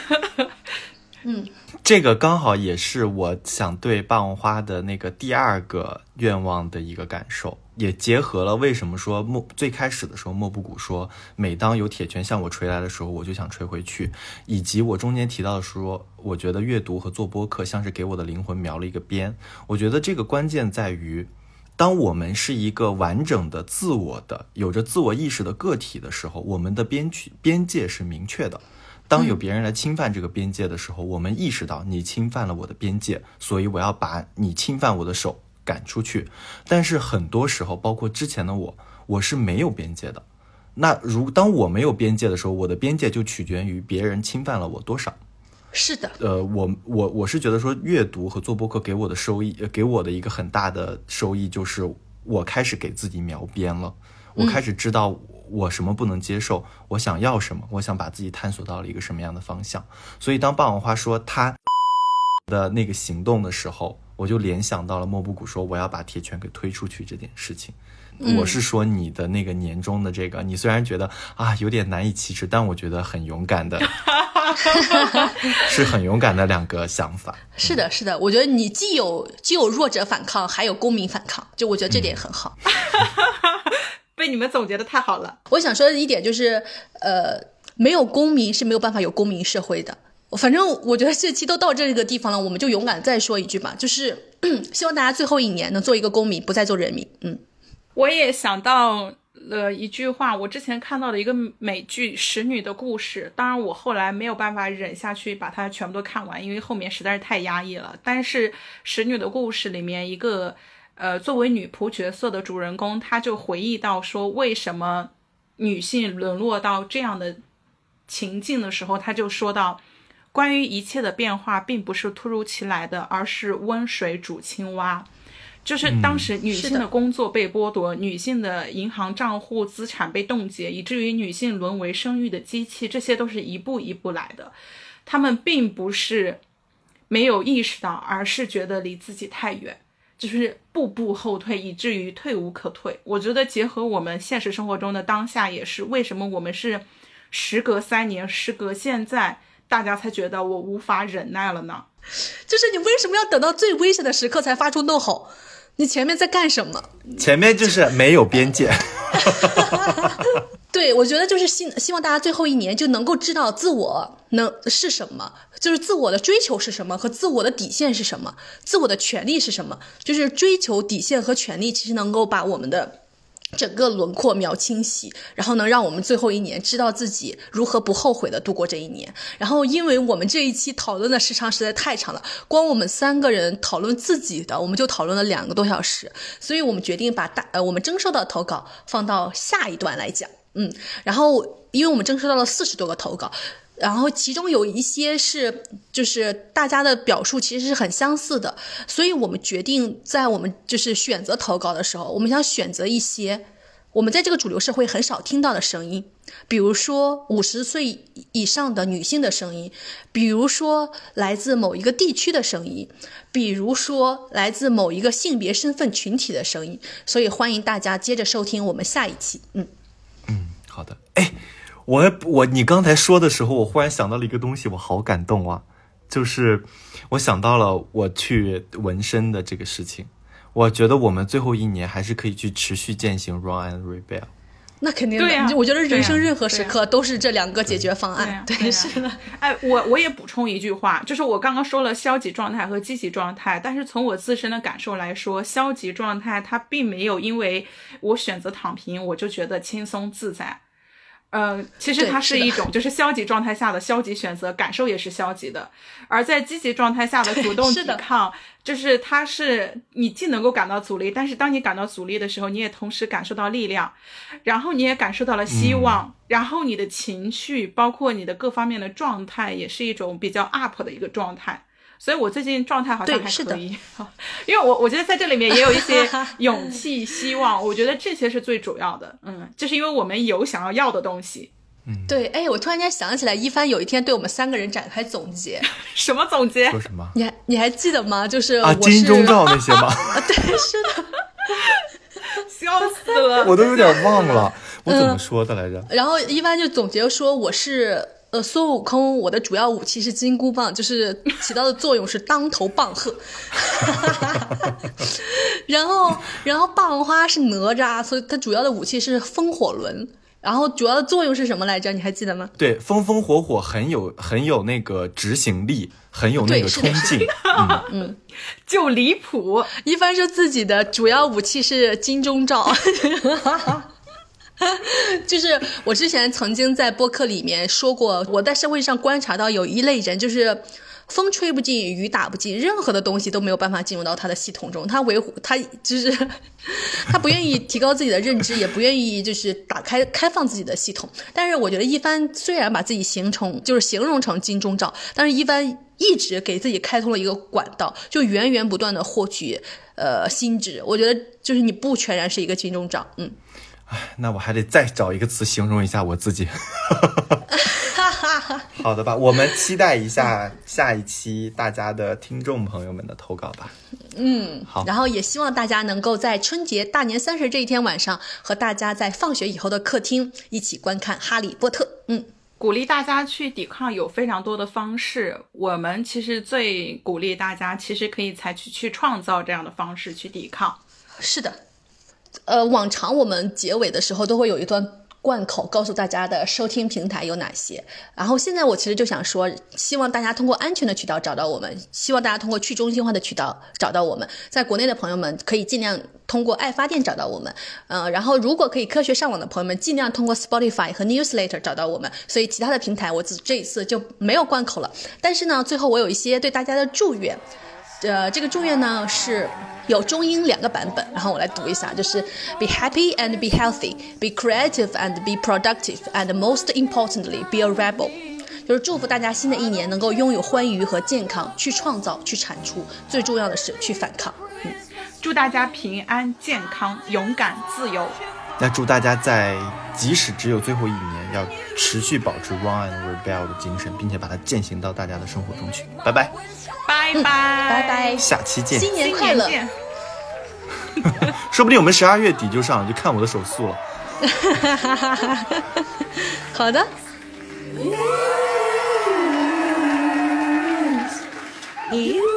这个刚好也是我想对霸王花的那个第二个愿望的一个感受，也结合了为什么说最开始的时候莫布谷说每当有铁拳向我锤来的时候我就想锤回去，以及我中间提到的说我觉得阅读和做播客像是给我的灵魂描了一个边。我觉得这个关键在于，当我们是一个完整的自我的有着自我意识的个体的时候，我们的边界是明确的。当有别人来侵犯这个边界的时候，我们意识到你侵犯了我的边界，所以我要把你侵犯我的手赶出去。但是很多时候，包括之前的我是没有边界的。那当我没有边界的时候，我的边界就取决于别人侵犯了我多少。 是的， 我是觉得说阅读和做播客给我的收益，给我的一个很大的收益就是我开始给自己描边了，我开始知道我什么不能接受，我想要什么，我想把自己探索到了一个什么样的方向。所以当霸王花说他的那个行动的时候，我就联想到了莫布谷说我要把铁拳给推出去这件事情。我是说你的那个年终的这个，你虽然觉得有点难以启齿，但我觉得很勇敢的是很勇敢的两个想法。 是的是的，我觉得你既有弱者反抗，还有公民反抗，就我觉得这点很好。 被你们总结的太好了。 我想说的一点就是没有公民是没有办法有公民社会的。反正我觉得这期都到这个地方了，我们就勇敢再说一句吧，就是希望大家最后一年能做一个公民，不再做人民。 我也想到了一句话，我之前看到的一个美剧《使女的故事》，当然我后来没有办法忍下去把它全部都看完，因为后面实在是太压抑了。但是《使女的故事》里面一个作为女仆角色的主人公，他就回忆到说为什么女性沦落到这样的情境的时候，他就说到关于一切的变化并不是突如其来的，而是温水煮青蛙。就是当时女性的工作被剥夺，女性的银行账户资产被冻结，以至于女性沦为生育的机器，这些都是一步一步来的。她们并不是没有意识到，而是觉得离自己太远。 就是步步后退，以至于退无可退。我觉得结合我们现实生活中的当下，也是为什么我们是时隔3年，时隔现在，大家才觉得我无法忍耐了呢？ 就是你为什么要等到最危险的时刻才发出怒吼？你前面在干什么？ 前面就是没有边界。 对，我觉得就是希望大家最后1年就能够知道自我是什么，就是自我的追求是什么和自我的底线是什么，自我的权利是什么，就是追求底线和权利，其实能够把我们的整个轮廓描清晰，然后能让我们最后1年知道自己如何不后悔的度过这1年。然后因为我们这一期讨论的时长实在太长了，光我们3个人讨论自己的我们就讨论了2个多小时，所以我们决定把我们征收到的投稿放到下一段来讲。然后因为我们征收到了40多个投稿，然后其中有一些是就是大家的表述其实是很相似的，所以我们决定在我们就是选择投稿的时候，我们想选择一些我们在这个主流社会很少听到的声音，比如说50岁以上的女性的声音，比如说来自某一个地区的声音，比如说来自某一个性别身份群体的声音，所以欢迎大家接着收听我们下一期。 好的。你刚才说的时候，我忽然想到了一个东西，我好感动啊！就是我想到了我去纹身的这个事情。我觉得我们最后1年还是可以去持续践行 Run and Rebel。 那肯定的，我觉得人生任何时刻都是这2个解决方案。对，是的。 我也补充一句话，就是我刚刚说了消极状态和积极状态，但是从我自身的感受来说，消极状态它并没有因为我选择躺平我就觉得轻松自在。其实它是一种就是消极状态下的消极选择，感受也是消极的。而在积极状态下的主动抵抗，就是它是你既能够感到阻力，但是当你感到阻力的时候，你也同时感受到力量，然后你也感受到了希望，然后你的情绪包括你的各方面的状态也是一种比较 up 的一个状态。所以我最近状态好像还可以，因为我觉得在这里面也有一些勇气希望，我觉得这些是最主要的。就是因为我们有想要的东西。 对，我突然间想起来，一帆有一天对我们3个人展开总结。 什么总结？ 说什么？ 你还记得吗？就是金钟罩那些吗？ 对，是的。 笑死了， 我都有点忘了我怎么说的来着。 然后一帆就总结说，我是孙悟空，我的主要武器是金箍棒，就是起到的作用是当头棒喝。然后霸王花是哪吒，所以它主要的武器是风火轮。然后主要的作用是什么来着？你还记得吗？ 对，风风火火，很有那个执行力，很有那个冲劲。 就离谱。 一帆说自己的主要武器是金钟罩。就是我之前曾经在播客里面说过，我在社会上观察到有一类人，就是风吹不进雨打不进，任何的东西都没有办法进入到他的系统中，他就是他不愿意提高自己的认知，也不愿意就是开放自己的系统。但是我觉得一帆虽然把自己形容成金钟罩，但是一帆一直给自己开通了一个管道，就源源不断的获取新知。我觉得就是你不全然是一个金钟罩。 那我还得再找一个词形容一下我自己。好的吧，我们期待一下下一期大家的听众朋友们的投稿吧。好。 然后也希望大家能够在春节大年30这一天晚上，和大家在放学以后的客厅一起观看《哈利波特》。 鼓励大家去抵抗有非常多的方式，我们其实最鼓励大家其实可以采取去创造这样的方式去抵抗。 是的。往常我们结尾的时候都会有一段贯口，告诉大家的收听平台有哪些。然后现在我其实就想说，希望大家通过安全的渠道找到我们，希望大家通过去中心化的渠道找到我们。在国内的朋友们可以尽量通过爱发电找到我们，然后如果可以科学上网的朋友们，尽量通过 Spotify 和 Newsletter 找到我们。所以其他的平台我这一次就没有贯口了。但是呢，最后我有一些对大家的祝愿。这个祝愿呢是有中英2个版本，然后我来读一下，就是 Be happy and be healthy, be creative and be productive, and most importantly, be a rebel。 就是祝福大家新的1年能够拥有欢愉和健康，去创造，去产出，最重要的是去反抗。 祝大家平安健康，勇敢自由。 那祝大家在即使只有最后1年，要持续保持 Run and Rebel 的精神，并且把它践行到大家的生活中去。拜拜。 拜拜， 拜拜， 下期见， 新年快乐。 说不定我们12月底就上，就看我的手速了。 好的。 You